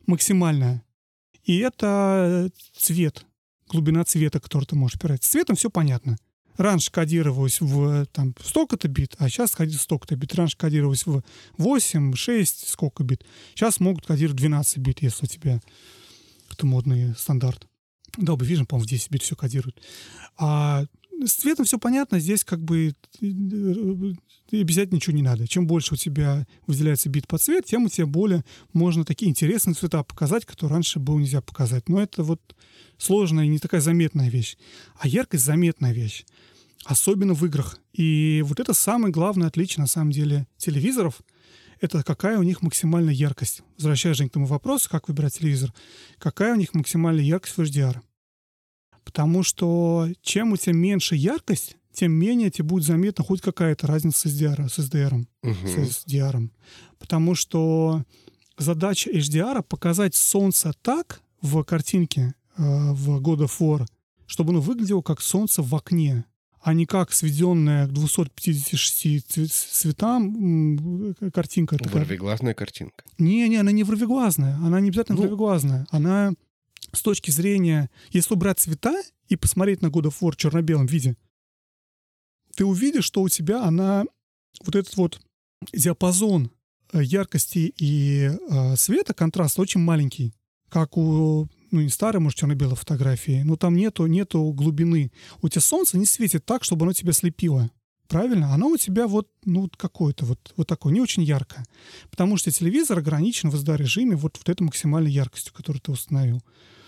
Speaker 2: максимальная. И это цвет, глубина цвета, который ты можешь опирать. С цветом все понятно. Раньше кодировалось в там, столько-то бит, а сейчас кодируется столько-то бит. Раньше кодировалось в 8, 6, сколько бит. Сейчас могут кодировать 12 бит, если у тебя это модный стандарт. Dolby Vision, по-моему, в 10 бит все кодирует. А с цветом все понятно. Здесь как бы обязательно ничего не надо. Чем больше у тебя выделяется бит под цвет, тем у тебя более можно такие интересные цвета показать, которые раньше было нельзя показать. Но это вот сложная и не такая заметная вещь. А яркость — заметная вещь. Особенно в играх. И вот это самое главное отличие, на самом деле, телевизоров. Это какая у них максимальная яркость. Возвращаясь, Жень, к тому вопросу, как выбирать телевизор. Какая у них максимальная яркость в HDR. Потому что чем у тебя меньше яркость, тем менее тебе будет заметна хоть какая-то разница с SDR. С SDR. Потому что задача HDR — показать солнце так в картинке, в God of War, чтобы оно выглядело как солнце в окне, а не как сведенная к 256 цветам картинка.
Speaker 1: Ворвиглазная картинка.
Speaker 2: Не, она не ворвиглазная. Она не обязательно ворвиглазная. Она с точки зрения... Если убрать цвета и посмотреть на God of War в черно-белом виде, ты увидишь, что у тебя она... Вот этот вот диапазон яркости и света, контраст очень маленький. Как у... Ну, не старой, может, черно-белой фотографии, но там нету глубины. У тебя солнце не светит так, чтобы оно тебя слепило. Правильно? Оно у тебя вот какое-то вот такое, не очень яркое. Потому что телевизор ограничен в SD-режиме вот этой максимальной яркостью, которую ты установил.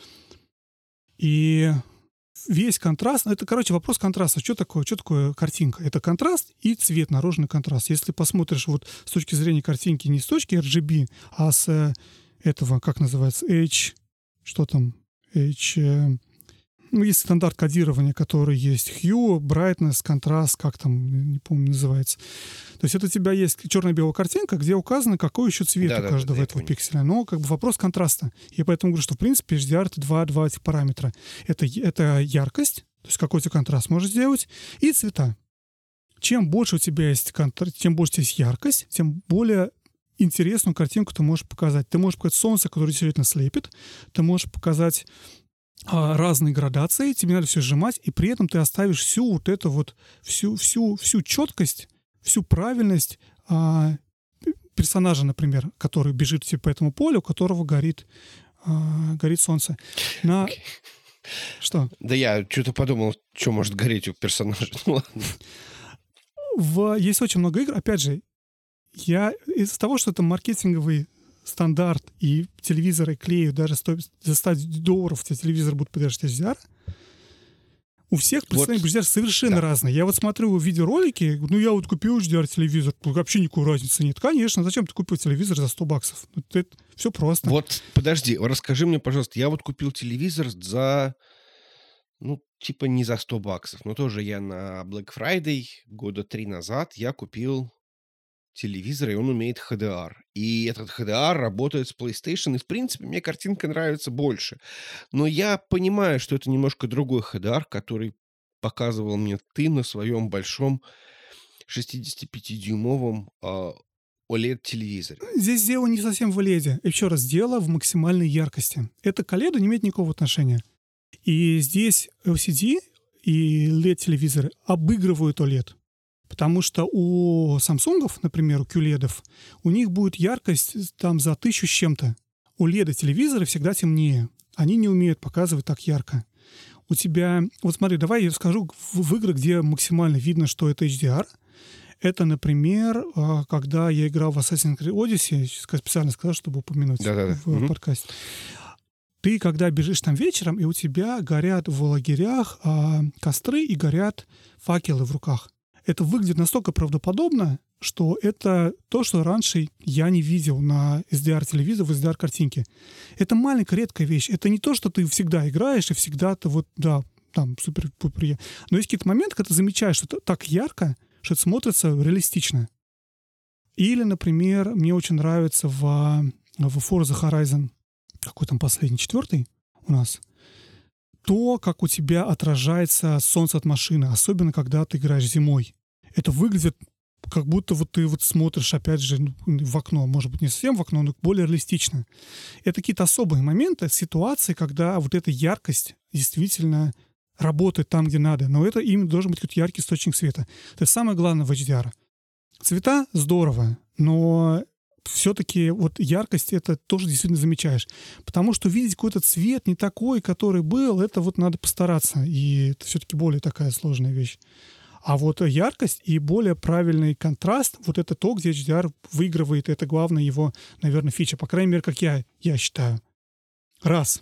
Speaker 2: И весь контраст, это, вопрос контраста. Что такое картинка? Это контраст и цвет, наружный контраст. Если посмотришь вот с точки зрения картинки не с точки RGB, а с этого, как называется, есть стандарт кодирования, который есть hue, brightness, контраст, как там, не помню, называется. То есть это у тебя есть черно-белая картинка, где указано, какой еще цвет у каждого этого пикселя. Но как бы вопрос контраста. И поэтому говорю, что в принципе HDR — это два этих параметра. Это яркость, то есть какой-то контраст можешь сделать, и цвета. Чем больше у тебя есть чем больше у тебя есть яркость, тем более интересную картинку ты можешь показать. Ты можешь показать солнце, которое действительно слепит. Ты можешь показать разные градации. Тебе надо все сжимать, и при этом ты оставишь всю вот эту вот всю четкость, всю правильность персонажа, например, который бежит по этому полю, у которого горит солнце. Что?
Speaker 1: Да я что-то подумал, что может гореть у персонажа. Ну
Speaker 2: ладно. Есть очень много игр. Опять же, из-за того, что это маркетинговый стандарт, и телевизоры клеют даже за $100 у тебя телевизор будет поддерживать HDR, у всех представления HDR совершенно разные. Я вот смотрю видеоролики, я вот купил HDR-телевизор, вообще никакой разницы нет. Конечно, зачем ты купил телевизор за $100? Это все просто.
Speaker 1: Вот, подожди, расскажи мне, пожалуйста, я вот купил телевизор за... не за $100, но тоже я на Black Friday 3 года назад я купил телевизор, и он умеет HDR. И этот HDR работает с PlayStation, и, в принципе, мне картинка нравится больше. Но я понимаю, что это немножко другой HDR, который показывал мне ты на своем большом 65-дюймовом OLED-телевизоре.
Speaker 2: Здесь дело не совсем в OLED. Еще раз, дело в максимальной яркости. Это к OLED не имеет никакого отношения. И здесь LCD и LED-телевизоры обыгрывают OLED. Потому что у Samsung, например, у QLED, у них будет яркость там за 1000 с чем-то. У LED-телевизоры всегда темнее. Они не умеют показывать так ярко. У тебя... Вот смотри, давай я расскажу в играх, где максимально видно, что это HDR. Это, например, когда я играл в Assassin's Creed Odyssey, специально сказал, чтобы упомянуть в подкасте. Ты, когда бежишь там вечером, и у тебя горят в лагерях костры и горят факелы в руках. Это выглядит настолько правдоподобно, что это то, что раньше я не видел на SDR-телевизоре, в SDR-картинке. Это маленькая, редкая вещь. Это не то, что ты всегда играешь, и всегда ты супер-пупер. Но есть какие-то моменты, когда ты замечаешь, что это так ярко, что это смотрится реалистично. Или, например, мне очень нравится в Forza Horizon, какой там последний, 4 у нас, то, как у тебя отражается солнце от машины, особенно когда ты играешь зимой. Это выглядит как будто вот ты вот смотришь, опять же, в окно. Может быть, не совсем в окно, но более реалистично. Это какие-то особые моменты, ситуации, когда вот эта яркость действительно работает там, где надо. Но это именно должен быть какой-то яркий источник света. Это самое главное в HDR. Цвета здорово, но все-таки вот яркость это тоже действительно замечаешь. Потому что увидеть какой-то цвет не такой, который был, это вот надо постараться. И это все-таки более такая сложная вещь. А вот яркость и более правильный контраст, вот это то, где HDR выигрывает. Это главная его, наверное, фича. По крайней мере, как я считаю. Раз.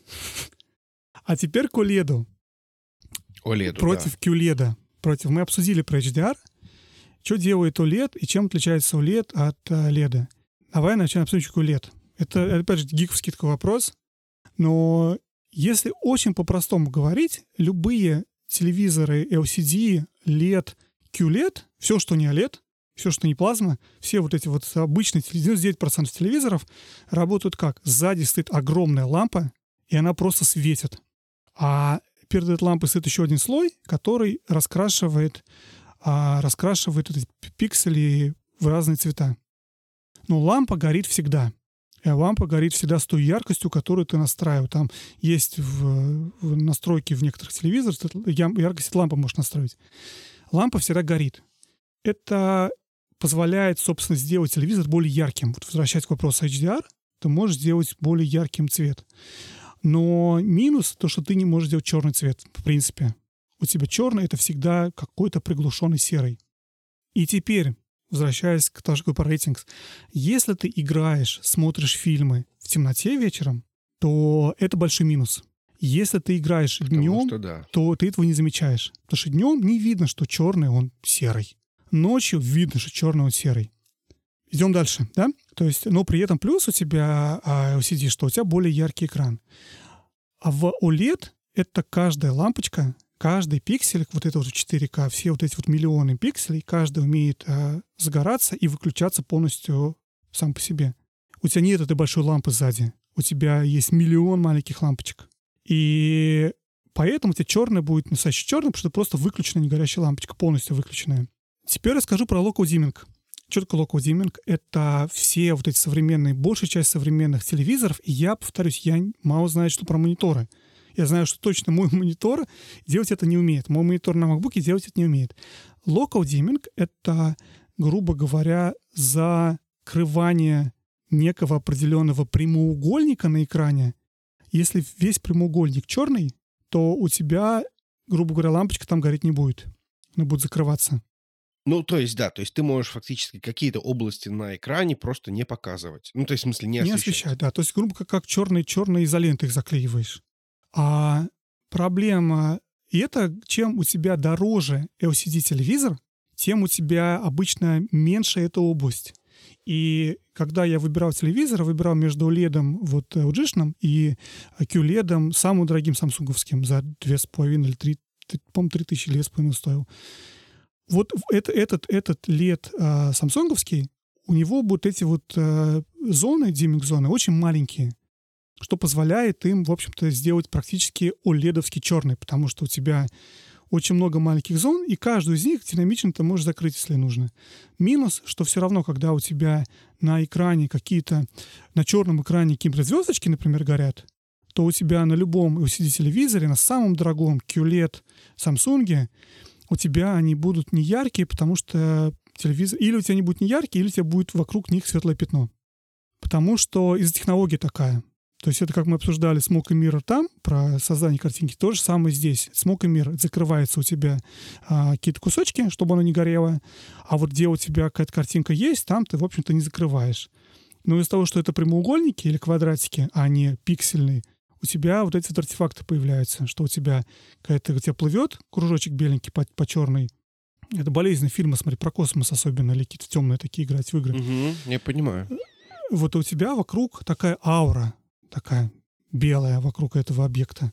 Speaker 2: А теперь к OLED.
Speaker 1: OLED,
Speaker 2: Против QLED. Мы обсудили про HDR. Что делает OLED и чем отличается OLED от LED? Давай начнем обсудить QLED. Это, опять же, гиковский такой вопрос. Но если очень по-простому говорить, любые телевизоры LCD, LED, QLED, все, что не OLED, все, что не плазма, все вот эти вот обычные 99% телевизоров работают как? Сзади стоит огромная лампа, и она просто светит. А перед этой лампой стоит еще один слой, который раскрашивает эти пиксели в разные цвета. Но лампа горит всегда. И лампа горит всегда с той яркостью, которую ты настраивал. Там есть в настройке в некоторых телевизорах, яркость лампы можешь настроить. Лампа всегда горит. Это позволяет, собственно, сделать телевизор более ярким. Вот возвращаясь к вопросу HDR, ты можешь сделать более ярким цвет. Но минус то, что ты не можешь сделать черный цвет, в принципе. У тебя черный — это всегда какой-то приглушенный серый. И теперь, возвращаясь к тому, что про рейтинг, если ты играешь, смотришь фильмы в темноте вечером, то это большой минус. Если ты играешь днем, то ты этого не замечаешь. Потому что днем не видно, что черный, он серый. Ночью видно, что черный, он серый. Идем дальше, да? То есть, но при этом плюс у тебя LCD, что у тебя более яркий экран. А в OLED это каждая лампочка, каждый пиксель, вот это вот 4К, все вот эти вот миллионы пикселей, каждый умеет загораться и выключаться полностью сам по себе. У тебя нет этой большой лампы сзади. У тебя есть миллион маленьких лампочек. И поэтому у тебя черный будет настоящий черный, потому что это просто выключенная негорящая лампочка, полностью выключенная. Теперь расскажу про local dimming. Что такое local dimming? Это все вот эти современные, большая часть современных телевизоров. И я, повторюсь, я мало знаю, что про мониторы. Я знаю, что точно мой монитор делать это не умеет. Мой монитор на MacBook делать это не умеет. Local dimming — это, грубо говоря, закрывание некого определенного прямоугольника на экране. Если весь прямоугольник черный, то у тебя, грубо говоря, лампочка там гореть не будет. Она будет закрываться.
Speaker 1: Ну, то есть, да, то есть ты можешь фактически какие-то области на экране просто не показывать. Ну, то есть, в смысле, не освещать.
Speaker 2: Да. То есть, грубо как черные изоленты их заклеиваешь. А проблема и это, чем у тебя дороже LCD-телевизор, тем у тебя обычно меньше эта область. И когда я выбирал телевизор, выбирал между OLED вот LG-шным и QLED самым дорогим самсунговским за 2,5 или 3, по-моему, 3000 или 2,5 стоил. Вот этот LED самсунговский, у него будут эти вот зоны, димминг-зоны, очень маленькие, что позволяет им, в общем-то, сделать практически OLED-овский черный, потому что у тебя очень много маленьких зон, и каждую из них динамично ты можешь закрыть, если нужно. Минус, что все равно, когда у тебя на экране на черном экране какие-то звездочки, например, горят, то у тебя на любом LCD-телевизоре, на самом дорогом QLED Samsung, у тебя они будут не яркие, потому что телевизор... Или у тебя они будут не яркие, или у тебя будет вокруг них светлое пятно. Потому что из-за технологии такая. То есть это, как мы обсуждали Smoke and Mirror там, про создание картинки, то же самое здесь. Smoke and Mirror — закрывается у тебя какие-то кусочки, чтобы оно не горело. А вот где у тебя какая-то картинка есть, там ты, в общем-то, не закрываешь. Но из-за того, что это прямоугольники или квадратики, а не пиксельные, у тебя вот эти вот артефакты появляются, что у тебя плывет кружочек беленький по черной. Это болезненные фильмы, смотри, про космос особенно, или какие-то темные такие играть в игры.
Speaker 1: Я понимаю.
Speaker 2: Вот у тебя вокруг такая аура, такая белая вокруг этого объекта.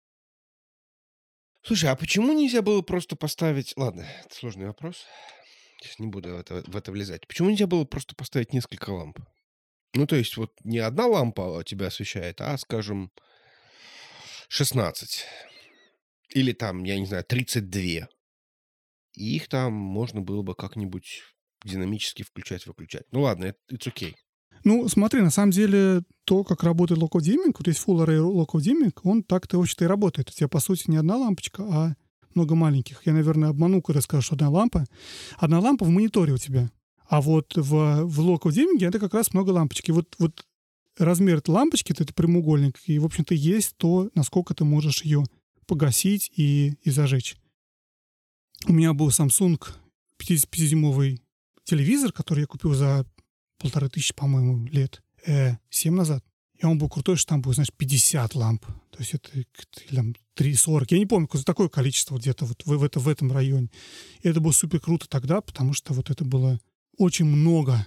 Speaker 1: Слушай, а почему нельзя было просто поставить... Ладно, это сложный вопрос. Сейчас не буду в это влезать. Почему нельзя было просто поставить несколько ламп? Ну, то есть вот не одна лампа тебя освещает, а, скажем, 16. Или там, я не знаю, 32. И их там можно было бы как-нибудь динамически включать-выключать. Ну ладно, it's okay.
Speaker 2: Ну, смотри, на самом деле, то, как работает Local Dimming, вот есть Full Array Local Dimming, он так-то очень-то и работает. У тебя, по сути, не одна лампочка, а много маленьких. Я, наверное, обману, когда скажу, что одна лампа. Одна лампа в мониторе у тебя. А вот в Local Dimming это как раз много лампочек. И вот размер этой лампочки, это прямоугольник, и, в общем-то, есть то, насколько ты можешь ее погасить и зажечь. У меня был Samsung 55-дюймовый телевизор, который я купил за 1500, по-моему, лет 7 назад. И он был крутой, что там было, знаешь, 50 ламп. То есть это там 3,40. Я не помню, какое такое количество где-то вот в этом районе. И это было супер круто тогда, потому что вот это было очень много.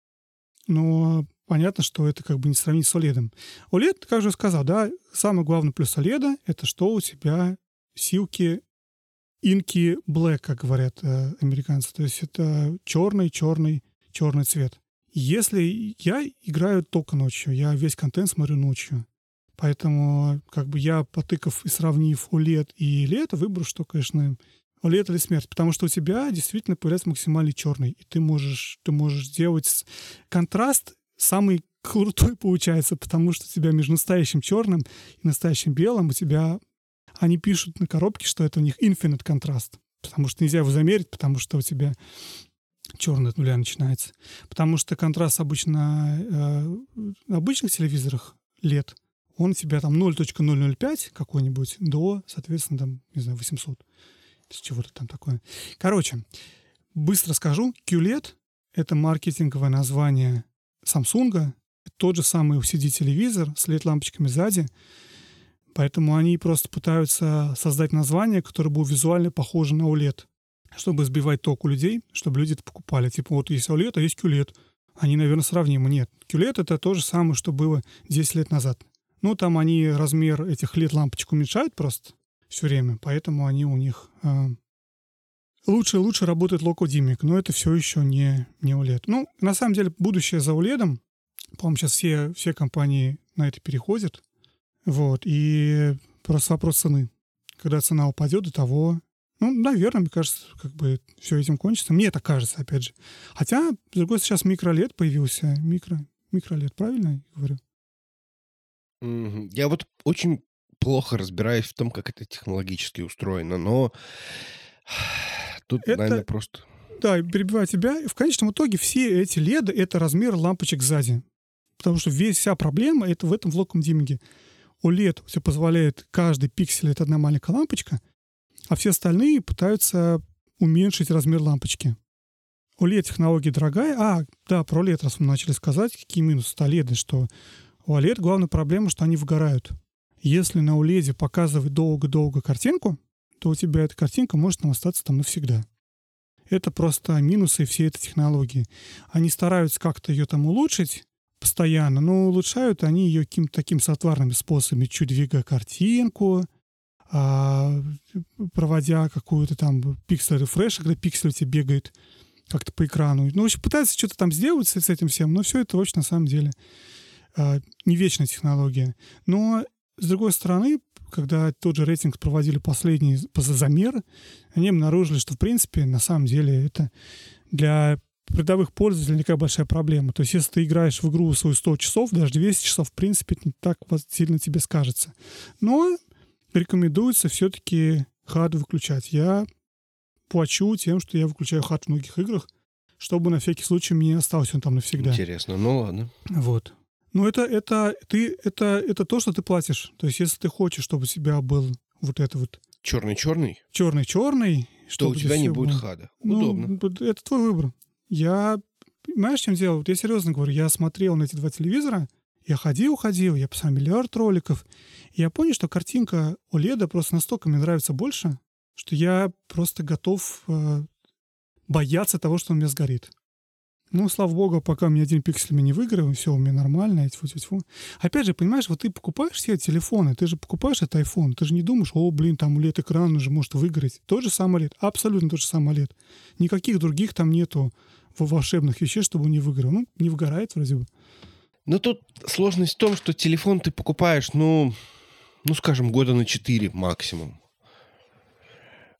Speaker 2: Но понятно, что это как бы не сравнить с OLED. OLED, как же я сказал, да, самый главный плюс OLED — это что у тебя силки inky black, как говорят американцы. То есть это черный цвет. Если я играю только ночью, я весь контент смотрю ночью. Поэтому как бы я, потыкав и сравнив OLED и LED, выберу, что, конечно, OLED или смерть. Потому что у тебя действительно появляется максимальный черный. И ты можешь сделать контраст самый крутой получается, потому что у тебя между настоящим черным и настоящим белым у тебя... Они пишут на коробке, что это у них infinite контраст. Потому что нельзя его замерить, потому что у тебя черный от нуля начинается. Потому что контраст обычно на обычных телевизорах LED, он у тебя там 0.005 какой-нибудь до, соответственно, там, не знаю, 800. С чего-то там такое. Короче, быстро скажу. QLED — это маркетинговое название Samsung. Тот же самый LCD-телевизор с LED-лампочками сзади. Поэтому они просто пытаются создать название, которое было визуально похоже на OLED, чтобы сбивать ток у людей, чтобы люди это покупали. Типа вот есть OLED, а есть QLED. Они, наверное, сравнимы. Нет. QLED — это то же самое, что было 10 лет назад. Ну, там они размер этих LED-лампочек уменьшают просто все время, поэтому они у них... Лучше работает Local Dimming, но это все еще не OLED. Ну, на самом деле, будущее за OLED. По-моему, сейчас все компании на это переходят. Вот. И просто вопрос цены. Когда цена упадет до того... Ну, наверное, мне кажется, как бы все этим кончится. Мне это кажется, опять же. Хотя, с другой стороны, сейчас микро-LED появился. Микро-LED, правильно я говорю?
Speaker 1: Я вот очень плохо разбираюсь в том, как это технологически устроено, но тут, наверное, просто...
Speaker 2: Да, перебиваю тебя. В конечном итоге все эти LED — это размер лампочек сзади. Потому что вся проблема — это в этом в Local Dimming. OLED все позволяет, каждый пиксель — это одна маленькая лампочка, а все остальные пытаются уменьшить размер лампочки. OLED-технология дорогая. Да, про OLED, раз мы начали сказать, какие минусы OLED, что у OLED главная проблема, что они выгорают. Если на OLED показывать долго-долго картинку, то у тебя эта картинка может там остаться там навсегда. Это просто минусы всей этой технологии. Они стараются как-то ее там улучшить постоянно, но улучшают они ее какими-то такими сотварными способами, чуть двигая картинку, проводя какую-то там пиксель-рефреш, когда пиксель у тебя бегает как-то по экрану. Ну, в общем, пытаются что-то там сделать с этим всем, но все это очень, на самом деле, не вечная технология. Но, с другой стороны, когда тот же рейтинг проводили последний замер, они обнаружили, что, в принципе, на самом деле это для рядовых пользователей никакая большая проблема. То есть, если ты играешь в игру свою 100 часов, даже 200 часов, в принципе, это не так сильно тебе скажется. Но рекомендуется все-таки HUD выключать. Я плачу тем, что я выключаю HUD в многих играх, чтобы на всякий случай мне остался он там навсегда.
Speaker 1: Интересно, ну ладно.
Speaker 2: Вот. Ну, это то, что ты платишь. То есть, если ты хочешь, чтобы у тебя был вот это вот...
Speaker 1: Черный-черный?
Speaker 2: Черный-черный.
Speaker 1: То у тебя не будет хада. Удобно.
Speaker 2: Это твой выбор. Понимаешь, чем дело? Вот я серьезно говорю, я смотрел на эти два телевизора, я ходил, я посмотрел миллиард роликов, и я понял, что картинка OLED просто настолько мне нравится больше, что я просто готов бояться того, что он у меня сгорит. Ну, слава богу, пока у меня один пиксель не выиграл, все у меня нормально. Тьфу-тьфу-тьфу. Опять же, понимаешь, вот ты покупаешь себе телефоны, ты же покупаешь этот iPhone, ты же не думаешь, там OLED-экран уже может выиграть. Тот же самый OLED, абсолютно тот же самый OLED. Никаких других там нету волшебных вещей, чтобы он не выиграл. Ну, не выгорает вроде бы.
Speaker 1: Но тут сложность в том, что телефон ты покупаешь, скажем, года на 4 максимум.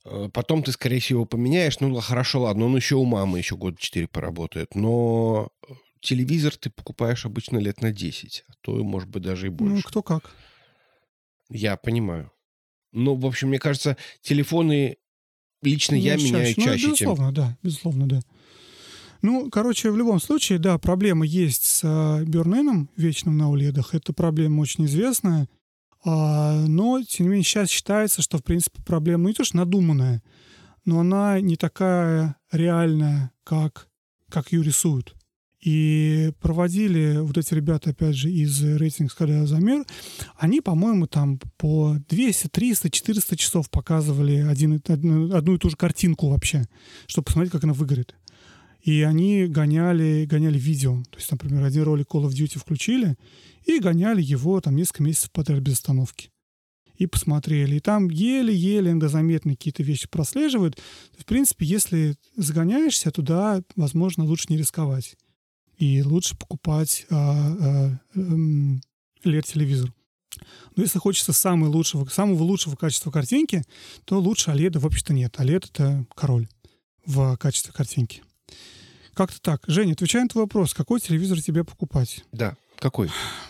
Speaker 1: Потом ты, скорее всего, поменяешь. Ну, хорошо, ладно, он еще у мамы еще года 4 поработает. Но телевизор ты покупаешь обычно лет на 10, а то, может быть, даже и
Speaker 2: Ну,
Speaker 1: больше.
Speaker 2: кто как.
Speaker 1: Я понимаю. Ну, в общем, мне кажется, телефоны лично я
Speaker 2: Меняешь
Speaker 1: меняю
Speaker 2: чаще. Ну,
Speaker 1: чаще, чем...
Speaker 2: безусловно, да. Ну, короче, в любом случае, да, проблема есть с Burn-In вечным на OLED. Это проблема очень известная. Но, тем не менее, сейчас считается, что, в принципе, проблема, ну, не то, что надуманная, но она не такая реальная, как ее рисуют. И проводили вот эти ребята, опять же, из рейтинга «Скаля Замер», они, по-моему, там по 200, 300, 400 часов показывали одну и ту же картинку вообще, чтобы посмотреть, как она выгорит. И они гоняли видео. То есть, например, один ролик Call of Duty включили и гоняли его там несколько месяцев подряд без остановки. И посмотрели. И там еле-еле иногда заметные какие-то вещи прослеживают. В принципе, если загоняешься, то да, возможно, лучше не рисковать. И лучше покупать LED-телевизор. Но если хочется самого лучшего качества картинки, то лучше OLED вообще-то нет. OLED — это король в качестве картинки. Как-то так. Женя, отвечая на твой вопрос, какой телевизор тебе покупать?
Speaker 1: Да, какой?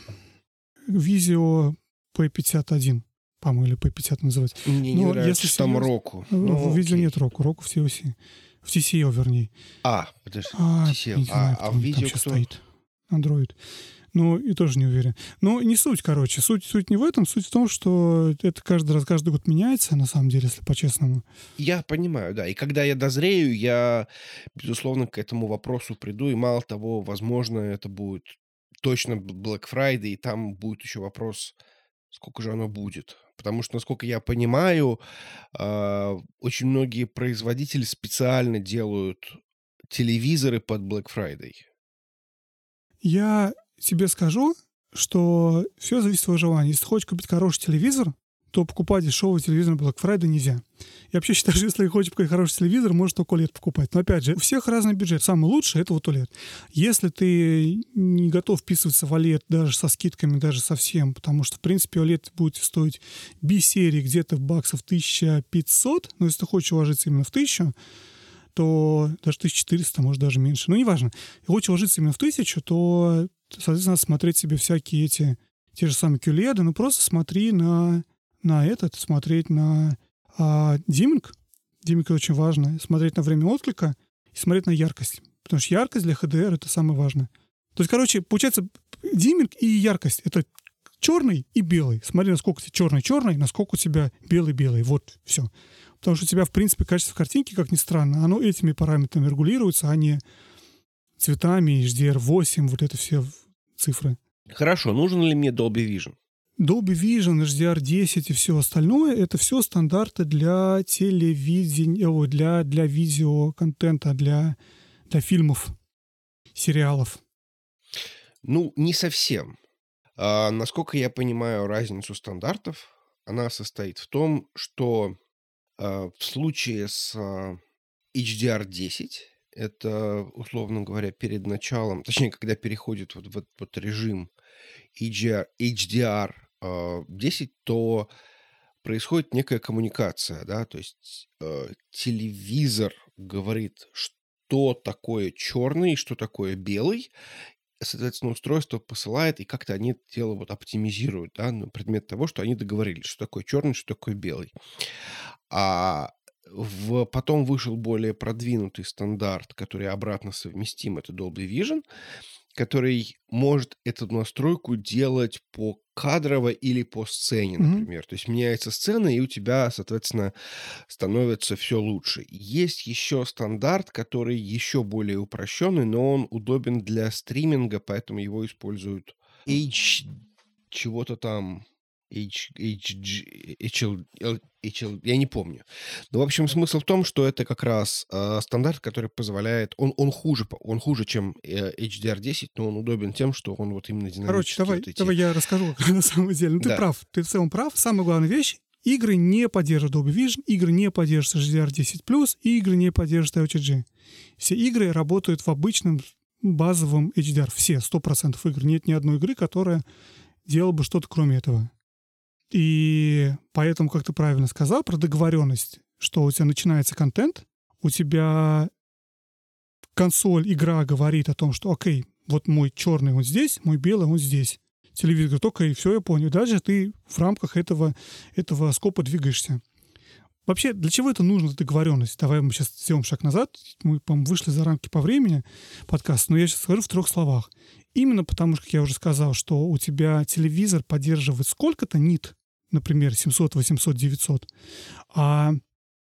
Speaker 2: Vizio P51, по-моему, или P50 называется.
Speaker 1: Мне не нравится, что там Roku.
Speaker 2: В Vizio нет Roku. Roku в COC. В TCO, вернее.
Speaker 1: Подожди,
Speaker 2: TCO. Не знаю,
Speaker 1: в Vizio
Speaker 2: там сейчас стоит. Android. Ну, и тоже не уверен. Но не суть, короче. Суть не в этом. Суть в том, что это каждый год меняется, на самом деле, если по-честному.
Speaker 1: Я понимаю, да. И когда я дозрею, я, безусловно, к этому вопросу приду. И мало того, возможно, это будет точно Black Friday, и там будет еще вопрос, сколько же оно будет. Потому что, насколько я понимаю, очень многие производители специально делают телевизоры под Black Friday.
Speaker 2: Я тебе скажу, что все зависит от твоего желания. Если ты хочешь купить хороший телевизор, то покупать дешевый телевизор на Black Friday нельзя. Я вообще считаю, что если хочешь купить хороший телевизор, можешь только OLED покупать. Но опять же, у всех разный бюджет. Самый лучший — это вот OLED. Если ты не готов вписываться в OLED даже со скидками, даже совсем, потому что, в принципе, OLED будет стоить B-серии где-то баксов 1500, но если ты хочешь уложиться именно в 1000, то даже 1400, может, даже меньше. Ну, неважно. И хочешь уложиться именно в 1000, то, соответственно, надо смотреть себе всякие те же самые QLED, ну, просто смотри смотреть на димминг. Димминг — это очень важно. Смотреть на время отклика и смотреть на яркость. Потому что яркость для HDR — это самое важное. То есть, короче, получается, димминг и яркость — это черный и белый. Смотри, насколько у тебя черный, насколько у тебя белый-белый. Вот, все. Потому что у тебя, в принципе, качество картинки, как ни странно, оно этими параметрами регулируется, а не цветами, HDR8, вот это все цифры.
Speaker 1: Хорошо, нужен ли мне Dolby Vision?
Speaker 2: Dolby Vision, HDR10 и все остальное — это все стандарты для телевидения, для видеоконтента, для фильмов, сериалов.
Speaker 1: Ну, не совсем. Насколько я понимаю разницу стандартов, она состоит в том, что в случае с HDR10, это, условно говоря, перед началом, точнее, когда переходит вот в этот вот режим HDR10, то происходит некая коммуникация, да, то есть телевизор говорит, что такое черный, что такое белый, соответственно, устройство посылает, и как-то они это дело вот оптимизируют, да, на предмет того, что они договорились, что такое черный, что такое белый. Потом вышел более продвинутый стандарт, который обратно совместим, это Dolby Vision, который может эту настройку делать по кадрово или по сцене, например. То есть меняется сцена, и у тебя, соответственно, становится все лучше. Есть еще стандарт, который еще более упрощенный, но он удобен для стриминга, поэтому его используют чего-то там, я не помню. Но, в общем, смысл в том, что это как раз стандарт, который позволяет... Он хуже, чем HDR10, но он удобен тем, что он вот именно динамический.
Speaker 2: Короче, давай я расскажу, как на самом деле. Ну, ты прав, ты в целом прав. Самая главная вещь: игры не поддерживают Dolby Vision, игры не поддерживают HDR10+, и игры не поддерживают LCG. Все игры работают в обычном базовом HDR. Все, 100% игр. Нет ни одной игры, которая делала бы что-то кроме этого. И поэтому, как ты правильно сказал про договоренность, что у тебя начинается контент, у тебя консоль, игра говорит о том, что окей, вот мой черный он здесь, мой белый он здесь. Телевизор говорит, окей, все, я понял. Дальше ты в рамках этого скопа двигаешься. Вообще, для чего это нужно, эта договоренность? Давай мы сейчас сделаем шаг назад. Мы, по-моему, вышли за рамки по времени подкаста, но я сейчас скажу в 3 словах. Именно потому, что, как я уже сказал, что у тебя телевизор поддерживает сколько-то нит, например, 700, 800, 900, а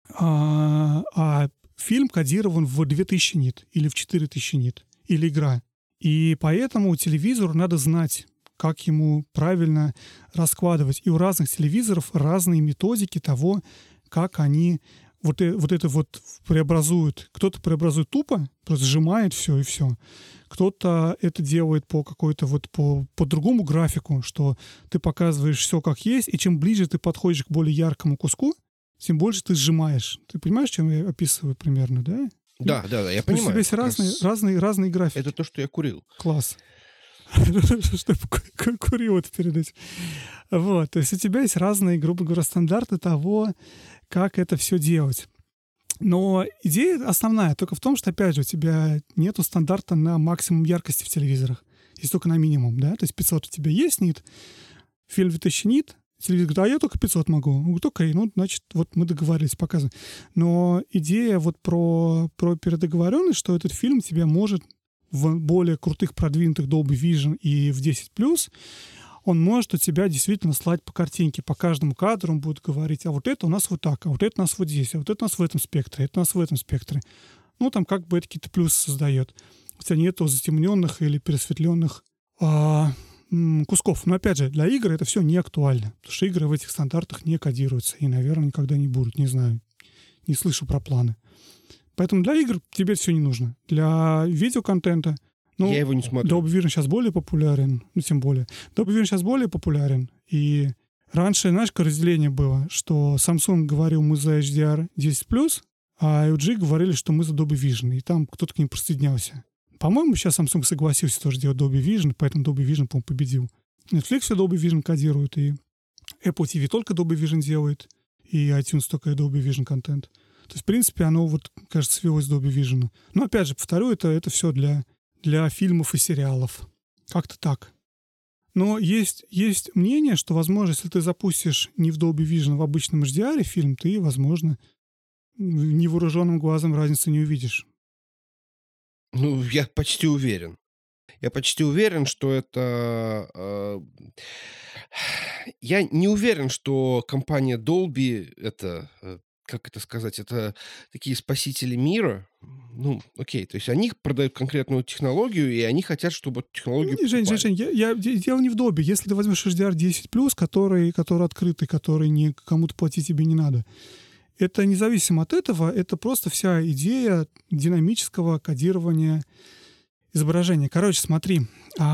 Speaker 2: фильм кодирован в 2000 нит или в 4000 нит, или игра. И поэтому телевизору надо знать, как ему правильно раскладывать. И у разных телевизоров разные методики того, как они вот это преобразуют. Кто-то преобразует тупо, просто сжимает все и все. Кто-то это делает по какой-то по другому графику, что ты показываешь все как есть, и чем ближе ты подходишь к более яркому куску, тем больше ты сжимаешь. Ты понимаешь, чем я описываю примерно, да?
Speaker 1: Да, я понимаю.
Speaker 2: То есть есть разные графики.
Speaker 1: Это то, что я курил.
Speaker 2: Класс. Что я курил это перед этим. Вот. То есть у тебя есть разные, грубо говоря, стандарты того, как это все делать. Но идея основная только в том, что, опять же, у тебя нету стандарта на максимум яркости в телевизорах. Есть только на минимум, да? То есть 500 у тебя есть нит, фильм 2000 нит, телевизор говорит, я только 500 могу. Он говорит, окей, значит, вот мы договорились, показываем. Но идея про передоговоренность, что этот фильм тебе может в более крутых, продвинутых Dolby Vision и в 10+, он может у тебя действительно слать по картинке. По каждому кадру он будет говорить, а вот это у нас вот так, а вот это у нас вот здесь, а вот это у нас в этом спектре, это у нас в этом спектре. Там как бы это какие-то плюсы создает. У тебя нету затемненных или пересветленных кусков. Но опять же, для игр это все не актуально, потому что игры в этих стандартах не кодируются и, наверное, никогда не будут, не знаю, не слышу про планы. Поэтому для игр тебе это все не нужно. Для видеоконтента,
Speaker 1: я его не смотрю.
Speaker 2: Dolby Vision сейчас более популярен, тем более. Dolby Vision сейчас более популярен, и раньше, знаешь, какое разделение было, что Samsung говорил, мы за HDR 10+, а LG говорили, что мы за Dolby Vision, и там кто-то к ним присоединялся. По-моему, сейчас Samsung согласился тоже делать Dolby Vision, поэтому Dolby Vision, по-моему, победил. Netflix все Dolby Vision кодирует, и Apple TV только Dolby Vision делает, и iTunes только Dolby Vision контент. То есть, в принципе, оно, кажется, свелось с Dolby Vision. Но, опять же, повторю, это все для фильмов и сериалов. Как-то так. Но есть мнение, что, возможно, если ты запустишь не в Dolby Vision, а в обычном HDR фильм, ты, возможно, невооруженным глазом разницы не увидишь.
Speaker 1: Я почти уверен. Я почти уверен, что это... Я не уверен, что компания Dolby это... Как это сказать? Это такие спасители мира. Окей. То есть они продают конкретную технологию, и они хотят, чтобы эту технологию покупали.
Speaker 2: Жень, дело не в Dolby. Если ты возьмешь HDR 10+, который открытый, который кому-то платить тебе не надо, это независимо от этого, это просто вся идея динамического кодирования изображения. Короче, смотри.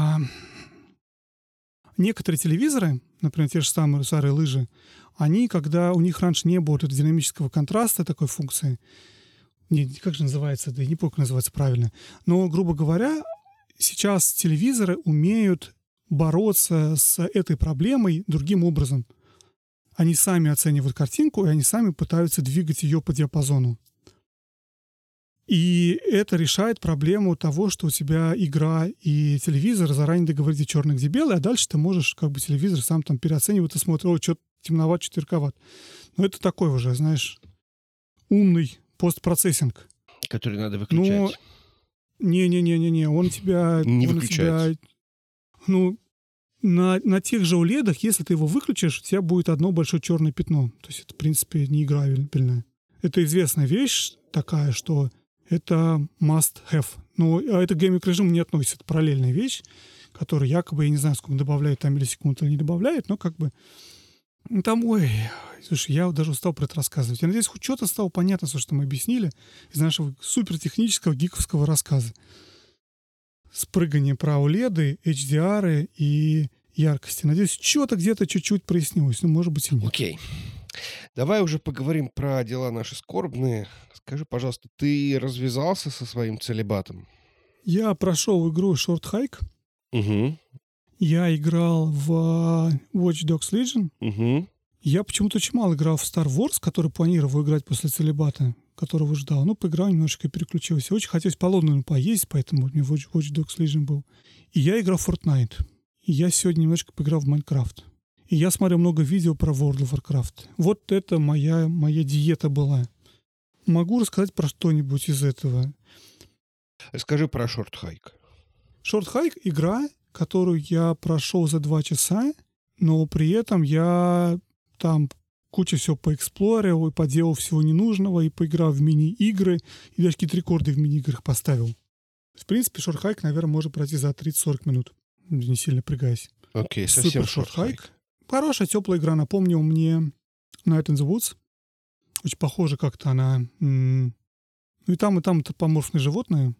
Speaker 2: Некоторые телевизоры, например, те же самые старые лыжи, они, когда у них раньше не было этого динамического контраста, такой функции, как же называется, да я не помню, как называется правильно, но, грубо говоря, сейчас телевизоры умеют бороться с этой проблемой другим образом. Они сами оценивают картинку, и они сами пытаются двигать ее по диапазону. И это решает проблему того, что у тебя игра и телевизор заранее договорились черный где белый, а дальше ты можешь телевизор сам там переоценивать и смотреть, что-то темноват, что-то ярковат. Но это такой уже, знаешь, умный постпроцессинг.
Speaker 1: Который надо выключать.
Speaker 2: Не, он тебя...
Speaker 1: Не выключается.
Speaker 2: На тех же OLED, если ты его выключишь, у тебя будет одно большое черное пятно. То есть это, в принципе, не играбельное. Это известная вещь такая, что это must have. А это к гейминг-режиму не относится. Это параллельная вещь, которую якобы, я не знаю, сколько добавляет там миллисекунд или не добавляет, но там, слушай, я даже устал про это рассказывать. Я надеюсь, хоть что-то стало понятно, что мы объяснили из нашего супертехнического гиковского рассказа. С прыганием про OLED, HDR и яркости. Надеюсь, что-то где-то чуть-чуть прояснилось. Может быть, и нет.
Speaker 1: Окей. Давай уже поговорим про дела наши скорбные. Скажи, пожалуйста, ты развязался со своим целибатом?
Speaker 2: Я прошел игру Short Hike.
Speaker 1: Угу.
Speaker 2: Я играл в Watch Dogs Legion.
Speaker 1: Угу.
Speaker 2: Я почему-то очень мало играл в Star Wars, который планировал играть после целибата, которого ждал. Ну, поиграл немножко и переключился. Очень хотелось по Лондону поесть, поэтому у меня Watch Dogs Legion был. И я играл в Fortnite. И я сегодня немножко поиграл в Minecraft. И я смотрел много видео про World of Warcraft. Вот это моя диета была. Могу рассказать про что-нибудь из этого.
Speaker 1: Расскажи про Short Hike.
Speaker 2: Short Hike — игра, которую я прошел за 2 часа, но при этом я там кучу всего поэксплорил и поделал всего ненужного, и поиграл в мини-игры, и даже какие-то рекорды в мини-играх поставил. В принципе, Short Hike, наверное, можно пройти за 30-40 минут, не сильно напрягаясь.
Speaker 1: Окей, совсем
Speaker 2: Супер
Speaker 1: Short Hike.
Speaker 2: Хорошая, теплая игра. Напомнила мне Night in the Woods. Очень похоже как-то она. Ну и там антропоморфные животные.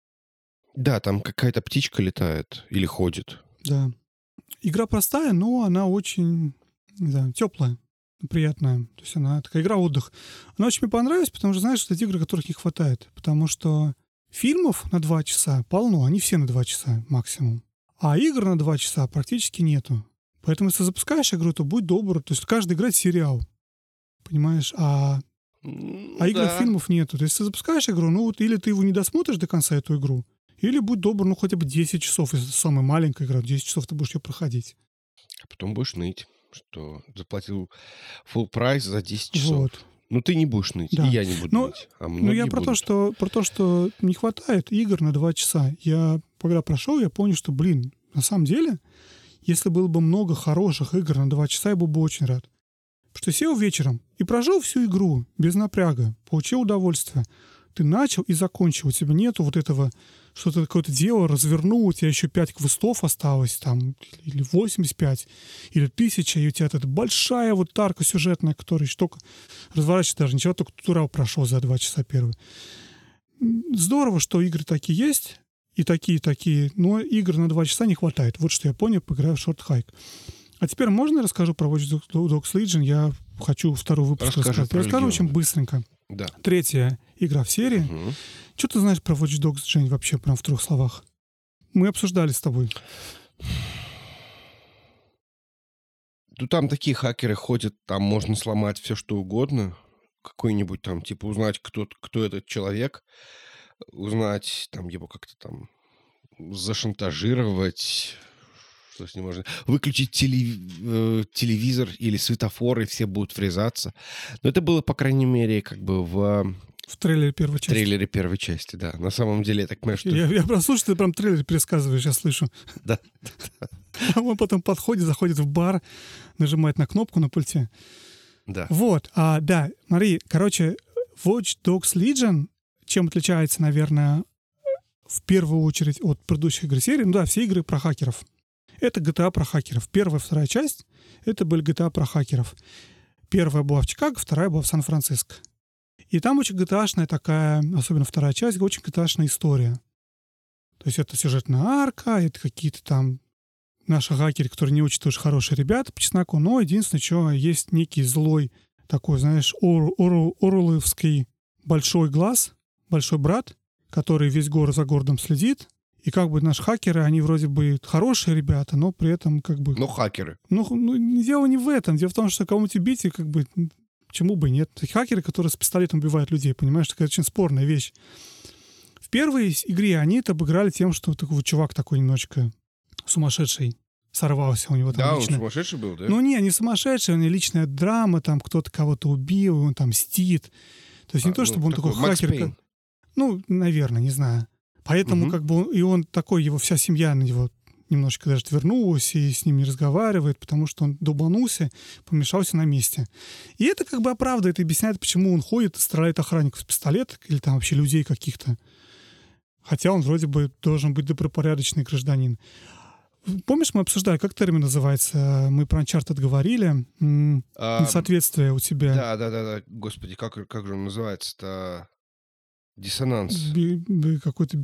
Speaker 1: Да, там какая-то птичка летает или ходит.
Speaker 2: Да. Игра простая, но она очень, не знаю, теплая, приятная. То есть она такая игра-отдых. Она очень мне понравилась, потому что, знаешь, это игры, которых не хватает. Потому что фильмов на 2 часа полно, они все на 2 часа максимум. А игр на 2 часа практически нету. Поэтому, если запускаешь игру, то будь добр. То есть каждый играет сериал. Понимаешь? А игр, фильмов нету. То есть если запускаешь игру, ну вот или ты его не досмотришь до конца, эту игру, или будь добр, ну хотя бы 10 часов. Если это самая маленькая игра, 10 часов ты будешь ее проходить.
Speaker 1: А потом будешь ныть, что заплатил full прайс за 10 часов.
Speaker 2: Вот.
Speaker 1: Ну ты не будешь ныть,
Speaker 2: Да.
Speaker 1: и я не буду ныть. А
Speaker 2: Ну,
Speaker 1: многие
Speaker 2: я про
Speaker 1: будут.
Speaker 2: то, что не хватает игр на 2 часа. Я, когда прошел, я понял, что, на самом деле, если было бы много хороших игр на 2 часа, я был бы очень рад. Потому что сел вечером и прожил всю игру без напряга, получил удовольствие. Ты начал и закончил. У тебя нету вот этого, что-то какое-то дело развернул, у тебя еще 5 квестов осталось, там, или 85, или 1000, и у тебя эта большая вот арка сюжетная, которая еще только разворачивается даже ничего, только туториал прошел за 2 часа первый. Здорово, что игры такие есть, и такие, но игр на 2 часа не хватает. Вот что я понял, поиграю в Short Hike. А теперь можно я расскажу про Watch Dogs Legion? Я хочу второй выпуск рассказать. Я расскажу очень быстренько.
Speaker 1: Да.
Speaker 2: 3-я игра в серии.
Speaker 1: Угу.
Speaker 2: Что ты знаешь про Watch Dogs, Жень, вообще прям в 3 словах? Мы обсуждали с тобой.
Speaker 1: Ну, там такие хакеры ходят, там можно сломать все, что угодно. Какой-нибудь там, типа, узнать, кто этот человек, узнать, там, его как-то там зашантажировать, что с ним можно... Выключить телевизор или светофор, и все будут врезаться. Но это было, по крайней мере, как бы в
Speaker 2: трейлере первой части.
Speaker 1: В трейлере первой части, да. На самом деле, я так понимаю, что...
Speaker 2: Я прослушал, ты прям трейлер пересказываешь, я слышу.
Speaker 1: Да.
Speaker 2: А он потом подходит, заходит в бар, нажимает на кнопку на пульте.
Speaker 1: Да.
Speaker 2: Вот, да, смотри, короче, Watch Dogs Legion чем отличается, наверное, в первую очередь от предыдущих игр серии? Ну да, все игры про хакеров. Это GTA про хакеров. Первая, вторая часть — это были GTA про хакеров. Первая была в Чикаго, вторая была в Сан-Франциско. И там очень GTA-шная такая, особенно вторая часть, очень GTA-шная история. То есть это сюжетная арка, это какие-то там наши хакеры, которые не очень тоже хорошие ребята по чесноку, но единственное, что есть некий злой такой, знаешь, оруэлловский большой глаз, большой брат, который весь за городом следит. И как бы наши хакеры, они вроде бы хорошие ребята, но при этом как бы...
Speaker 1: Но хакеры.
Speaker 2: Ну, дело не в этом. Дело в том, что кому-нибудь убить, и как бы... Почему бы и нет? Хакеры, которые с пистолетом убивают людей, понимаешь? Такая очень спорная вещь. В первой игре они это обыграли тем, что такой чувак такой немножечко сумасшедший сорвался у него там
Speaker 1: Да,
Speaker 2: лично.
Speaker 1: он сумасшедший был, да?
Speaker 2: Ну, не сумасшедший, у него личная драма, там кто-то кого-то убил, и он там мстит. То есть не то, чтобы он такой хакер... Ну, наверное, не знаю. Поэтому как бы он такой, его вся семья на него немножечко даже отвернулась и с ним не разговаривает, потому что он долбанулся, помешался на месте. И это как бы оправдывает и объясняет, почему он ходит и стреляет охранников с пистолета или там вообще людей каких-то. Хотя он вроде бы должен быть добропорядочный гражданин. Помнишь, мы обсуждали, как термин называется? Мы про Uncharted говорили. Несоответствие у тебя.
Speaker 1: Да. Господи, как же он называется-то? Диссонанс.
Speaker 2: Какой-то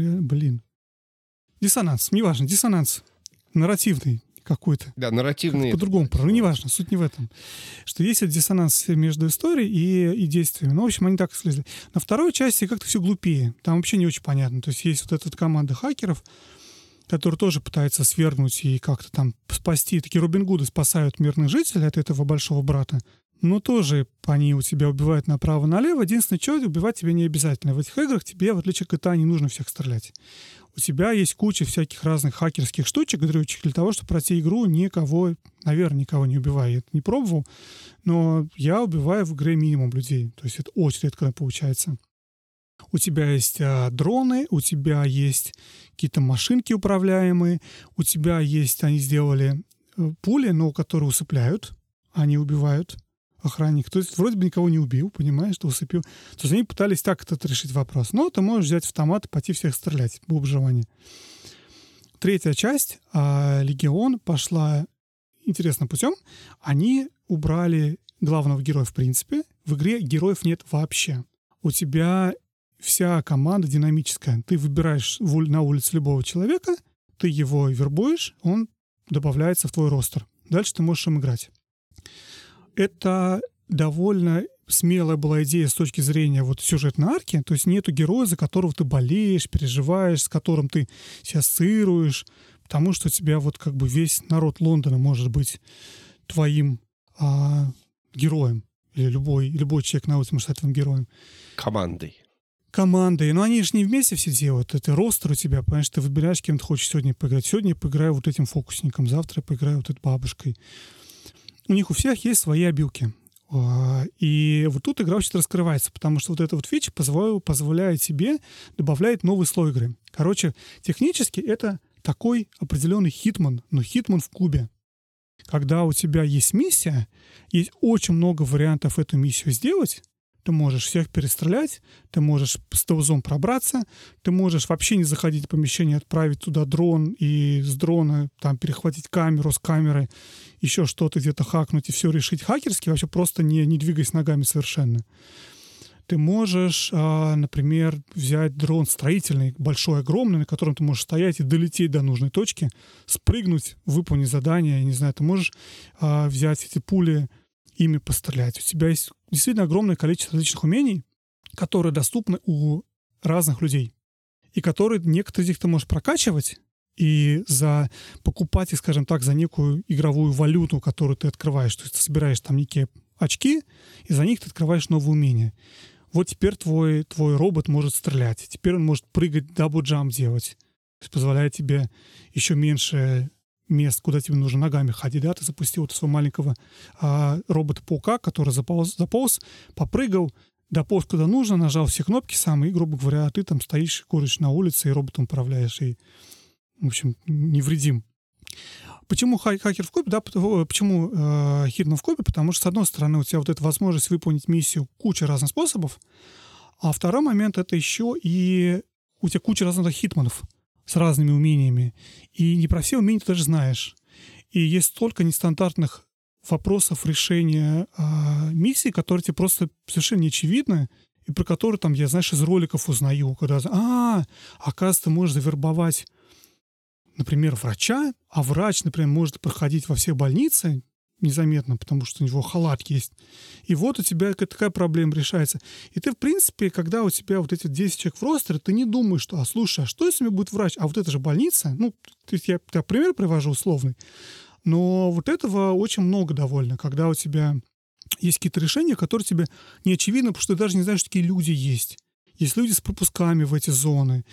Speaker 2: диссонанс. Неважно, диссонанс. Нарративный какой-то.
Speaker 1: Да, нарративный.
Speaker 2: По-другому. Ну, неважно, суть не в этом. Что есть этот диссонанс между историей и действиями. Ну, в общем, они так и слезли. На второй части как-то все глупее. Там вообще не очень понятно. То есть есть вот эта команда хакеров, который тоже пытается свергнуть и как-то там спасти. Такие Робин Гуды спасают мирных жителей от этого большого брата. Но тоже они у тебя убивают направо-налево. Единственное, что убивать тебе не обязательно. В этих играх тебе, в отличие от GTA, не нужно всех стрелять. У тебя есть куча всяких разных хакерских штучек, дрючек для того, чтобы пройти игру, никого не убивая. Я это не пробовал, но я убиваю в игре минимум людей. То есть это очень редко получается. У тебя есть дроны, у тебя есть какие-то машинки управляемые, у тебя есть, они сделали пули, но которые усыпляют, а не убивают охранник. То есть вроде бы никого не убил, понимаешь, что усыпил. То есть они пытались так этот решить вопрос. Но ты можешь взять автомат и пойти всех стрелять по желанию. Третья часть, Легион, пошла интересным путем. Они убрали главного героя в принципе. В игре героев нет вообще. У тебя вся команда динамическая. Ты выбираешь на улице любого человека, ты его вербуешь, он добавляется в твой ростер. Дальше ты можешь им играть. Это довольно смелая была идея с точки зрения вот сюжетной арки. То есть нету героя, за которого ты болеешь, переживаешь, с которым ты себя ассоциируешь, потому что у тебя вот как бы весь народ Лондона может быть твоим героем. Или любой человек на улице может стать твоим героем. Командой. Но они же не вместе все делают. Это ростер у тебя, понимаешь, ты выбираешь, кем ты хочешь сегодня поиграть. Сегодня я поиграю вот этим фокусником, завтра я поиграю вот этой бабушкой. У них у всех есть свои обилки. И вот тут игра очень раскрывается, потому что вот эта вот фича позволяет тебе добавлять новый слой игры. Короче, технически это такой определенный хитман, но хитман в кубе. Когда у тебя есть миссия, есть очень много вариантов эту миссию сделать. Ты можешь всех перестрелять, ты можешь с таузом пробраться, ты можешь вообще не заходить в помещение, отправить туда дрон и с дрона там перехватить камеру с камеры, еще что-то где-то хакнуть и все решить хакерски, вообще просто не двигаясь ногами совершенно. Ты можешь, например, взять дрон строительный, большой, огромный, на котором ты можешь стоять и долететь до нужной точки, спрыгнуть, выполнить задание, я не знаю, ты можешь взять эти пули, ими пострелять. У тебя есть действительно огромное количество различных умений, которые доступны у разных людей. И которые некоторые из них ты можешь прокачивать и покупать их, скажем так, за некую игровую валюту, которую ты открываешь. То есть ты собираешь там некие очки, и за них ты открываешь новые умения. Вот теперь твой робот может стрелять. Теперь он может прыгать, дабл-джамп делать. То есть позволяет тебе еще меньше мест, куда тебе нужно ногами ходить, да, ты запустил вот своего маленького робота-паука, который заполз, попрыгал, дополз куда нужно, нажал все кнопки сам, и, грубо говоря, ты там стоишь, куришь на улице, и роботом управляешь, и, в общем, невредим. Почему хакер в кубе, да, почему хитман в кубе? Потому что, с одной стороны, у тебя вот эта возможность выполнить миссию куча разных способов, а второй момент — это еще и у тебя куча разных хитманов с разными умениями. И не про все умения ты даже знаешь. И есть столько нестандартных вопросов решения миссий, которые тебе просто совершенно не очевидны, и про которые там я, знаешь, из роликов узнаю. Когда, оказывается, ты можешь завербовать, например, врача, а врач, например, может проходить во все больницы незаметно, потому что у него халат есть. И вот у тебя такая проблема решается. И ты, в принципе, когда у тебя вот эти 10 человек в ростере, ты не думаешь, что, слушай, а что если у меня будет врач? А вот это же больница. Ну, то есть я пример привожу условный. Но вот этого очень много довольно, когда у тебя есть какие-то решения, которые тебе не очевидны, потому что ты даже не знаешь, что такие люди есть. Есть люди с пропусками в эти зоны.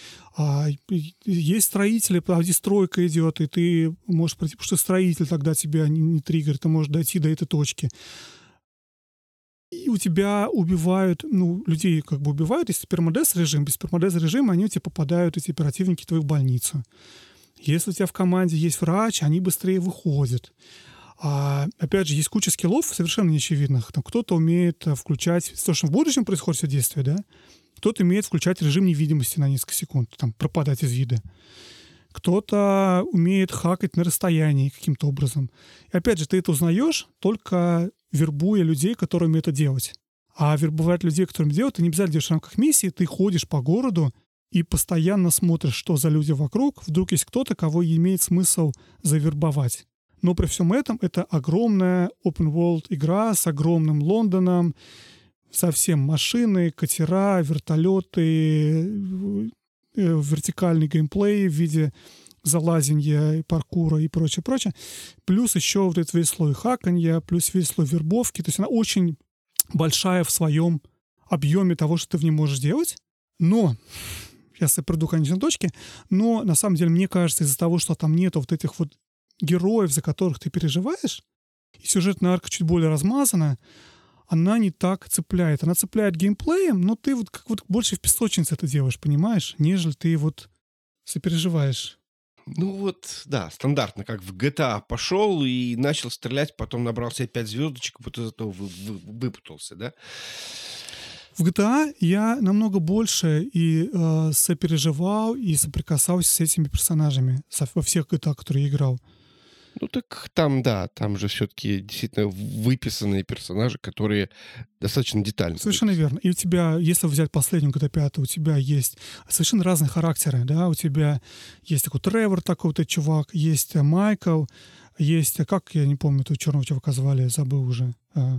Speaker 2: Есть строители, где стройка идет, и ты можешь пройти, потому что строитель тогда тебя не триггерит, ты можешь дойти до этой точки. И у тебя убивают, людей как бы убивают, если пермадес-режим. Без пермадес-режима они у тебя попадают, эти оперативники, в твою больницу. Если у тебя в команде есть врач, они быстрее выходят. Опять же, есть куча скиллов совершенно неочевидных. Там кто-то умеет включать, то, что в будущем происходит все действие, да? Кто-то умеет включать режим невидимости на несколько секунд, там, пропадать из вида. Кто-то умеет хакать на расстоянии каким-то образом. И опять же, ты это узнаешь, только вербуя людей, которые умеют это делать. А вербовать людей, которые умеют делать, ты не обязательно делаешь в рамках миссии, ты ходишь по городу и постоянно смотришь, что за люди вокруг. Вдруг есть кто-то, кого имеет смысл завербовать. Но при всем этом это огромная open-world игра с огромным Лондоном, совсем машины, катера, вертолеты, вертикальный геймплей в виде залазенья, и паркура и прочее, прочее. Плюс еще вот этот весь слой хаканья, плюс весь слой вербовки. То есть она очень большая в своем объеме того, что ты в ней можешь делать. Но, сейчас я приду к конечной точке, но на самом деле мне кажется, из-за того, что там нету вот этих вот героев, за которых ты переживаешь, и сюжетная арка чуть более размазана, она не так цепляет. Она цепляет геймплеем, но ты вот как вот больше в песочнице это делаешь, понимаешь, нежели ты вот сопереживаешь.
Speaker 1: Ну вот, да, стандартно, как в GTA пошел и начал стрелять, потом набрал себе 5 звездочек, вот из этого выпутался, да?
Speaker 2: В GTA я намного больше и сопереживал, и соприкасался с этими персонажами во всех GTA, которые я играл.
Speaker 1: Ну так там, да, там же все-таки действительно выписанные персонажи, которые достаточно детально
Speaker 2: Совершенно
Speaker 1: выписаны.
Speaker 2: верно. И у тебя, если взять последнюю GTA 5, у тебя есть совершенно разные характеры, да, у тебя есть такой Тревор, такой-то чувак, есть Майкл, есть, как, я не помню, этого черного чувака звали, забыл уже.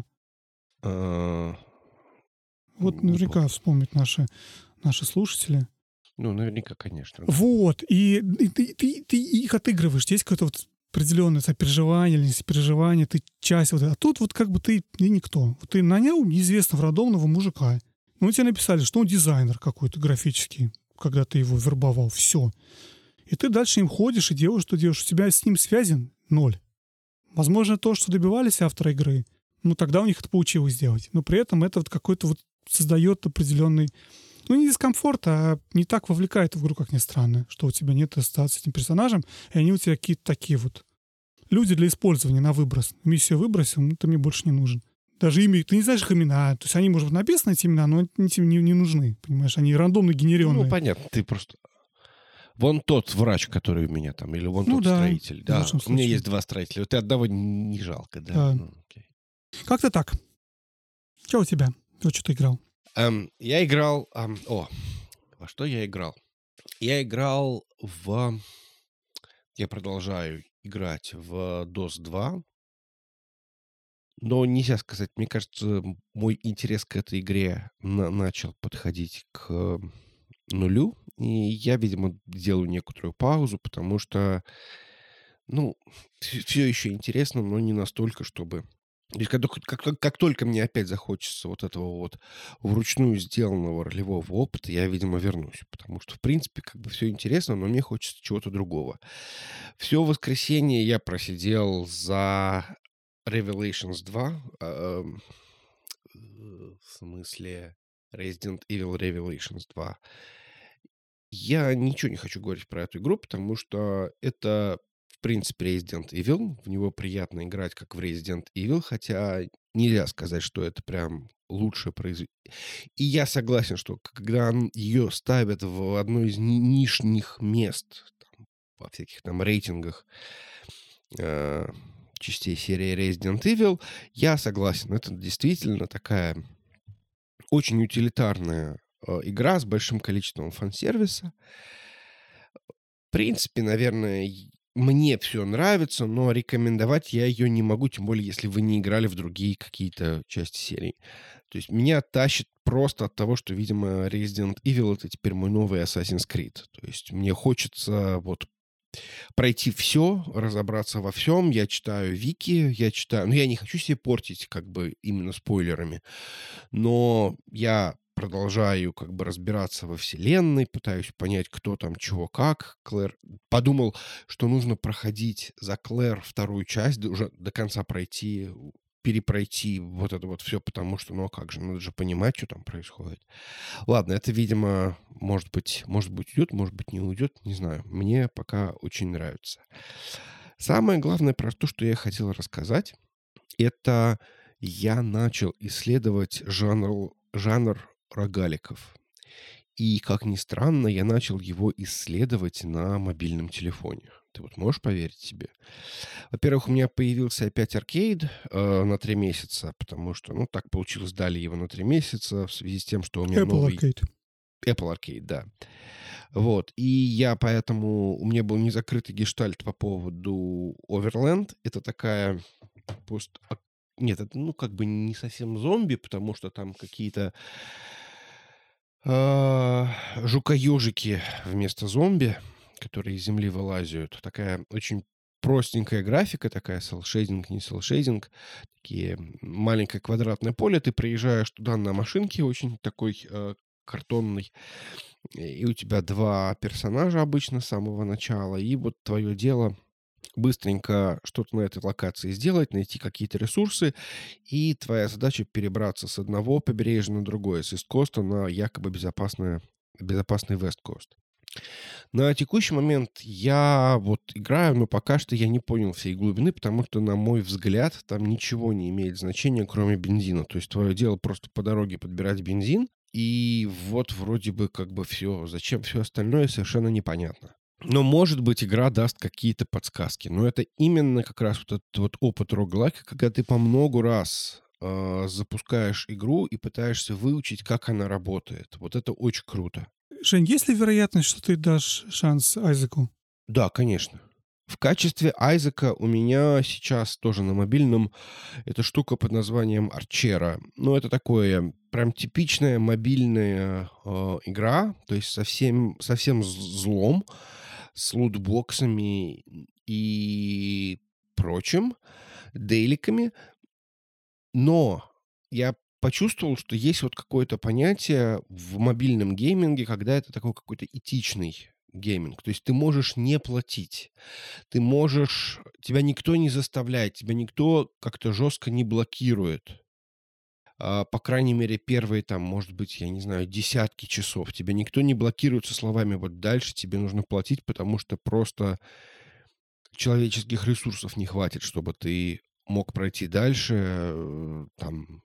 Speaker 1: А,
Speaker 2: Вот
Speaker 1: Не помню.
Speaker 2: наверняка вспомнят наши слушатели.
Speaker 1: Ну, наверняка, конечно, да.
Speaker 2: Вот, и ты их отыгрываешь, есть какое-то вот определенное сопереживание или несопереживание, ты часть вот. А тут вот как бы ты никто. Вот ты нанял неизвестного рандомного мужика. Ну, тебе написали, что он дизайнер какой-то графический, когда ты его вербовал. Все. И ты дальше им ходишь и делаешь, что делаешь. У тебя с ним связи ноль. Возможно, то, что добивались авторы игры, ну, тогда у них это получилось сделать. Но при этом это вот какой-то вот создает определенный, ну, не дискомфорт, а не так вовлекает в игру, как ни странно, что у тебя нет ассоциации с этим персонажем, и они у тебя какие-то такие вот люди для использования на выброс. Миссию выбросил, ну, ты мне больше не нужен. Даже имя, ты не знаешь их имена. То есть они, может быть, написаны, эти имена, но они тебе не нужны, понимаешь? Они рандомно
Speaker 1: Ну,
Speaker 2: генерированные.
Speaker 1: понятно, ты просто... Вон тот врач, который у меня там, или вон
Speaker 2: Ну
Speaker 1: тот
Speaker 2: да,
Speaker 1: строитель.
Speaker 2: в
Speaker 1: Да,
Speaker 2: лучшем
Speaker 1: у меня
Speaker 2: случае.
Speaker 1: есть 2 строителя. Вот и одного не жалко, да?
Speaker 2: Да.
Speaker 1: Ну, окей.
Speaker 2: Как-то так. Что у тебя? Ты что ты играл?
Speaker 1: Я играл... во что я играл? Я играл в... Я продолжаю играть в DOS 2, но нельзя сказать, мне кажется, мой интерес к этой игре начал подходить к нулю, и я, видимо, делаю некоторую паузу, потому что, ну, все еще интересно, но не настолько, чтобы... То есть, как только мне опять захочется вот этого вот вручную сделанного ролевого опыта, я, видимо, вернусь. Потому что, в принципе, как бы все интересно, но мне хочется чего-то другого. Все воскресенье я просидел за Revelations 2. В смысле Resident Evil Revelations 2. Я ничего не хочу говорить про эту игру, потому что это, в принципе, Resident Evil. В него приятно играть, как в Resident Evil, хотя нельзя сказать, что это прям лучшее произведение. И я согласен, что когда ее ставят в одно из нижних мест там, во всяких там рейтингах э, частей серии Resident Evil, я согласен. Это действительно такая очень утилитарная игра с большим количеством фан-сервиса. В принципе, наверное, мне все нравится, но рекомендовать я ее не могу, тем более, если вы не играли в другие какие-то части серии. То есть меня тащит просто от того, что, видимо, Resident Evil — это теперь мой новый Assassin's Creed. То есть мне хочется вот пройти все, разобраться во всем. Я читаю вики, я читаю... Ну, я не хочу себе портить как бы именно спойлерами, но я продолжаю как бы разбираться во вселенной, пытаюсь понять, кто там, чего, как. Клэр... Подумал, что нужно проходить за Клэр вторую часть, уже до конца пройти, перепройти вот это вот все, потому что, ну а как же, надо же понимать, что там происходит. Ладно, это, видимо, может быть уйдет, может быть не уйдет, не знаю. Мне пока очень нравится. Самое главное про то, что я хотел рассказать, это я начал исследовать жанр рогаликов. И, как ни странно, я начал его исследовать на мобильном телефоне. Ты вот можешь поверить себе? Во-первых, у меня появился опять аркейд на 3 месяца, потому что, ну, так получилось, дали его на 3 месяца в связи с тем, что у меня
Speaker 2: Apple
Speaker 1: новый...
Speaker 2: Arcade.
Speaker 1: Apple Arcade, да. Вот. И я поэтому... У меня был незакрытый гештальт по поводу Overland. Это такая пост... Нет, это, ну, как бы не совсем зомби, потому что там какие-то жукоежики вместо зомби. которые из земли вылазят. Такая очень простенькая графика, такая селшейдинг, не селшейдинг. Такие маленькое квадратное поле. Ты приезжаешь туда на машинке, очень такой картонный. И у тебя два персонажа обычно с самого начала. И вот твое дело быстренько что-то на этой локации сделать, найти какие-то ресурсы, и твоя задача перебраться с одного побережья на другое, с Ист-Коста на якобы безопасный Вест-Кост. На текущий момент я вот играю, но пока что я не понял всей глубины, потому что, на мой взгляд, там ничего не имеет значения, кроме бензина. То есть твое дело просто по дороге подбирать бензин, и вот вроде бы как бы все. Зачем все остальное, совершенно непонятно. Но, может быть, игра даст какие-то подсказки. Но это именно как раз вот этот вот опыт роглайка, когда ты по много раз запускаешь игру и пытаешься выучить, как она работает. Вот это очень круто.
Speaker 2: Жень, есть ли вероятность, что ты дашь шанс Айзеку?
Speaker 1: Да, конечно. В качестве Айзека у меня сейчас тоже на мобильном эта штука под названием Арчера. Ну, это такое прям типичная мобильная игра, то есть совсем злом, с лутбоксами и прочим, дейликами. Но я почувствовал, что есть вот какое-то понятие в мобильном гейминге, когда это такой какой-то этичный гейминг. То есть ты можешь не платить. Тебя никто не заставляет, тебя никто как-то жестко не блокирует. По крайней мере, первые там, может быть, я не знаю, десятки часов. Тебя никто не блокирует со словами «вот дальше тебе нужно платить», потому что просто человеческих ресурсов не хватит, чтобы ты мог пройти дальше, там,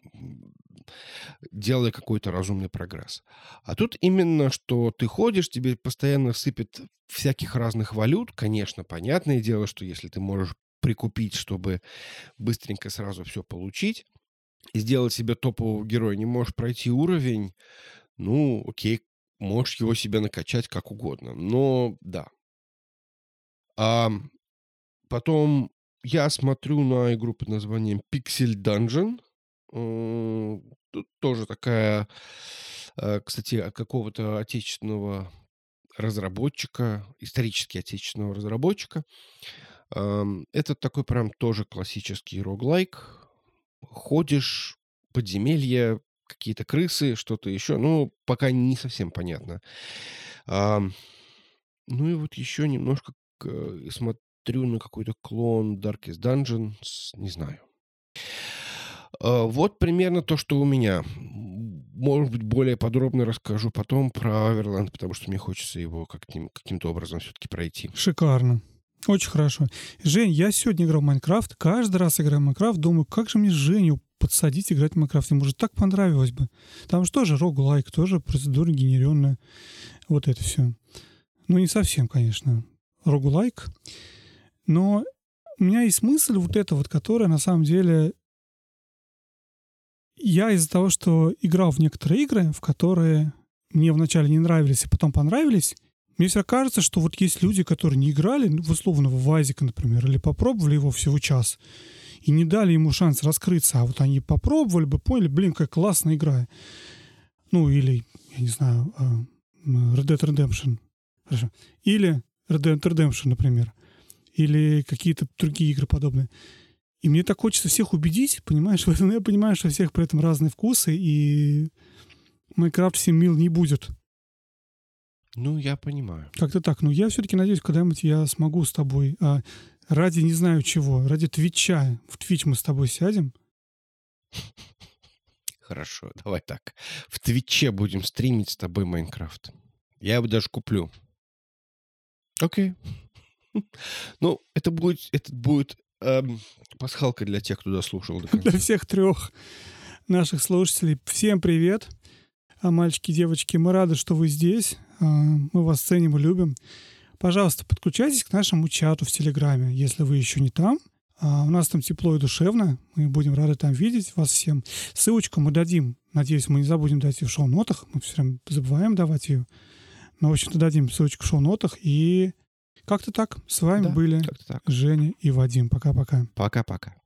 Speaker 1: делая какой-то разумный прогресс. А тут именно, что ты ходишь, тебе постоянно сыпят всяких разных валют. Конечно, понятное дело, что если ты можешь прикупить, чтобы быстренько сразу все получить, и сделать себе топового героя, не можешь пройти уровень, ну, окей, можешь его себе накачать как угодно. Но, да. А потом я смотрю на игру под названием Pixel Dungeon. Тут тоже такая, кстати, от какого-то отечественного разработчика, исторически отечественного разработчика. Это такой прям тоже классический роглайк. Ходишь, подземелья, какие-то крысы, что-то еще. Ну, пока не совсем понятно. Ну и вот еще немножко смотрю на какой-то клон Darkest Dungeons. Не знаю. Вот примерно то, что у меня. Может быть, более подробно расскажу потом про Аверленд, потому что мне хочется его каким-то образом все-таки пройти.
Speaker 2: Шикарно. Очень хорошо. Жень, я сегодня играл в Майнкрафт. Каждый раз играю в Майнкрафт, думаю, как же мне Женю подсадить играть в Майнкрафт. Ему же так понравилось бы. Там же тоже роглайк, тоже процедура генерированная. Вот это все. Ну, не совсем, конечно, роглайк. Но у меня есть мысль вот эта вот, которая на самом деле... Я из-за того, что играл в некоторые игры, в которые мне вначале не нравились, а потом понравились, мне всегда кажется, что вот есть люди, которые не играли в условного Вазика, например, или попробовали его всего час и не дали ему шанс раскрыться, а вот они попробовали бы, поняли, блин, какая классная игра. Ну, или, я не знаю, Red Dead Redemption. Хорошо. Или Red Dead Redemption, например. Или какие-то другие игры подобные. И мне так хочется всех убедить, понимаешь, в этом. Я понимаю, что у всех при этом разные вкусы, и Майнкрафт всем мил не будет.
Speaker 1: Ну, я понимаю.
Speaker 2: Как-то так. Но я все-таки надеюсь, когда-нибудь я смогу с тобой ради не знаю чего, ради Твича, в Твич мы с тобой сядем.
Speaker 1: Хорошо, давай так. В Твиче будем стримить с тобой Майнкрафт. Я его даже куплю. Окей. Ну, это будет пасхалка для тех, кто дослушал до конца.
Speaker 2: Для всех трех наших слушателей. Всем привет. Мальчики, девочки, мы рады, что вы здесь. Мы вас ценим и любим. Пожалуйста, подключайтесь к нашему чату в Телеграме, если вы еще не там. У нас там тепло и душевно. Мы будем рады там видеть вас всем. Ссылочку мы дадим. Надеюсь, мы не забудем дать ее в шоу-нотах. Мы все время забываем давать ее. Но, в общем-то, дадим ссылочку в шоу-нотах. И как-то так. С вами были Женя и Вадим. Пока-пока.
Speaker 1: Пока-пока.